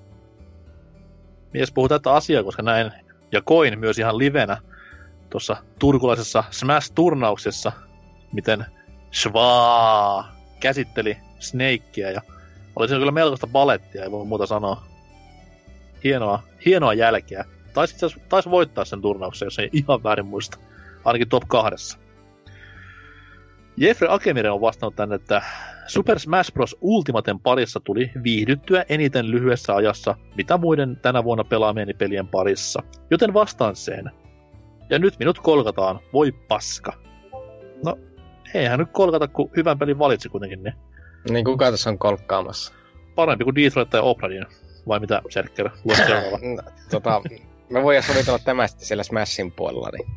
Mies puhuu tätä asiaa, koska näin ja koin myös ihan livenä tuossa turkulaisessa Smash-turnauksessa, miten Schwaa käsitteli Snakea, ja oli siinä kyllä melkoista balettia, ei voi muuta sanoa. Hienoa jälkeä. Taisi voittaa sen turnauksen, jos ei ihan väärin muista. Ainakin top 2. Jeffrey Akemire on vastannut tänne, että Super Smash Bros. Ultimaten parissa tuli viihdyttyä eniten lyhyessä ajassa, mitä muiden tänä vuonna pelaamieni pelien parissa. Joten vastaan sen. Ja nyt minut kolkataan, voi paska. No, eihän nyt kolkata, kun hyvän pelin valitsi kuitenkin ne. Niin kuka tässä on kolkkaamassa? Parempi kuin Detroit tai Obradin. Vai mitä, Serkkerä? Luo seuraava. Me voidaan sovitella tämä sitten siellä Smashin puolella. Niin.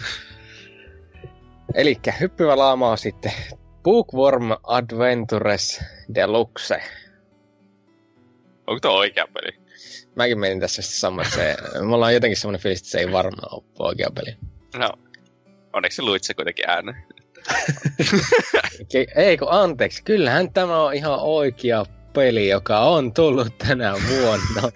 Elikkä hyppyvä laama on sitten Bookworm Adventures Deluxe. Onko tuo oikea peli? Mäkin menin tässä samassa. Mulla on jotenkin semmoinen fiilis, että se ei varmaan ole oikea peli. No, onneksi luit se kuitenkin ääneen. Ei kun anteeksi, kyllähän tämä on ihan oikea peli, joka on tullut tänä vuonna.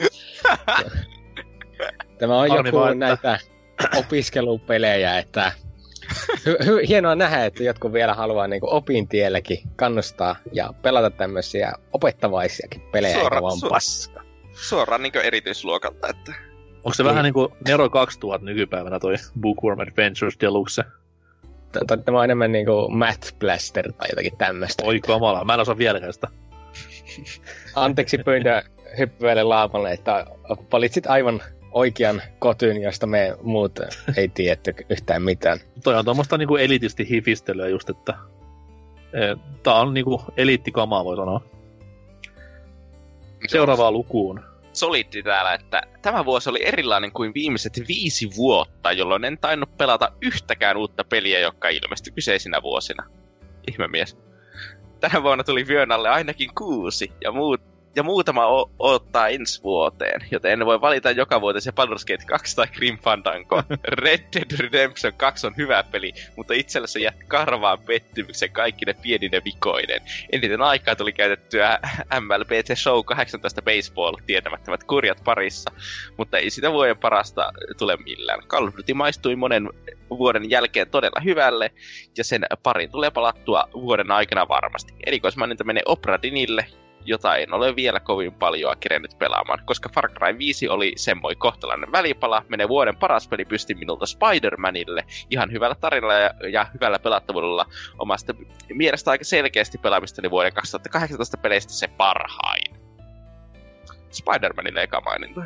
Tämä on joku näitä opiskelupelejä, että hienoa nähdä, että jotkut vielä haluaa niinku opintielläkin kannustaa ja pelata tämmöisiä opettavaisiakin pelejä, eikä vaan paska. Suoraan niinku erityisluokalta, että... Onko se vähän niinku Nero 2000 nykypäivänä toi Bookworm Adventures Deluxe? Tämä on enemmän niinku Math Blaster tai jotakin tämmöistä. Oi kamala, mä en osaa vieläkään sitä. Anteeksi pyyntö hyppyvälle laamalle, että valitsit aivan oikean kotyn, josta me muut ei tiedetty yhtään mitään. Toi on tuommoista niinku elitisti hifistelyä just, että tää on niinku eliittikamaa, voi sanoa. Seuraavaan lukuun. Solitti täällä, että tämä vuosi oli erilainen kuin viimeiset 5 vuotta, jolloin en tainnut pelata yhtäkään uutta peliä, joka ilmestyi kyseisinä vuosina. Ihmemies. Tänä vuonna tuli vyön alle ainakin 6, ja muutama odottaa ensi vuoteen, joten en voi valita joka vuotisen Baldur's Gate 2 tai Grim Fandango. Red Dead Redemption 2 on hyvä peli, mutta itsellä se jätti karvaan pettymyksen kaikkine pienine vikoinen. Eniten aikaa tuli käytettyä MLB The Show 18 Baseball tietämättömät kurjat parissa, mutta ei sitä vuoden parasta tule millään. Call of Duty maistui monen vuoden jälkeen todella hyvälle, ja sen parin tulee palattua vuoden aikana varmasti. Erikoismaininta menee Obradinille, jota en ole vielä kovin paljon kerennyt pelaamaan, koska Far Cry 5 oli semmoi kohtalainen välipala, menee vuoden paras peli pysti minulta Spider-Manille, ihan hyvällä tarinalla ja hyvällä pelattavuudella omasta mielestä aika selkeästi pelaamistani vuoden 2018 peleistä se parhain. Spider-Manille eka maininta.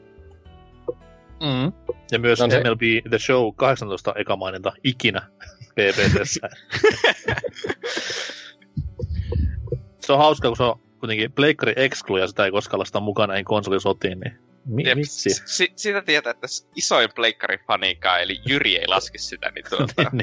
Ja myös MLB The Show 18 eka maininta ikinä PPT:ssä. Se on hauska, kun se on kuitenkin Pleikkari Exclu ja sitä ei koskaan laita mukaan näihin konsolisotiin, niin miksi? Sitä tietää, että isoin Pleikkari-faniikaa, eli Jyri ei laske sitä, niin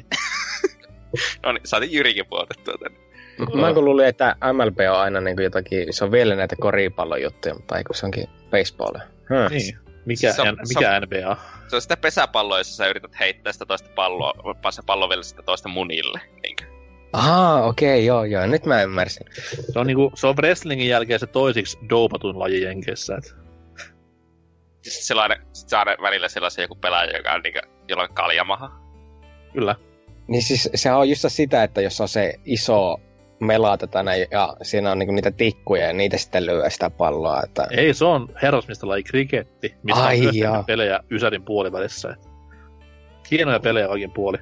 no niin, saatiin Jyrikin puolettua tänne. Mä kun luulin, että MLB on aina niin jotakin, se on vielä näitä koripallojuttuja, mutta eikö se onkin baseballia? Niin. Mikä NBA? Se on sitä pesäpalloa, jossa sä yrität heittää sitä toista palloa, pallo vielä sitä toista munille. Niinkö? Okei, joo, nyt mä ymmärsin. Se on wrestlingin jälkeen se toisiksi doopatun laji Jenkeissä. Sitten saa välillä sellaisen joku pelaaja, joka on jolla on kaljamaha. Kyllä. Niin siis se on just sitä, että jos on se iso mela ja siinä on niitä tikkuja ja niitä sitten lyö sitä palloa. Että... Ei, se on herrasmista laji kriketti, missä on myös pelejä Ysärin puolivälissä. Hienoja pelejä oikein puoli.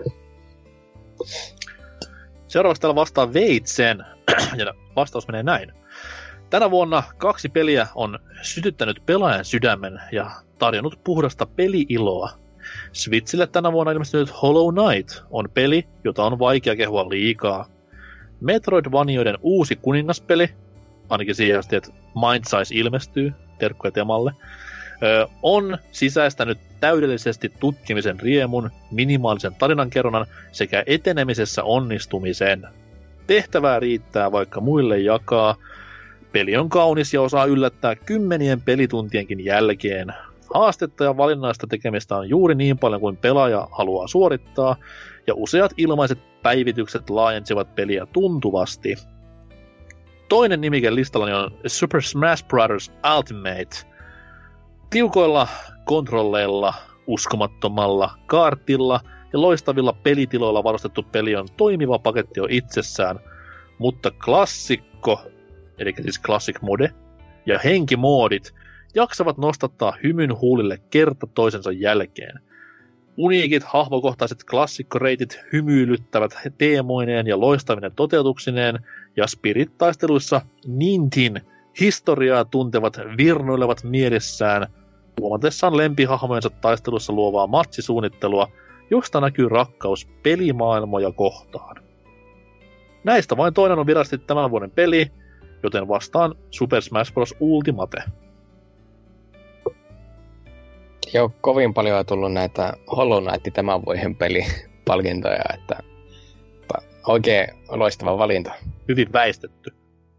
Seuraavaksi täällä vastaa Veitsen, ja vastaus menee näin. Tänä vuonna 2 peliä on sytyttänyt pelaajan sydämen ja tarjonnut puhdasta peli-iloa. Switchille tänä vuonna ilmestynyt Hollow Knight on peli, jota on vaikea kehua liikaa. Metroidvanioiden uusi kuningaspeli ainakin siihen asti, että Mindsize ilmestyy, terkkuja Temalle, on sisäistänyt täydellisesti tutkimisen riemun, minimaalisen tarinankerronnan sekä etenemisessä onnistumisen. Tehtävää riittää, vaikka muille jakaa. Peli on kaunis ja osaa yllättää kymmenien pelituntienkin jälkeen. Haastetta ja valinnaista tekemistä on juuri niin paljon kuin pelaaja haluaa suorittaa, ja useat ilmaiset päivitykset laajensivat peliä tuntuvasti. Toinen nimike listallani on Super Smash Bros. Ultimate. Tiukoilla kontrolleilla, uskomattomalla kaartilla ja loistavilla pelitiloilla varustettu peli on toimiva paketti jo itsessään, mutta klassikko, eli siis Classic Mode, ja henkimoodit jaksavat nostattaa hymyn huulille kerta toisensa jälkeen. Uniikit hahmokohtaiset klassikkoreitit hymyilyttävät teemoineen ja loistavinen toteutuksineen, ja Spirit-taisteluissa Nintin historiaa tuntevat virnuilevat mielessään, huomatessaan lempihahmojensa taistelussa luovaa matsisuunnittelua, josta näkyy rakkaus pelimaailmoja kohtaan. Näistä vain toinen on virallisesti tämän vuoden peli, joten vastaan Super Smash Bros. Ultimate. Joo, kovin paljon on tullut näitä Hollow Knight tämän vuoden pelipalkintoja, että oikein loistava valinta. Hyvin väistetty.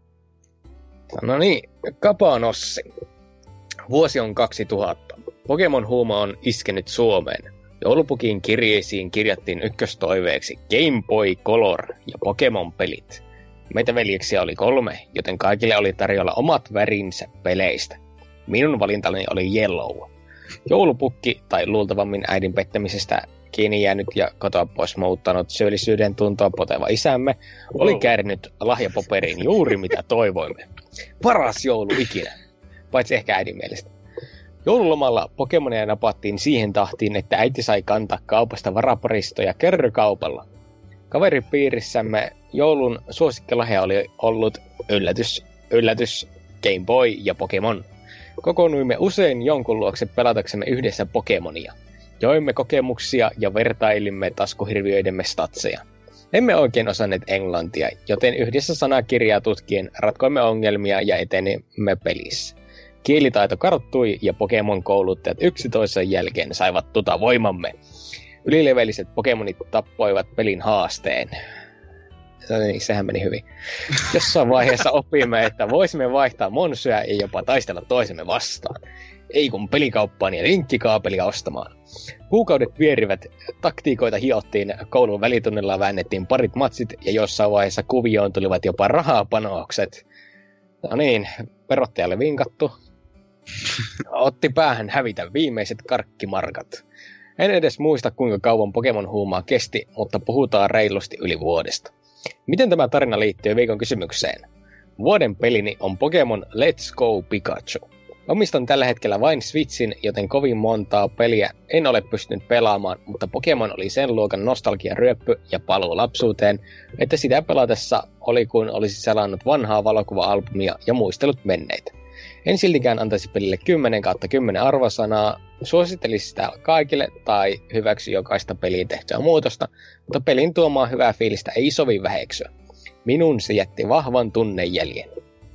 No niin, Kapanossi. Vuosi on 2000. Pokemon-huuma on iskenyt Suomeen. Joulupukin kirjeisiin kirjattiin ykköstoiveeksi Game Boy Color ja Pokemon-pelit. Meitä veljeksiä oli 3, joten kaikille oli tarjolla omat värinsä peleistä. Minun valintani oli Yellow. Joulupukki, tai luultavammin äidin pettämisestä kiinni jäänyt ja kotoa pois muuttanut syyllisyyden tuntoa poteva isämme, oli käärinyt lahjapaperiin juuri mitä toivoimme. Paras joulu ikinä, paitsi ehkä äidin mielestä. Joululomalla Pokemonia napattiin siihen tahtiin, että äiti sai kantaa kaupasta varaparistoja kerrokaupalla. Kaveripiirissämme joulun suosikkilahja oli ollut yllätys, Game Boy ja Pokemon. Kokoonnuimme usein jonkun luokse pelataksemme yhdessä Pokemonia. Joimme kokemuksia ja vertailimme taskuhirviöidemme statseja. Emme oikein osanneet englantia, joten yhdessä sanakirjaa tutkien ratkoimme ongelmia ja etenimme pelissä. Kielitaito karttui ja Pokemon-kouluttajat yksi toisen jälkeen saivat voimamme. Ylileveliset Pokemonit tappoivat pelin haasteen. Sehän meni hyvin. Jossain vaiheessa opimme, että voisimme vaihtaa monsyä ja jopa taistella toisemme vastaan. Ei kun pelikauppaan ja linkkikaapelia ostamaan. Kuukaudet vierivät, taktiikoita hiottiin, koulun välitunnilla väännettiin parit matsit ja jossain vaiheessa kuvioon tulivat jopa rahapanokset. No niin, verottajalle vinkattu. Otti päähän hävitä viimeiset karkkimarkat. En edes muista kuinka kauan Pokemon-huumaa kesti, mutta puhutaan reilusti yli vuodesta. Miten tämä tarina liittyy viikon kysymykseen? Vuoden pelini on Pokemon Let's Go Pikachu. Omistan tällä hetkellä vain Switchin, joten kovin montaa peliä en ole pystynyt pelaamaan, mutta Pokemon oli sen luokan nostalgiaryöppy ja paluu lapsuuteen, että sitä pelatessa oli kuin olisi selannut vanhaa valokuva-albumia ja muistellut menneitä. En siltikään antaisi pelille 10/10 arvosanaa, suosittelisi sitä kaikille tai hyväksy jokaista peliin tehtyä muutosta, mutta pelin tuomaa hyvää fiilistä ei sovi väheksyä. Minun se jätti vahvan tunnejäljen.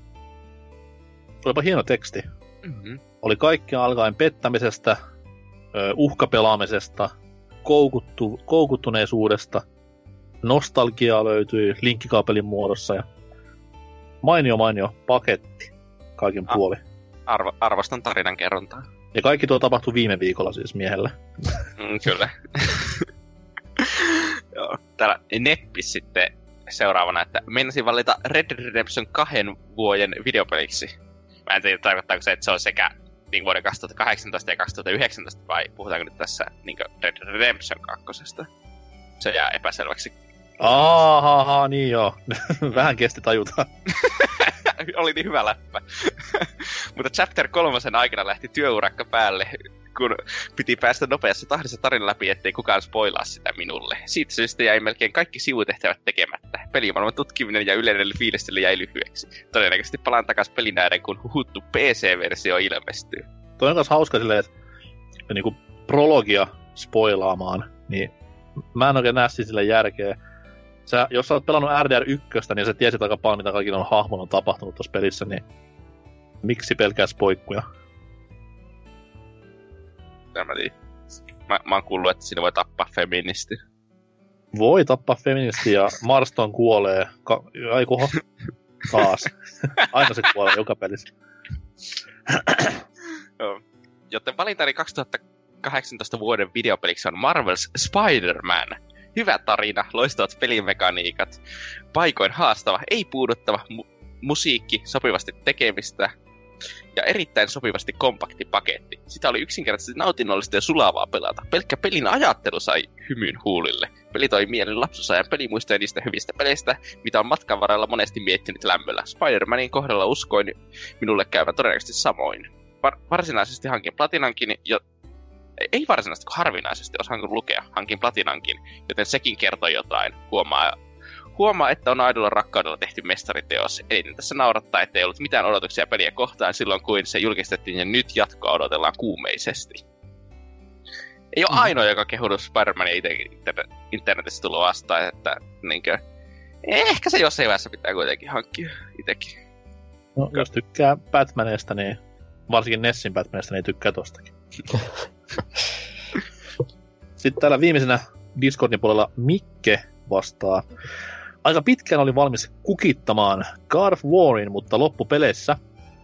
Olipa hieno teksti. Mm-hmm. Oli kaikkea alkaen pettämisestä, uhkapelaamisesta, koukuttuneisuudesta, nostalgiaa löytyi linkkikaapelin muodossa ja mainio paketti kaikin puoli. Arvostan tarinan kerrontaa. Ja kaikki tuo tapahtui viime viikolla siis miehelle. Kyllä. Joo, täällä Neppis sitten seuraavana, että meinasin valita Red Dead Redemption 2 vuoden videopeliksi. Mä en tiedä, tarkoittaako se, että se on sekä niin vuoden 2018 ja 2019, vai puhutaanko nyt tässä niin Red Dead Redemption 2. Se jää epäselväksi. Niin joo. Vähän kesti tajuta. Oli niin hyvä läppä. Mutta Chapter 3 aikana lähti työurakka päälle, kun piti päästä nopeassa tahdissa tarinan läpi, ettei kukaan spoilaa sitä minulle. Siitä syystä jäi melkein kaikki sivutehtävät tekemättä. Pelimaailman tutkiminen ja yleinen fiilistely jäi lyhyeksi. Todennäköisesti palaan takas pelin ääreen, kun huhuttu PC-versio ilmestyy. Toi on myös hauska silleen, että niinku prologia spoilaamaan, niin mä en oikein näe sille järkeä. jos sä oot pelannut RDR1, niin sä tiesit aika paljon, mitä kaikilla on hahmon tapahtunut tossa pelissä, niin miksi pelkää spoikkuja? Mä tiedän. Mä oon kuullut, että siinä voi tappaa feministi. Voi tappaa feministi ja Marston kuolee. Ai kuho. Taas. Aina se kuolee joka pelissä. Joten valintani 2018 vuoden videopeliksi on Marvel's Spider-Man. Hyvä tarina, loistavat pelimekaniikat, paikoin haastava, ei puuduttava musiikki, sopivasti tekemistä ja erittäin sopivasti kompakti paketti. Sitä oli yksinkertaisesti nautinnollista ja sulavaa pelata. Pelkkä pelin ajattelu sai hymyn huulille. Peli toi mielen lapsuusajan pelimuistoja niistä hyvistä peleistä, mitä on matkan varrella monesti miettinyt lämmöllä. Spider-Manin kohdalla uskoin minulle käyvän todennäköisesti samoin. Varsinaisesti hankin platinankin, ei varsinaisesti, kun harvinaisesti osaanko lukea, hankin platinankin, joten sekin kertoi jotain. Huomaa, että on aidolla rakkaudella tehty mestariteos. Eniten tässä naurattaa, ettei ollut mitään odotuksia peliä kohtaan silloin, kuin se julkistettiin, ja nyt jatkoa odotellaan kuumeisesti. Ei ole ainoa, joka kehunut Spider-Mania internetissä tullut vastaan, että niinkö, ehkä se jossain vaiheessa pitää kuitenkin hankkia itekin. No, jos tykkää Batmanista, niin varsinkin Nessin Batmanista, niin tykkää tostakin. Sitten täällä viimeisenä Discordin puolella Mikke vastaa. Aika pitkään oli valmis kukittamaan God of Warin, mutta loppupeleissä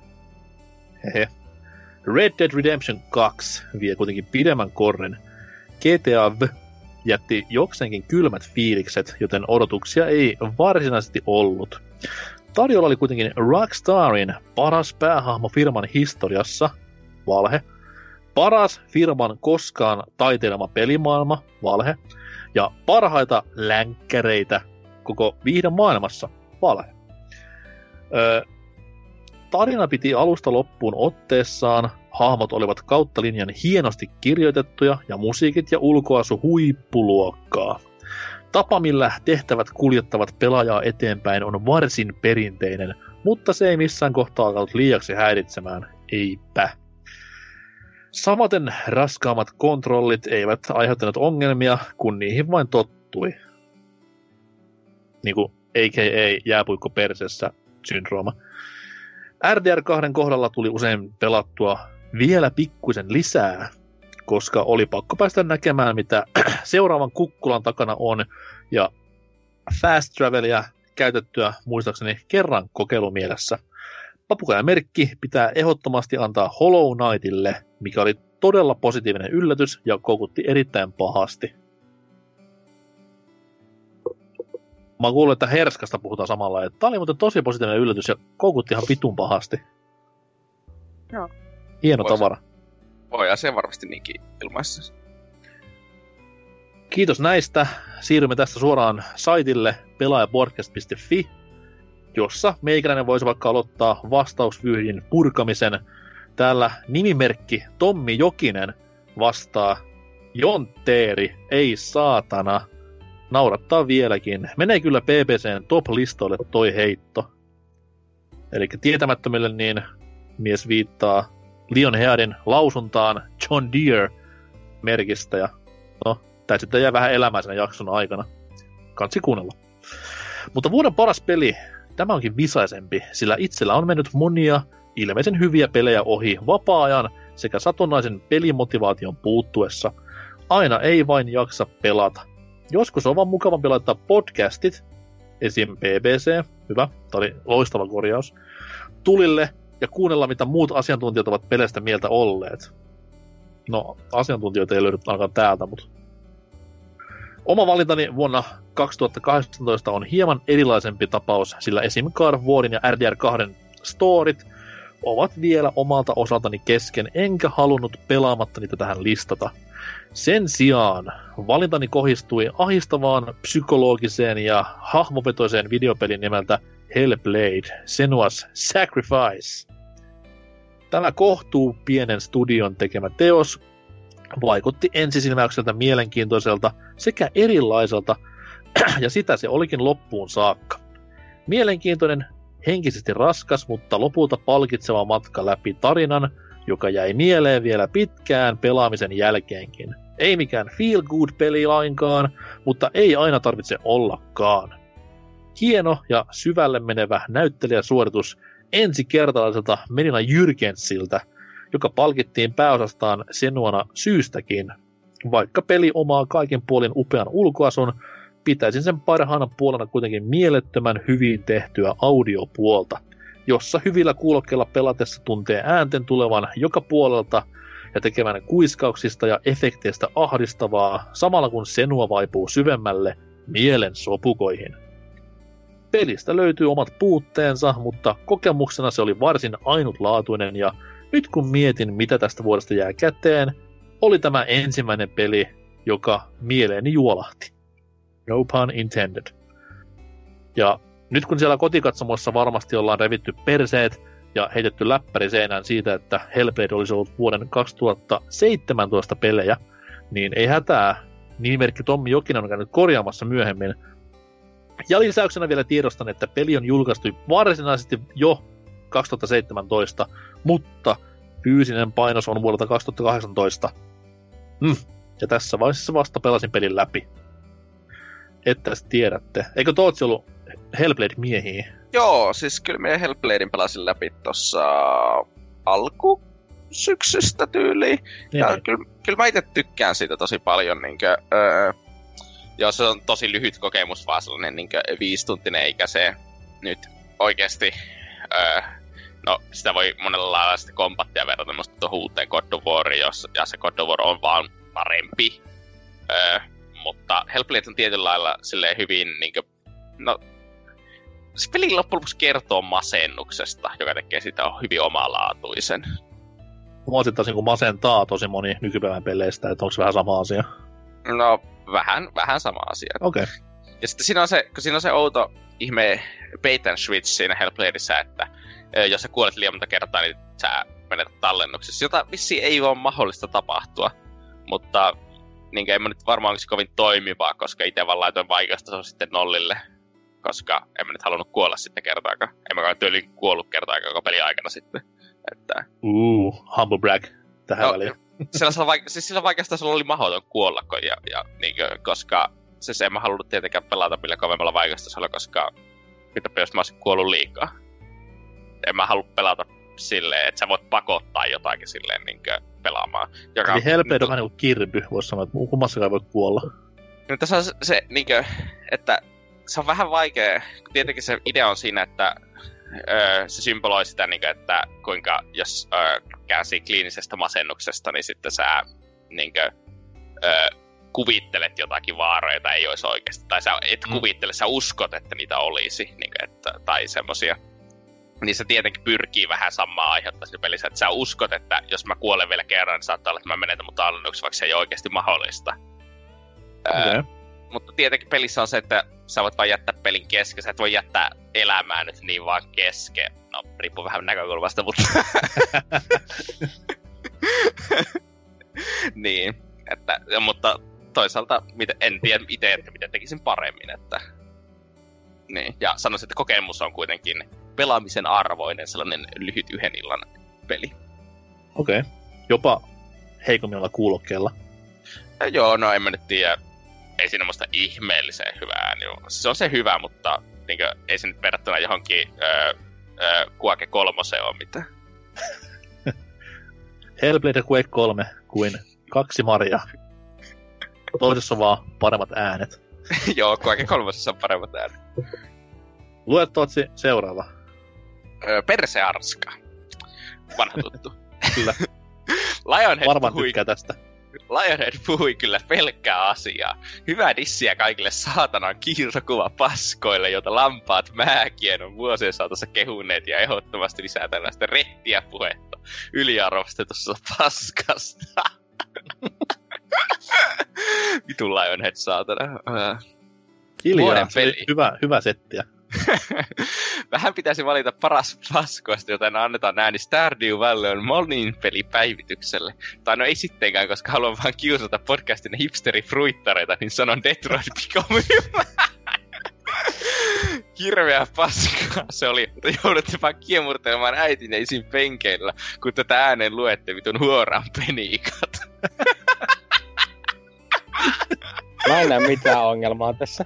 Red Dead Redemption 2 vie kuitenkin pidemmän korren. GTA V jätti jokseenkin kylmät fiilikset, joten odotuksia ei varsinaisesti ollut. Tarjolla oli kuitenkin Rockstarin paras päähahmo firman historiassa, valhe. Paras firman koskaan taiteilema pelimaailma, valhe. Ja parhaita länkkäreitä koko viihden maailmassa, valhe. Tarina piti alusta loppuun otteessaan, hahmot olivat kautta linjan hienosti kirjoitettuja ja musiikit ja ulkoasu huippuluokkaa. Tapa, millä tehtävät kuljettavat pelaajaa eteenpäin, on varsin perinteinen, mutta se ei missään kohtaa alkanut liiaksi häiritsemään, eipä. Samaten raskaammat kontrollit eivät aiheuttaneet ongelmia, kun niihin vain tottui. Niinku a.k.a. jääpuikko persessä syndrooma. RDR2 kohdalla tuli usein pelattua vielä pikkuisen lisää, koska oli pakko päästä näkemään, mitä seuraavan kukkulan takana on, ja fast travelia käytettyä muistaakseni kerran kokeilumielessä. Papukajamerkki pitää ehdottomasti antaa Hollow Knightille, mikä oli todella positiivinen yllätys ja koukutti erittäin pahasti. Mä kuullut, että Herskasta puhutaan samalla, että tää oli muuten tosi positiivinen yllätys ja koukutti ihan vitun pahasti. Joo. Hieno tavara. Voi asia varmasti niinkin ilmaisessa. Kiitos näistä. Siirrymme tästä suoraan saitille pelaajapodcast.fi, jossa meikäläinen voisi vaikka aloittaa vastausvyyhdin purkamisen. Täällä nimimerkki Tommi Jokinen vastaa Jontteeri, ei saatana. Naurattaa vieläkin. Menee kyllä BBCn top-listoille toi heitto. Eli tietämättömille niin mies viittaa Lionheadin lausuntaan John Deere-merkistä. Ja no, tää sitten jää vähän elämään sen jakson aikana. Kansi kuunnella. Mutta vuoden paras peli, tämä onkin visaisempi, sillä itsellä on mennyt monia ilmeisen hyviä pelejä ohi vapaa-ajan sekä satunnaisen pelimotivaation puuttuessa. Aina ei vain jaksa pelata. Joskus on vaan mukavampi laittaa podcastit, esim. BBC, hyvä, tää oli loistava korjaus, tulille ja kuunnella, mitä muut asiantuntijat ovat peleistä mieltä olleet. No, asiantuntijoita ei löydy ainakaan täältä, mutta oma valintani vuonna 2018 on hieman erilaisempi tapaus, sillä esim. God of Warin ja RDR2 storit ovat vielä omalta osaltani kesken, enkä halunnut pelaamatta niitä tähän listata. Sen sijaan valintani kohdistui ahistavaan psykologiseen ja hahmovetoiseen videopelin nimeltä Hellblade: Senua's Sacrifice. Tämä kohtuu pienen studion tekemä teos vaikutti ensisilmäykseltä mielenkiintoiselta sekä erilaiselta, ja sitä se olikin loppuun saakka. Mielenkiintoinen, henkisesti raskas, mutta lopulta palkitseva matka läpi tarinan, joka jäi mieleen vielä pitkään pelaamisen jälkeenkin. Ei mikään feel-good-peli lainkaan, mutta ei aina tarvitse ollakaan. Hieno ja syvälle menevä näyttelijäsuoritus ensikertalaiselta Melina Jürgensiltä, joka palkittiin pääosastaan Senuana syystäkin. Vaikka peli omaa kaiken puolin upean ulkoasun, pitäisin sen parhaana puolena kuitenkin mielettömän hyvin tehtyä audiopuolta, jossa hyvillä kuulokkeilla pelatessa tuntee äänten tulevan joka puolelta ja tekevän kuiskauksista ja efekteistä ahdistavaa, samalla kun Senua vaipuu syvemmälle mielen sopukoihin. Pelistä löytyy omat puutteensa, mutta kokemuksena se oli varsin ainutlaatuinen ja nyt kun mietin, mitä tästä vuodesta jää käteen, oli tämä ensimmäinen peli, joka mieleeni juolahti. No pun intended. Ja nyt kun siellä kotikatsomossa varmasti ollaan revitty perseet ja heitetty läppäri seinään siitä, että Hellblade olisi ollut vuoden 2017 pelejä, niin ei hätää. Nimimerkki Tommi Jokinen on käynyt korjaamassa myöhemmin. Ja lisäyksenä vielä tiedostan, että peli on julkaistu varsinaisesti jo 2017, mutta fyysinen painos on vuodelta 2018. Ja tässä vaiheessa vasta pelasin pelin läpi. Että tiedätte. Eikö Tootsi ollut Hellblade-miehiä? Joo, siis kyllä minä Hellbladen pelasin läpi tossa alkusyksystä tyyliin. Ja kyllä mä itse tykkään siitä tosi paljon. Joo, se on tosi lyhyt kokemus, vaan sellainen 5-tuntinen, eikä se nyt oikeesti... No, sitä voi monella lailla sitten kombattia verrata musta uuteen God of Wariin, ja se God of War on vaan parempi. Mutta Hellblade on tietyllä lailla silleen hyvin no... Se peli loppujen lopuksi kertoo masennuksesta, joka tekee sitä hyvin omalaatuisen. Mä taas kun masentaa tosi moni nykypäivän peleistä, että onko se vähän sama asia? No, vähän sama asia. Okei. Okay. Ja sitten siinä on se outo ihme bait and switch siinä Hellbladessa, että jos sä kuolet liian monta kertaa, niin sä menet tallennuksessa, jota vissiin ei ole mahdollista tapahtua. Mutta en mä nyt varmaan olisi kovin toimivaa, koska itse vaan laitoin vaikeustason sitten nollille. Koska en mä nyt halunnut kuolla sitten kertaakaan. En mä tyyliin kuollut kertaakaan koko pelin aikana sitten. Että... humble brag tähän väliin. Sillä vaikeustasolla oli mahdoton kuolla, koska siis en mä halunnut tietenkään pelata millä kovemmalla vaikeustasolla, koska jos mä olisin kuollut liikaa. En mä halua pelata silleen, että sä voit pakottaa jotakin silleen pelaamaan. Eli Hellblade on vähän niin kuin Kirby, voisi sanoa, että kummassakaan voi kuolla. No tässä on se että se on vähän vaikea, tietenkin se idea on siinä, että se symboloi sitä, että kuinka jos kärsii kliinisestä masennuksesta, niin sitten sä kuvittelet jotakin vaaroja, joita ei olisi oikeasti. Tai sä et kuvittele, sä uskot, että niitä olisi, tai semmosia. Niin se tietenkin pyrkii vähän samaa aiheuttaa siinä pelissä, että sä uskot, että jos mä kuolen vielä kerran, niin saattaa olla, että mä menetän mun tallennuksen, vaikka se ei ole oikeasti mahdollista. Okay. Mutta tietenkin pelissä on se, että sä voit vaan jättää pelin kesken, sä et voi jättää elämää nyt niin vaan kesken. No, riippuu vähän näkökulmasta, mutta... niin, mutta toisaalta en tiedä itse, että miten tekisin paremmin, että... Niin, ja sanoisin, että kokemus on kuitenkin pelaamisen arvoinen sellainen lyhyt yhden illan peli. Okei. Jopa heikommilla kuulokkeilla. Joo, no en mä nyt tiedä. Ei siinä musta ihmeellisen hyvää. Se on se hyvä, mutta ei se nyt verrattuna johonkin Quake 3 ole mitään. Hellblade ja Quake 3 kuin kaksi Mariaa. Toisessa on vaan paremmat äänet. Joo, Quake 3 on paremmat äänet. Lue Tootsi seuraava. Persearska. Vanha tuttu. Kyllä. Varmaan tykkää tästä. Lionhead puhui kyllä pelkkää asiaa. Hyvää dissiä kaikille saatanan kiiltokuva paskoille, joita lampaat määkien on vuosien saatossa kehuneet ja ehdottomasti lisää tällaista rehtiä puhetta yliarvostetusta paskasta. Vitun Lionhead, saatana. Hiljaa, se oli hyvä settiä. Vähän pitäisi valita paras paskoista, joten annetaan ääni Stardew Valleyn monin pelipäivitykselle. Tai no ei sittenkään, koska haluan vaan kiusata podcastin hipsterifruittareita, niin sanon Detroit Become Human. Hirveä paskaa se oli, mutta joudutte vaan kiemurtelemaan äitin ja isin penkeillä, kun tätä ääneen luette vitun huoraan peniikat. Mä en näe mitään ongelmaa tässä.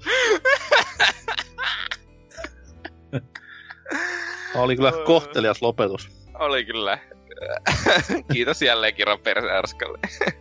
Oli kyllä kohtelias lopetus. Oli kyllä. Kiitos jälleen kerran perseärskalle.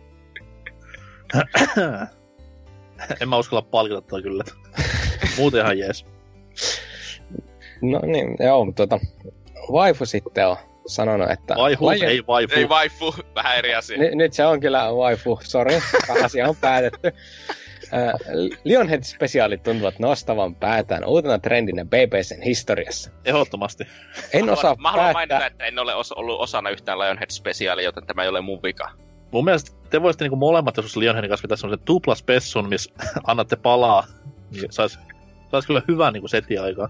En mä uskalla palkita toi kyllä. Muuten ihan jees. No niin, joo, waifu sitten on sanonut, että... Waifu, ei waifu. Ei waifu, vähän eri asia. Nyt se on kyllä waifu, sori, asia on päätetty. Lionhead-spesiaalit tuntuvat nostavan päätään uutena trendinä BBCn historiassa. Ehdottomasti. Mä haluan mainita, että en ole ollut osana yhtään Lionhead-spesiaalia, joten tämä ei ole mun vika. Mun mielestä te voisitte niinku molemmat joskus Lionheadin kanssa pitää semmosen tuplaspessun, missä annatte palaa. Niin sais kyllä hyvää niinku setin aikaa.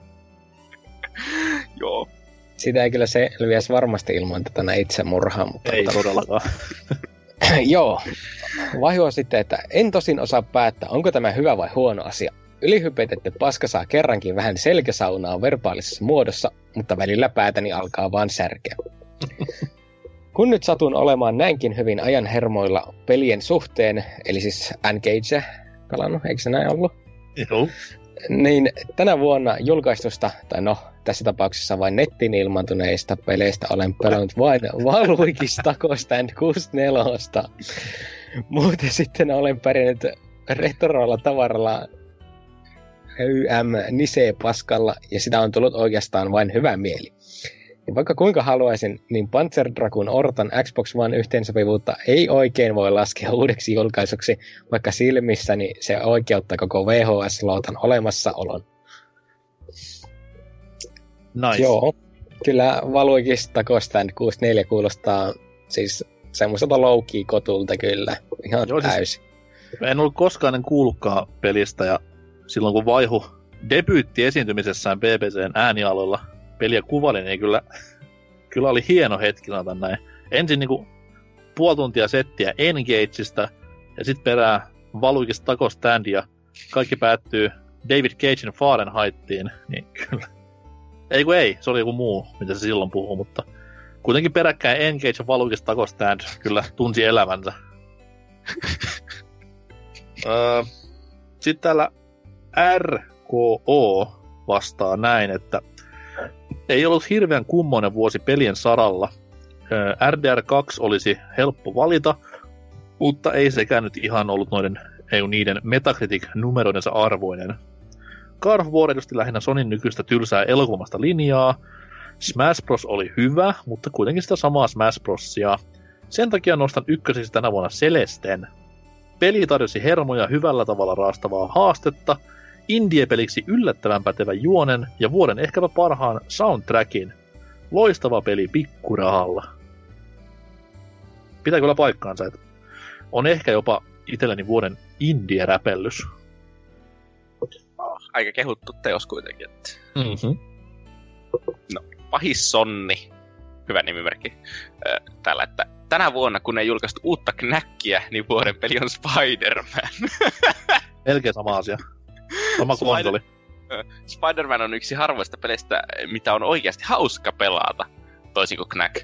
Joo. Sitä ei kyllä selviäisi varmasti ilman tätä itsemurhaa, mutta... Ei todellakaan. Joo. Vaihu on sitten, että en tosin osaa päättää, onko tämä hyvä vai huono asia. Ylihypetetty paska saa kerrankin vähän selkäsaunaa verbaalisessa muodossa, mutta välillä päätäni alkaa vaan särkeä. Kun nyt satun olemaan näinkin hyvin ajan hermoilla pelien suhteen, eli siis N-Gage pelannut, eikö se näin ollut? Joo. Niin tänä vuonna julkaistusta, tai no tässä tapauksessa vain nettiin ilmaantuneista peleistä olen pelannut vain Valvikis Taco Stand 64. Muuten sitten olen pärjännyt retroilla tavaralla Nisee-paskalla, ja sitä on tullut oikeastaan vain hyvä mieli. Ja vaikka kuinka haluaisin, niin Panzer Dragoon Ortan Xbox One yhteensopivuutta ei oikein voi laskea uudeksi julkaisuksi, vaikka silmissäni se oikeuttaa koko VHS-lautan olemassaolon. Nice. Joo, kyllä Valuikis Taco Stand 64 kuulostaa siis semmoiselta low-key-kotulta kyllä, ihan joo, täysin. Siis, en ollut koskaan kuullutkaan pelistä, ja silloin kun Vaihu debyytti esiintymisessään BBCn äänialoilla peliä kuvaili, niin kyllä oli hieno hetki, sanotaan näin. Ensin niinku puoli tuntia settiä Engageista, ja sit perää Valuikis Taco Stand, ja kaikki päättyy David Cagein Fahrenheitiin, niin kyllä. Ei, se oli joku muu, mitä se silloin puhuu, mutta kuitenkin peräkkäin Engage ja Valuikis Taco Stand kyllä tunsi elävänsä. Sitten täällä RKO vastaa näin, että ei ollut hirveän kummoinen vuosi pelien saralla. RDR2 olisi helppo valita, mutta ei sekään nyt ihan ollut niiden Metacritic-numeroidensa arvoinen. God of War edusti lähinnä Sonyn nykyistä tylsää elokuvasta linjaa. Smash Bros. Oli hyvä, mutta kuitenkin sitä samaa Smash Brosia. Sen takia nostan ykköseksi tänä vuonna Celesten. Peli tarjosi hermoja hyvällä tavalla raastavaa haastetta, indie-peliksi yllättävän pätevän juonen ja vuoden ehkäpä parhaan soundtrackin. Loistava peli pikkurahalla. Pitää kyllä paikkaansa, että on ehkä jopa itselleni vuoden indie-räpellys. Aika kehuttu teos kuitenkin. Että... Mm-hmm. No, Pahis Sonni, hyvä nimimerkki, täällä, että tänä vuonna, kun ei julkaistu uutta knäkkiä, niin vuoden peli on Spider-Man. Melkein sama asia. Sama konsoli. Spider-Man on yksi harvoista peleistä, mitä on oikeasti hauska pelata, toisin kuin Knack.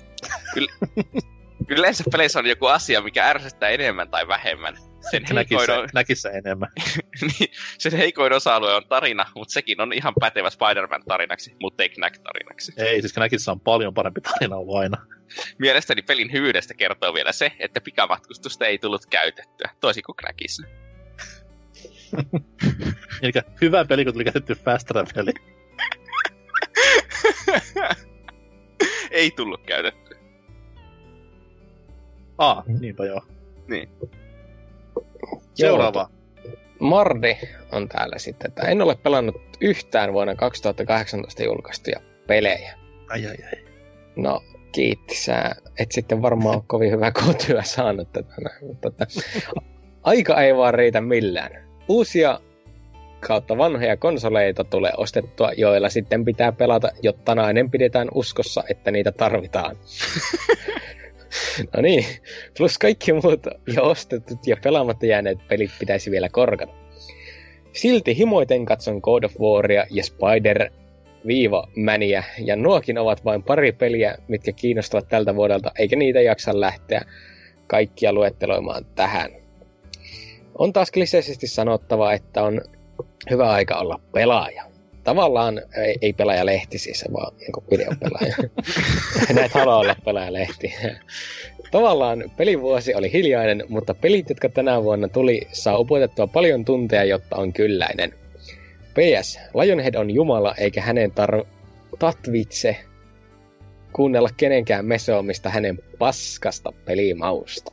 Kyllä yleensä peleissä on joku asia, mikä ärsyttää enemmän tai vähemmän. Knackissä enemmän. Niin, sen heikoin osa-alue on tarina, mutta sekin on ihan pätevä Spider-Man-tarinaksi, mutta ei Knack-tarinaksi. Ei, siis Knackissä on paljon parempi tarina aina. Mielestäni pelin hyvyydestä kertoo vielä se, että pikamatkustusta ei tullut käytettyä, toisin kuin Knackissa. Elikkä hyvä peli, kun tuli käytetty Fast Travel. Ei tullut käytettyä. Niinpä joo. Niin. Seuraava. Mardi on täällä sitten, että en ole pelannut yhtään vuonna 2018 julkaistuja pelejä. Ai. No, kiitti. Sä et sitten varmaan ole kovin hyvä kotyä saanut tätä. Mutta aika ei vaan riitä millään. Uusia kautta vanhoja konsoleita tulee ostettua, joilla sitten pitää pelata, jotta nainen pidetään uskossa, että niitä tarvitaan. No niin, plus kaikki muut jo ostetut ja pelaamatta jääneet pelit pitäisi vielä korkata. Silti himoiten katson God of Waria ja Spider-Mania, ja nuokin ovat vain pari peliä, mitkä kiinnostavat tältä vuodelta, eikä niitä jaksa lähteä kaikkia luetteloimaan tähän. On taas kliseisesti sanottava, että on hyvä aika olla pelaaja. Tavallaan ei pelaajalehti siis, vaan niin videopelaaja. Näet halua olla pelaajalehti. Tavallaan pelivuosi oli hiljainen, mutta pelit, jotka tänä vuonna tuli, saa upotettua paljon tunteja, jotta on kylläinen. PS. Lionhead on jumala, eikä hänen tarvitse kuunnella kenenkään mesoomista hänen paskasta pelimausta.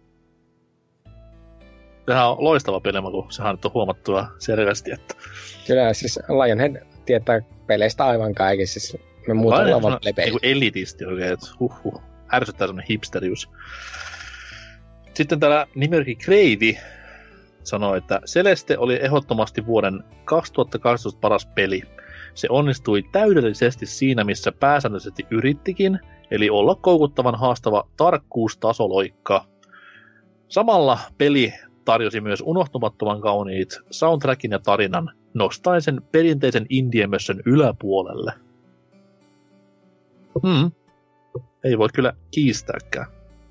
Sehän on loistava pelimaku, sehän nyt on huomattua selvästi, että... Kyllä, siis Lionhead tietää peleistä aivan kaiken, siis me muut ollaan vaan lepeillä. Niin elitisti oikein, että ärsyttää semmonen hipsterius. Sitten täällä nimimerkki Cravey sanoi, että Celeste oli ehdottomasti vuoden 2018 paras peli. Se onnistui täydellisesti siinä, missä pääsäännöllisesti yrittikin, eli olla koukuttavan haastava tarkkuustasoloikka. Samalla peli tarjosi myös unohtumattoman kauniit soundtrackin ja tarinan, nostaen sen perinteisen indiemössön yläpuolelle. Ei voi kyllä kiistääkään.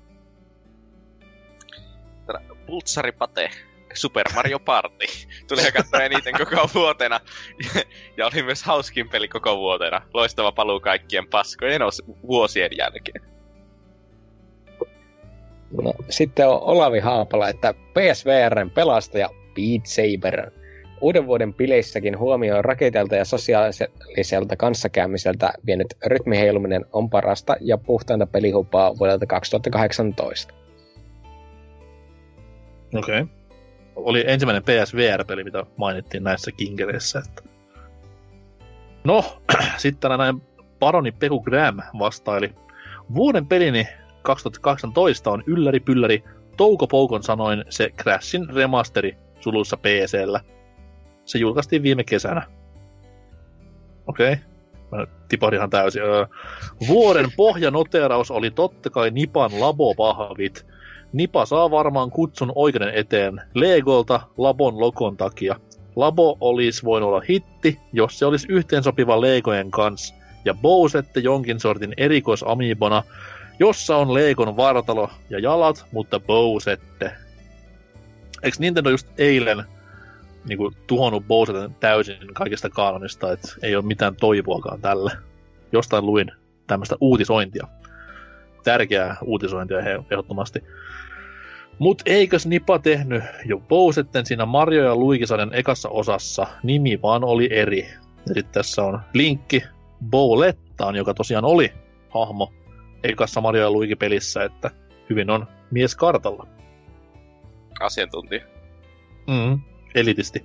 Pultsari Pate, Super Mario Party. Tuli katsoa eniten koko vuotena. Ja oli myös hauskin peli koko vuotena. Loistava paluu kaikkien paskojen vuosien jälkeen. No, sitten on Olavi Haapala, että PSVRn pelastaja Beat Saber. Uuden vuoden bileissäkin huomioon raketelta ja sosiaaliselta kanssakäymiseltä vienyt rytmiheiluminen on parasta ja puhtainta pelihupaa vuodelta 2018. Okei. Oli ensimmäinen PSVR-peli, mitä mainittiin näissä kinkereissä. Että... No, sitten näin Baroni Peku Graham vastaili. Vuoden pelini 2018 on ylläri Touko Poukon sanoin se Crashin remasteri suluissa PC:llä. Se julkaistiin viime kesänä. Okei. Mä tipahdin ihan täysin. Vuoden pohjanoteraus oli totta kai Nipan Labo-pahvit. Nipa saa varmaan kutsun oikeuden eteen Legolta Labon lokon takia. Labo olisi voinut olla hitti, jos se olisi yhteensopiva Legojen kanssa. Ja Bowsette jonkin sortin erikoisamiibona, jossa on Legon vartalo ja jalat, mutta Bowsette. Eiks Nintendo just eilen niinku tuhonnut Bowsetten täysin kaikista kanonista, että ei ole mitään toivoakaan tälle. Jostain luin tämmöistä uutisointia. Tärkeää uutisointia ehdottomasti. Mut eikös Nipa tehnyt jo Bowsetten siinä Mario ja Luigi-sarjan ekassa osassa? Nimi vaan oli eri. Ja sit tässä on linkki Bowlettaan, joka tosiaan oli hahmo ekassa Mario ja Luigi-pelissä, että hyvin on mies kartalla. Asiantuntija. Elitisti.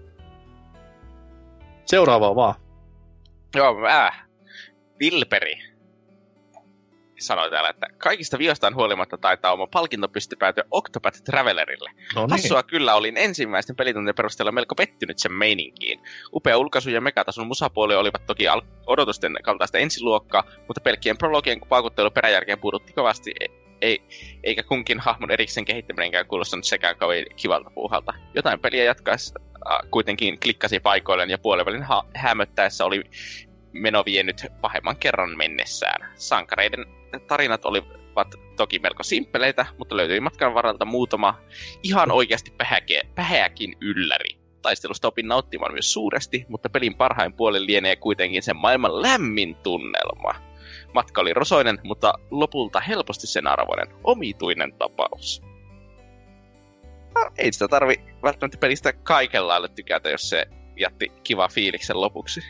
Seuraavaa vaan. Joo, Vilperi sanoi täällä, että kaikista viostaan huolimatta taitaa oma palkintopiste päätyä Octopath Travelerille. No niin. Hassua kyllä, olin ensimmäisten pelituntien perusteella melko pettynyt sen meininkiin. Upea ulkaisu ja megatason musapuoli olivat toki odotusten kaltaista ensiluokkaa, mutta pelkkien prologien paukuttelu peräjälkeen puudutti kovasti, eikä kunkin hahmon erikseen kehittäminenkään kuulostanut sekään kovin kivalta puuhalta. Jotain peliä jatkaessa kuitenkin klikkasi paikoilleen ja puolivälin hämöttäessä oli meno vienyt pahemman kerran mennessään. Sankareiden tarinat toki melko simppeleitä, mutta löytyi matkan varrelta muutama ihan oikeasti pähäkin ylläri. Taistelusta opin nauttimaan myös suuresti, mutta pelin parhain puoli lienee kuitenkin sen maailman lämmin tunnelma. Matka oli rosoinen, mutta lopulta helposti sen arvoinen, omituinen tapaus. No, ei sitä tarvi välttämättä pelistä kaiken lailla tykätä, jos se jätti kiva fiiliksen lopuksi.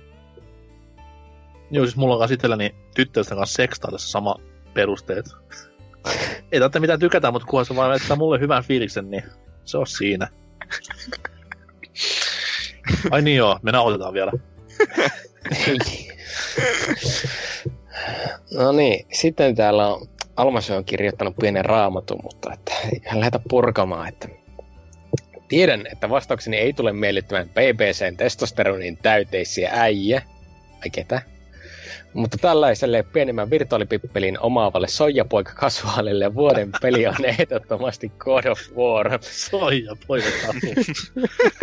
Joo, siis mulla on itselläni tyttöystävän kanssa sekstailessa sama perusteet. Ei tarvitse mitään tykätä, mutta kunhan se vaan jättää mulle hyvän fiiliksen, niin se on siinä. Ai niin joo, me nauhoitetaan vielä. No niin, sitten täällä on Almasö on kirjoittanut pienen raamatun, mutta että hän lähdetä purkamaan, että tiedän, että vastaukseni ei tule miellyttämään BBCn testosteronin täyteisiä äijä. Ai ketä? Mutta tällaiselle pienemmän virtuaalipippelin omaavalle soijapoika-kasuaalille vuoden peli on ehdottomasti God of War. Soijapoika-kasuaalille.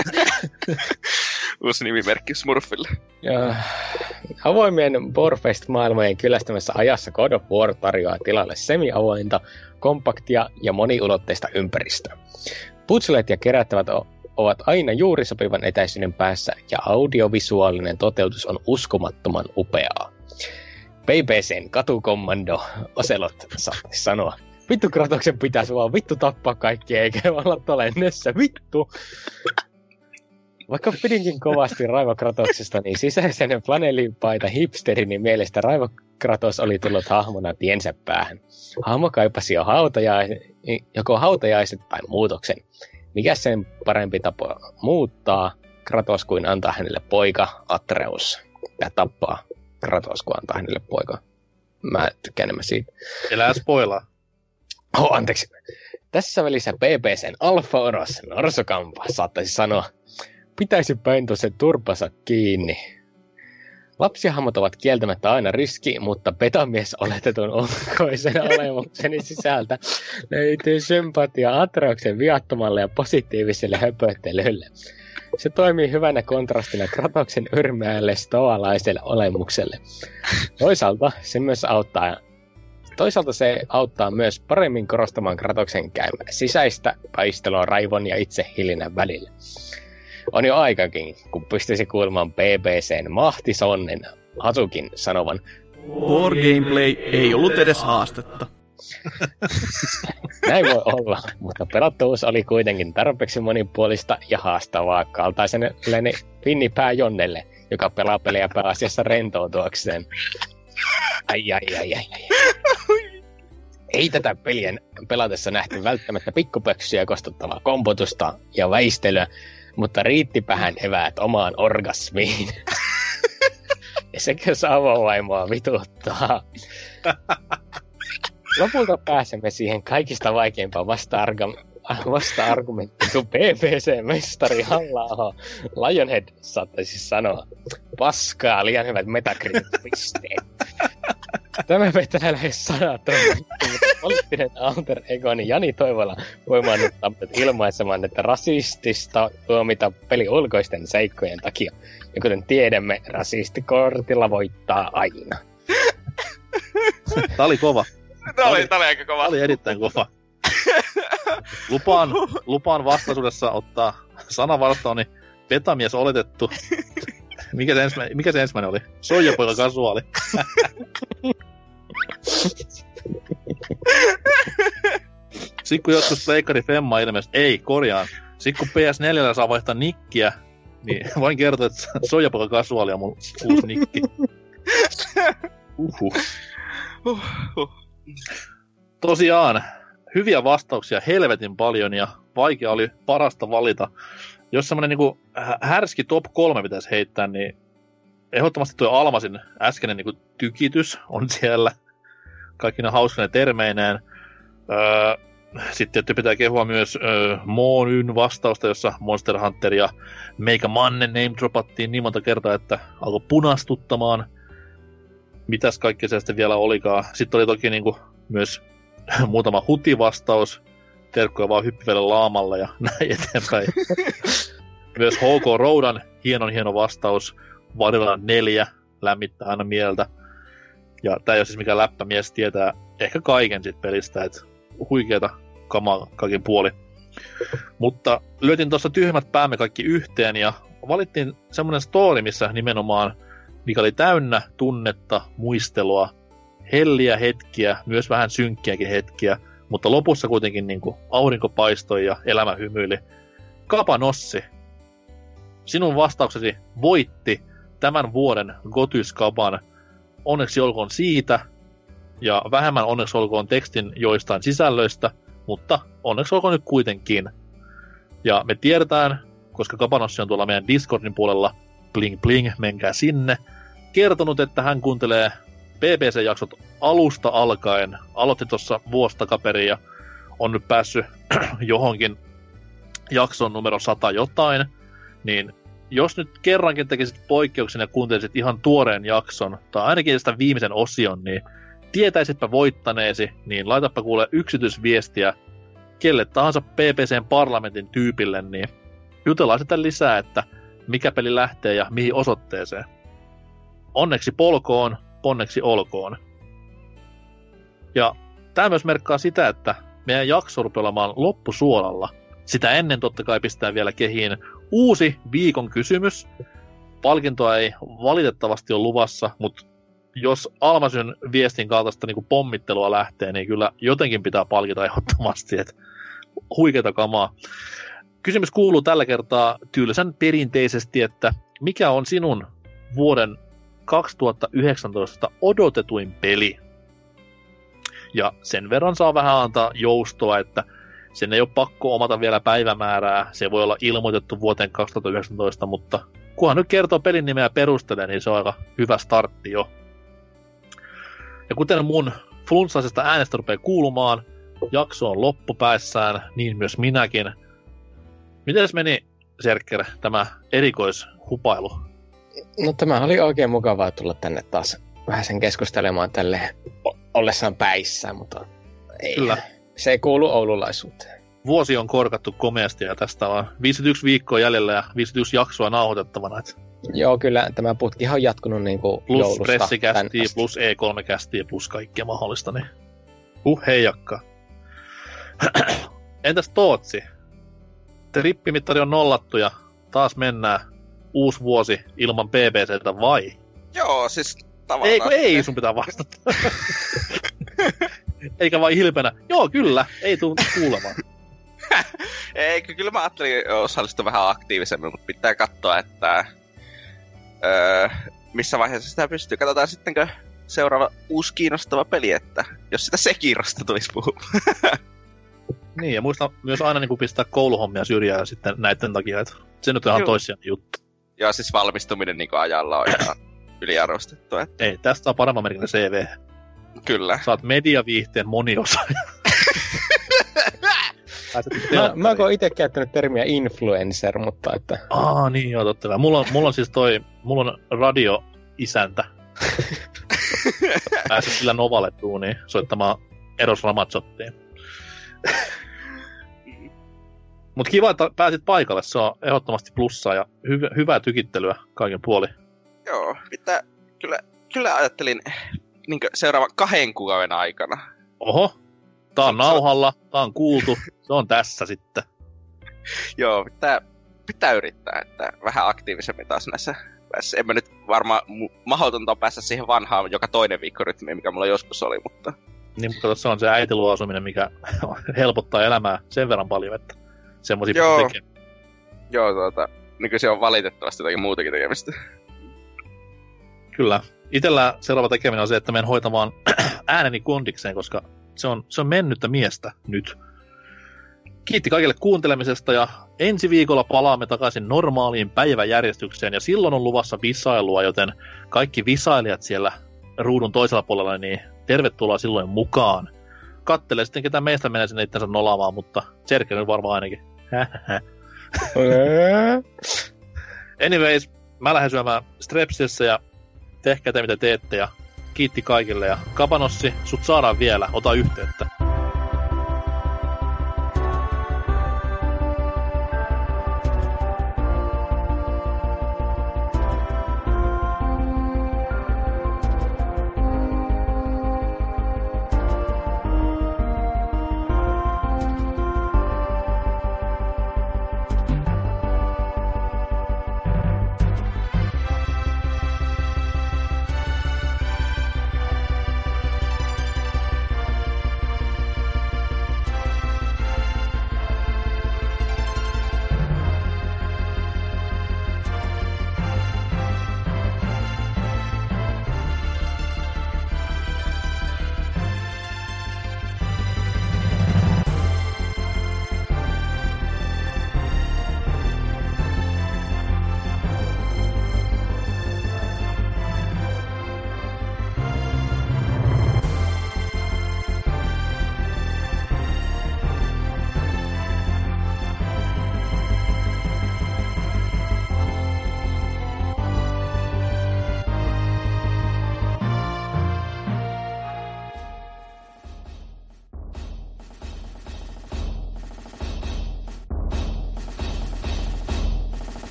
Uusi nimimerkki Smurfille. Ja avoimien Warfest-maailmojen kyllästämässä ajassa God of War tarjoaa tilalle semi-avointa, kompaktia ja moniulotteista ympäristöä. Putslet ja kerättävät ovat aina juuri sopivan etäisyyden päässä ja audiovisuaalinen toteutus on uskomattoman upeaa. BBCn katukommando Ocelot saattaisi sanoa. Vittu Kratoksen pitäisi vaan vittu tappaa kaikki eikä olla tolennessa, vittu! Vaikka pidinkin kovasti Raivo Kratoksesta, niin sisäisen flanellipaita hipsterini mielestä Raivo Kratos oli tullut hahmona tiensä päähän. Hahmo kaipasi joko hautajaiset tai muutoksen. Mikä sen parempi tapa muuttaa Kratos kuin antaa hänelle poika Atreus? Ja tappaa Kratos kuin antaa hänelle poika. Mä tykkään enemmän siitä. Elää spoilaa. Anteeksi. Tässä välissä BBCn Alfa Oros Norsokampa saattaisi sanoa, pitäisi päin se turpansa kiinni. Lapsihahmot ovat kieltämättä aina riski, mutta petomies oletetun ulkoisen olemukseni sisältä löytyy sympatia Atreuksen viattomalle ja positiiviselle höpöttelylle. Se toimii hyvänä kontrastina Kratoksen yrmeälle stoalaiselle olemukselle. Toisaalta se auttaa myös paremmin korostamaan Kratoksen käymää sisäistä taistelua Raivon ja itsehilinän välillä. On jo aikakin, kun pystyisi kuulemaan BBCn mahtisonnen Hasukin sanovan War Gameplay ei ollut edes haastetta. Näin voi olla, mutta pelattavuus oli kuitenkin tarpeeksi monipuolista ja haastavaa kaltaiselle Finnipää Jonnelle, joka pelaa pelejä pääasiassa rentoutuakseen. Ai. Ei tätä pelien pelatessa nähty välttämättä pikkupöksyjä kostuttavaa kompotusta ja väistelyä, mutta riittipähän eväät omaan orgasmiin. Ja sekö Savo-vaimoa vituttaa. Lopulta pääsemme siihen kaikista vaikeimpaan vasta-argumenttiin, kun BBC-mestari Halla-aho Lionhead saattaisi sanoa. Paskaa, liian hyvät Metacritic-pisteet. Tämä vetää lähes 100 mutta poliittinen alter egoni Jani Toivola voimaannuttaa ilmaisemaan, että rasistista tuomita peli ulkoisten seikkojen takia. Ja kuten tiedämme, rasistikortilla voittaa aina. Tää oli kova. Tää oli aika kova. Tää oli erittäin kova. Lupaan vastaisuudessa ottaa sanavarstooni petamies oletettu. Mikä se ensimmäinen oli? Soijapoika kasuaali. Sitten kun joskus Pleikkari Femma ilmeisesti, ei, korjaan. Sitten kun PS4 saa vaihtaa nikkiä, niin voin kertoa, että Soijapoika kasuaali on mun uusi nikki. Tosiaan, hyviä vastauksia helvetin paljon ja vaikea oli parasta valita. Jos semmonen niinku härski top 3 pitäisi heittää, niin ehdottomasti tuo Almasin äskeinen niinku tykitys on siellä. Kaikki ne hauskine termeineen. Sitten pitää kehua myös Moonyn vastausta, jossa Monster Hunter ja Meikä Manne name dropattiin niin monta kertaa, että alkoi punastuttamaan. Mitäs kaikkea se sitten vielä olikaan. Sitten oli toki niinku myös muutama hutivastaus. Terkkoja vaan hyppivelle laamalle ja näin eteenpäin. Myös HK Roudan hieno vastaus. Varilla 4 lämmittää aina mieltä. Ja tää ei ole siis mikään läppämies, tietää ehkä kaiken sit pelistä, et huikeeta kamaa kaikin puoli. Mutta lyötiin tuossa tyhmät päämme kaikki yhteen ja valittiin semmonen story, missä nimenomaan, mikä oli täynnä tunnetta, muistelua, helliä hetkiä, myös vähän synkkiäkin hetkiä, mutta lopussa kuitenkin niinku aurinko paistoi ja elämä hymyili. Kapanossi, sinun vastauksesi voitti tämän vuoden Gotyskaban. Onneksi olkoon siitä, ja vähemmän onneksi olkoon tekstin joistain sisällöistä, mutta onneksi olkoon nyt kuitenkin. Ja me tiedetään, koska Kapanossi on tuolla meidän Discordin puolella, bling bling, menkää sinne, kertonut, että hän kuuntelee BBC-jaksot alusta alkaen. Aloitti tuossa vuosi takaperin ja on nyt päässyt johonkin jakson numero 100 jotain, niin jos nyt kerrankin tekisit poikkeuksen ja kuuntelisit ihan tuoreen jakson, tai ainakin sitä viimeisen osion, niin tietäisitpä voittaneesi, niin laitapa kuule yksityisviestiä kelle tahansa PPCn parlamentin tyypille, niin jutellaan sitä lisää, että mikä peli lähtee ja mihin osoitteeseen. Onneksi polkoon, onneksi olkoon. Ja tämä myös merkkaa sitä, että meidän jakso rupeaa olemaan loppusuolalla. Sitä ennen totta kai pistää vielä kehiin uusi viikon kysymys. Palkintoa ei valitettavasti ole luvassa, mutta jos Almasyn viestin kaltaista niin pommittelua lähtee, niin kyllä jotenkin pitää palkita ehdottomasti, että huikeata kamaa. Kysymys kuuluu tällä kertaa tylsän perinteisesti, että mikä on sinun vuoden 2019 odotetuin peli? Ja sen verran saa vähän antaa joustoa, että sen ei ole pakko omata vielä päivämäärää. Se voi olla ilmoitettu vuoteen 2019, mutta kunhan nyt kertoo pelin nimeä ja perustelee, niin se on aika hyvä startti jo. Ja kuten mun flunssaisesta äänestä rupeaa kuulumaan, jakso on loppupäissään, niin myös minäkin. Miten meni, Serker, tämä erikoishupailu? No tämä oli oikein mukavaa tulla tänne taas vähän sen keskustelemaan tälle ollessaan päissään, mutta ei. Kyllä. Se ei kuulu oululaisuuteen. Vuosi on korkattu komeasti ja tästä on 51 viikkoa jäljellä ja 51 jaksoa nauhoitettavana. Joo, kyllä tämä putkihan on jatkunut niin kuin plus joulusta. Plus pressikästiä, plus E3-kästiä, plus kaikkea mahdollista. Niin. Heijakka. Entäs Tootsi? Trippimittari on nollattu ja taas mennään uusi vuosi ilman BBCtä vai? Joo, siis tavallaan. Ei sun pitää vastata. Eikä vain hilpenä. Joo, kyllä. Ei tuu kuulemaan. Eikö, kyllä mä ajattelin osallistua vähän aktiivisemmin, mutta pitää katsoa, että missä vaiheessa sitä pystyy. Katsotaan sittenkö seuraava uusi kiinnostava peli, että jos sitä Sekirosta tulisi puhua. Niin, ja muista myös aina niin pistää kouluhommia syrjään sitten näiden takia, että se nyt on ihan toissijainen juttu. Joo, siis valmistuminen niin ajalla on ihan yliarvostettu. Että... Ei, tästä on paremman merkinen CV. Kyllä. Saat mediaviihteen moniosaaja. Mä oon itse käyttänyt termiä influencer, mutta että... Niin joo, totta. Mulla on siis mulla on radioisäntä. Pääset sillä Novalle duuniin soittamaan Eros Ramazzottiin. Mut kiva, että pääsit paikalle. Se on ehdottomasti plussaa ja hyvää tykittelyä kaiken puolin. Joo, kyllä ajattelin niin seuraavan 2 kuukauden aikana. Oho, tää on nauhalla, tää on kuultu, se on tässä sitten. Joo, pitää yrittää, että vähän aktiivisemmin taas näissä. En mä nyt varmaan mahdotonta päästä siihen vanhaan joka toinen viikkorytmiin, mikä mulla joskus oli, mutta... Niin, mutta se on se äitiluoasuminen, mikä helpottaa elämää sen verran paljon, että semmosia tekee. Joo, niin se on valitettavasti jotakin muutakin tekemistä. Kyllä. Itellä seuraava tekeminen on se, että menen hoitamaan ääneni kondikseen, koska se on mennyttä miestä nyt. Kiitti kaikille kuuntelemisesta ja ensi viikolla palaamme takaisin normaaliin päiväjärjestykseen ja silloin on luvassa visailua, joten kaikki visailijat siellä ruudun toisella puolella, niin tervetuloa silloin mukaan. Kattele sitten, ketä meistä menee sinne itsensä nolaamaan, mutta Sergei nyt varmaan ainakin. Anyways, mä lähden syömään Strepsissä ja tehkää te mitä teette ja kiitti kaikille ja Kapanossi, sut saadaan vielä, ota yhteyttä.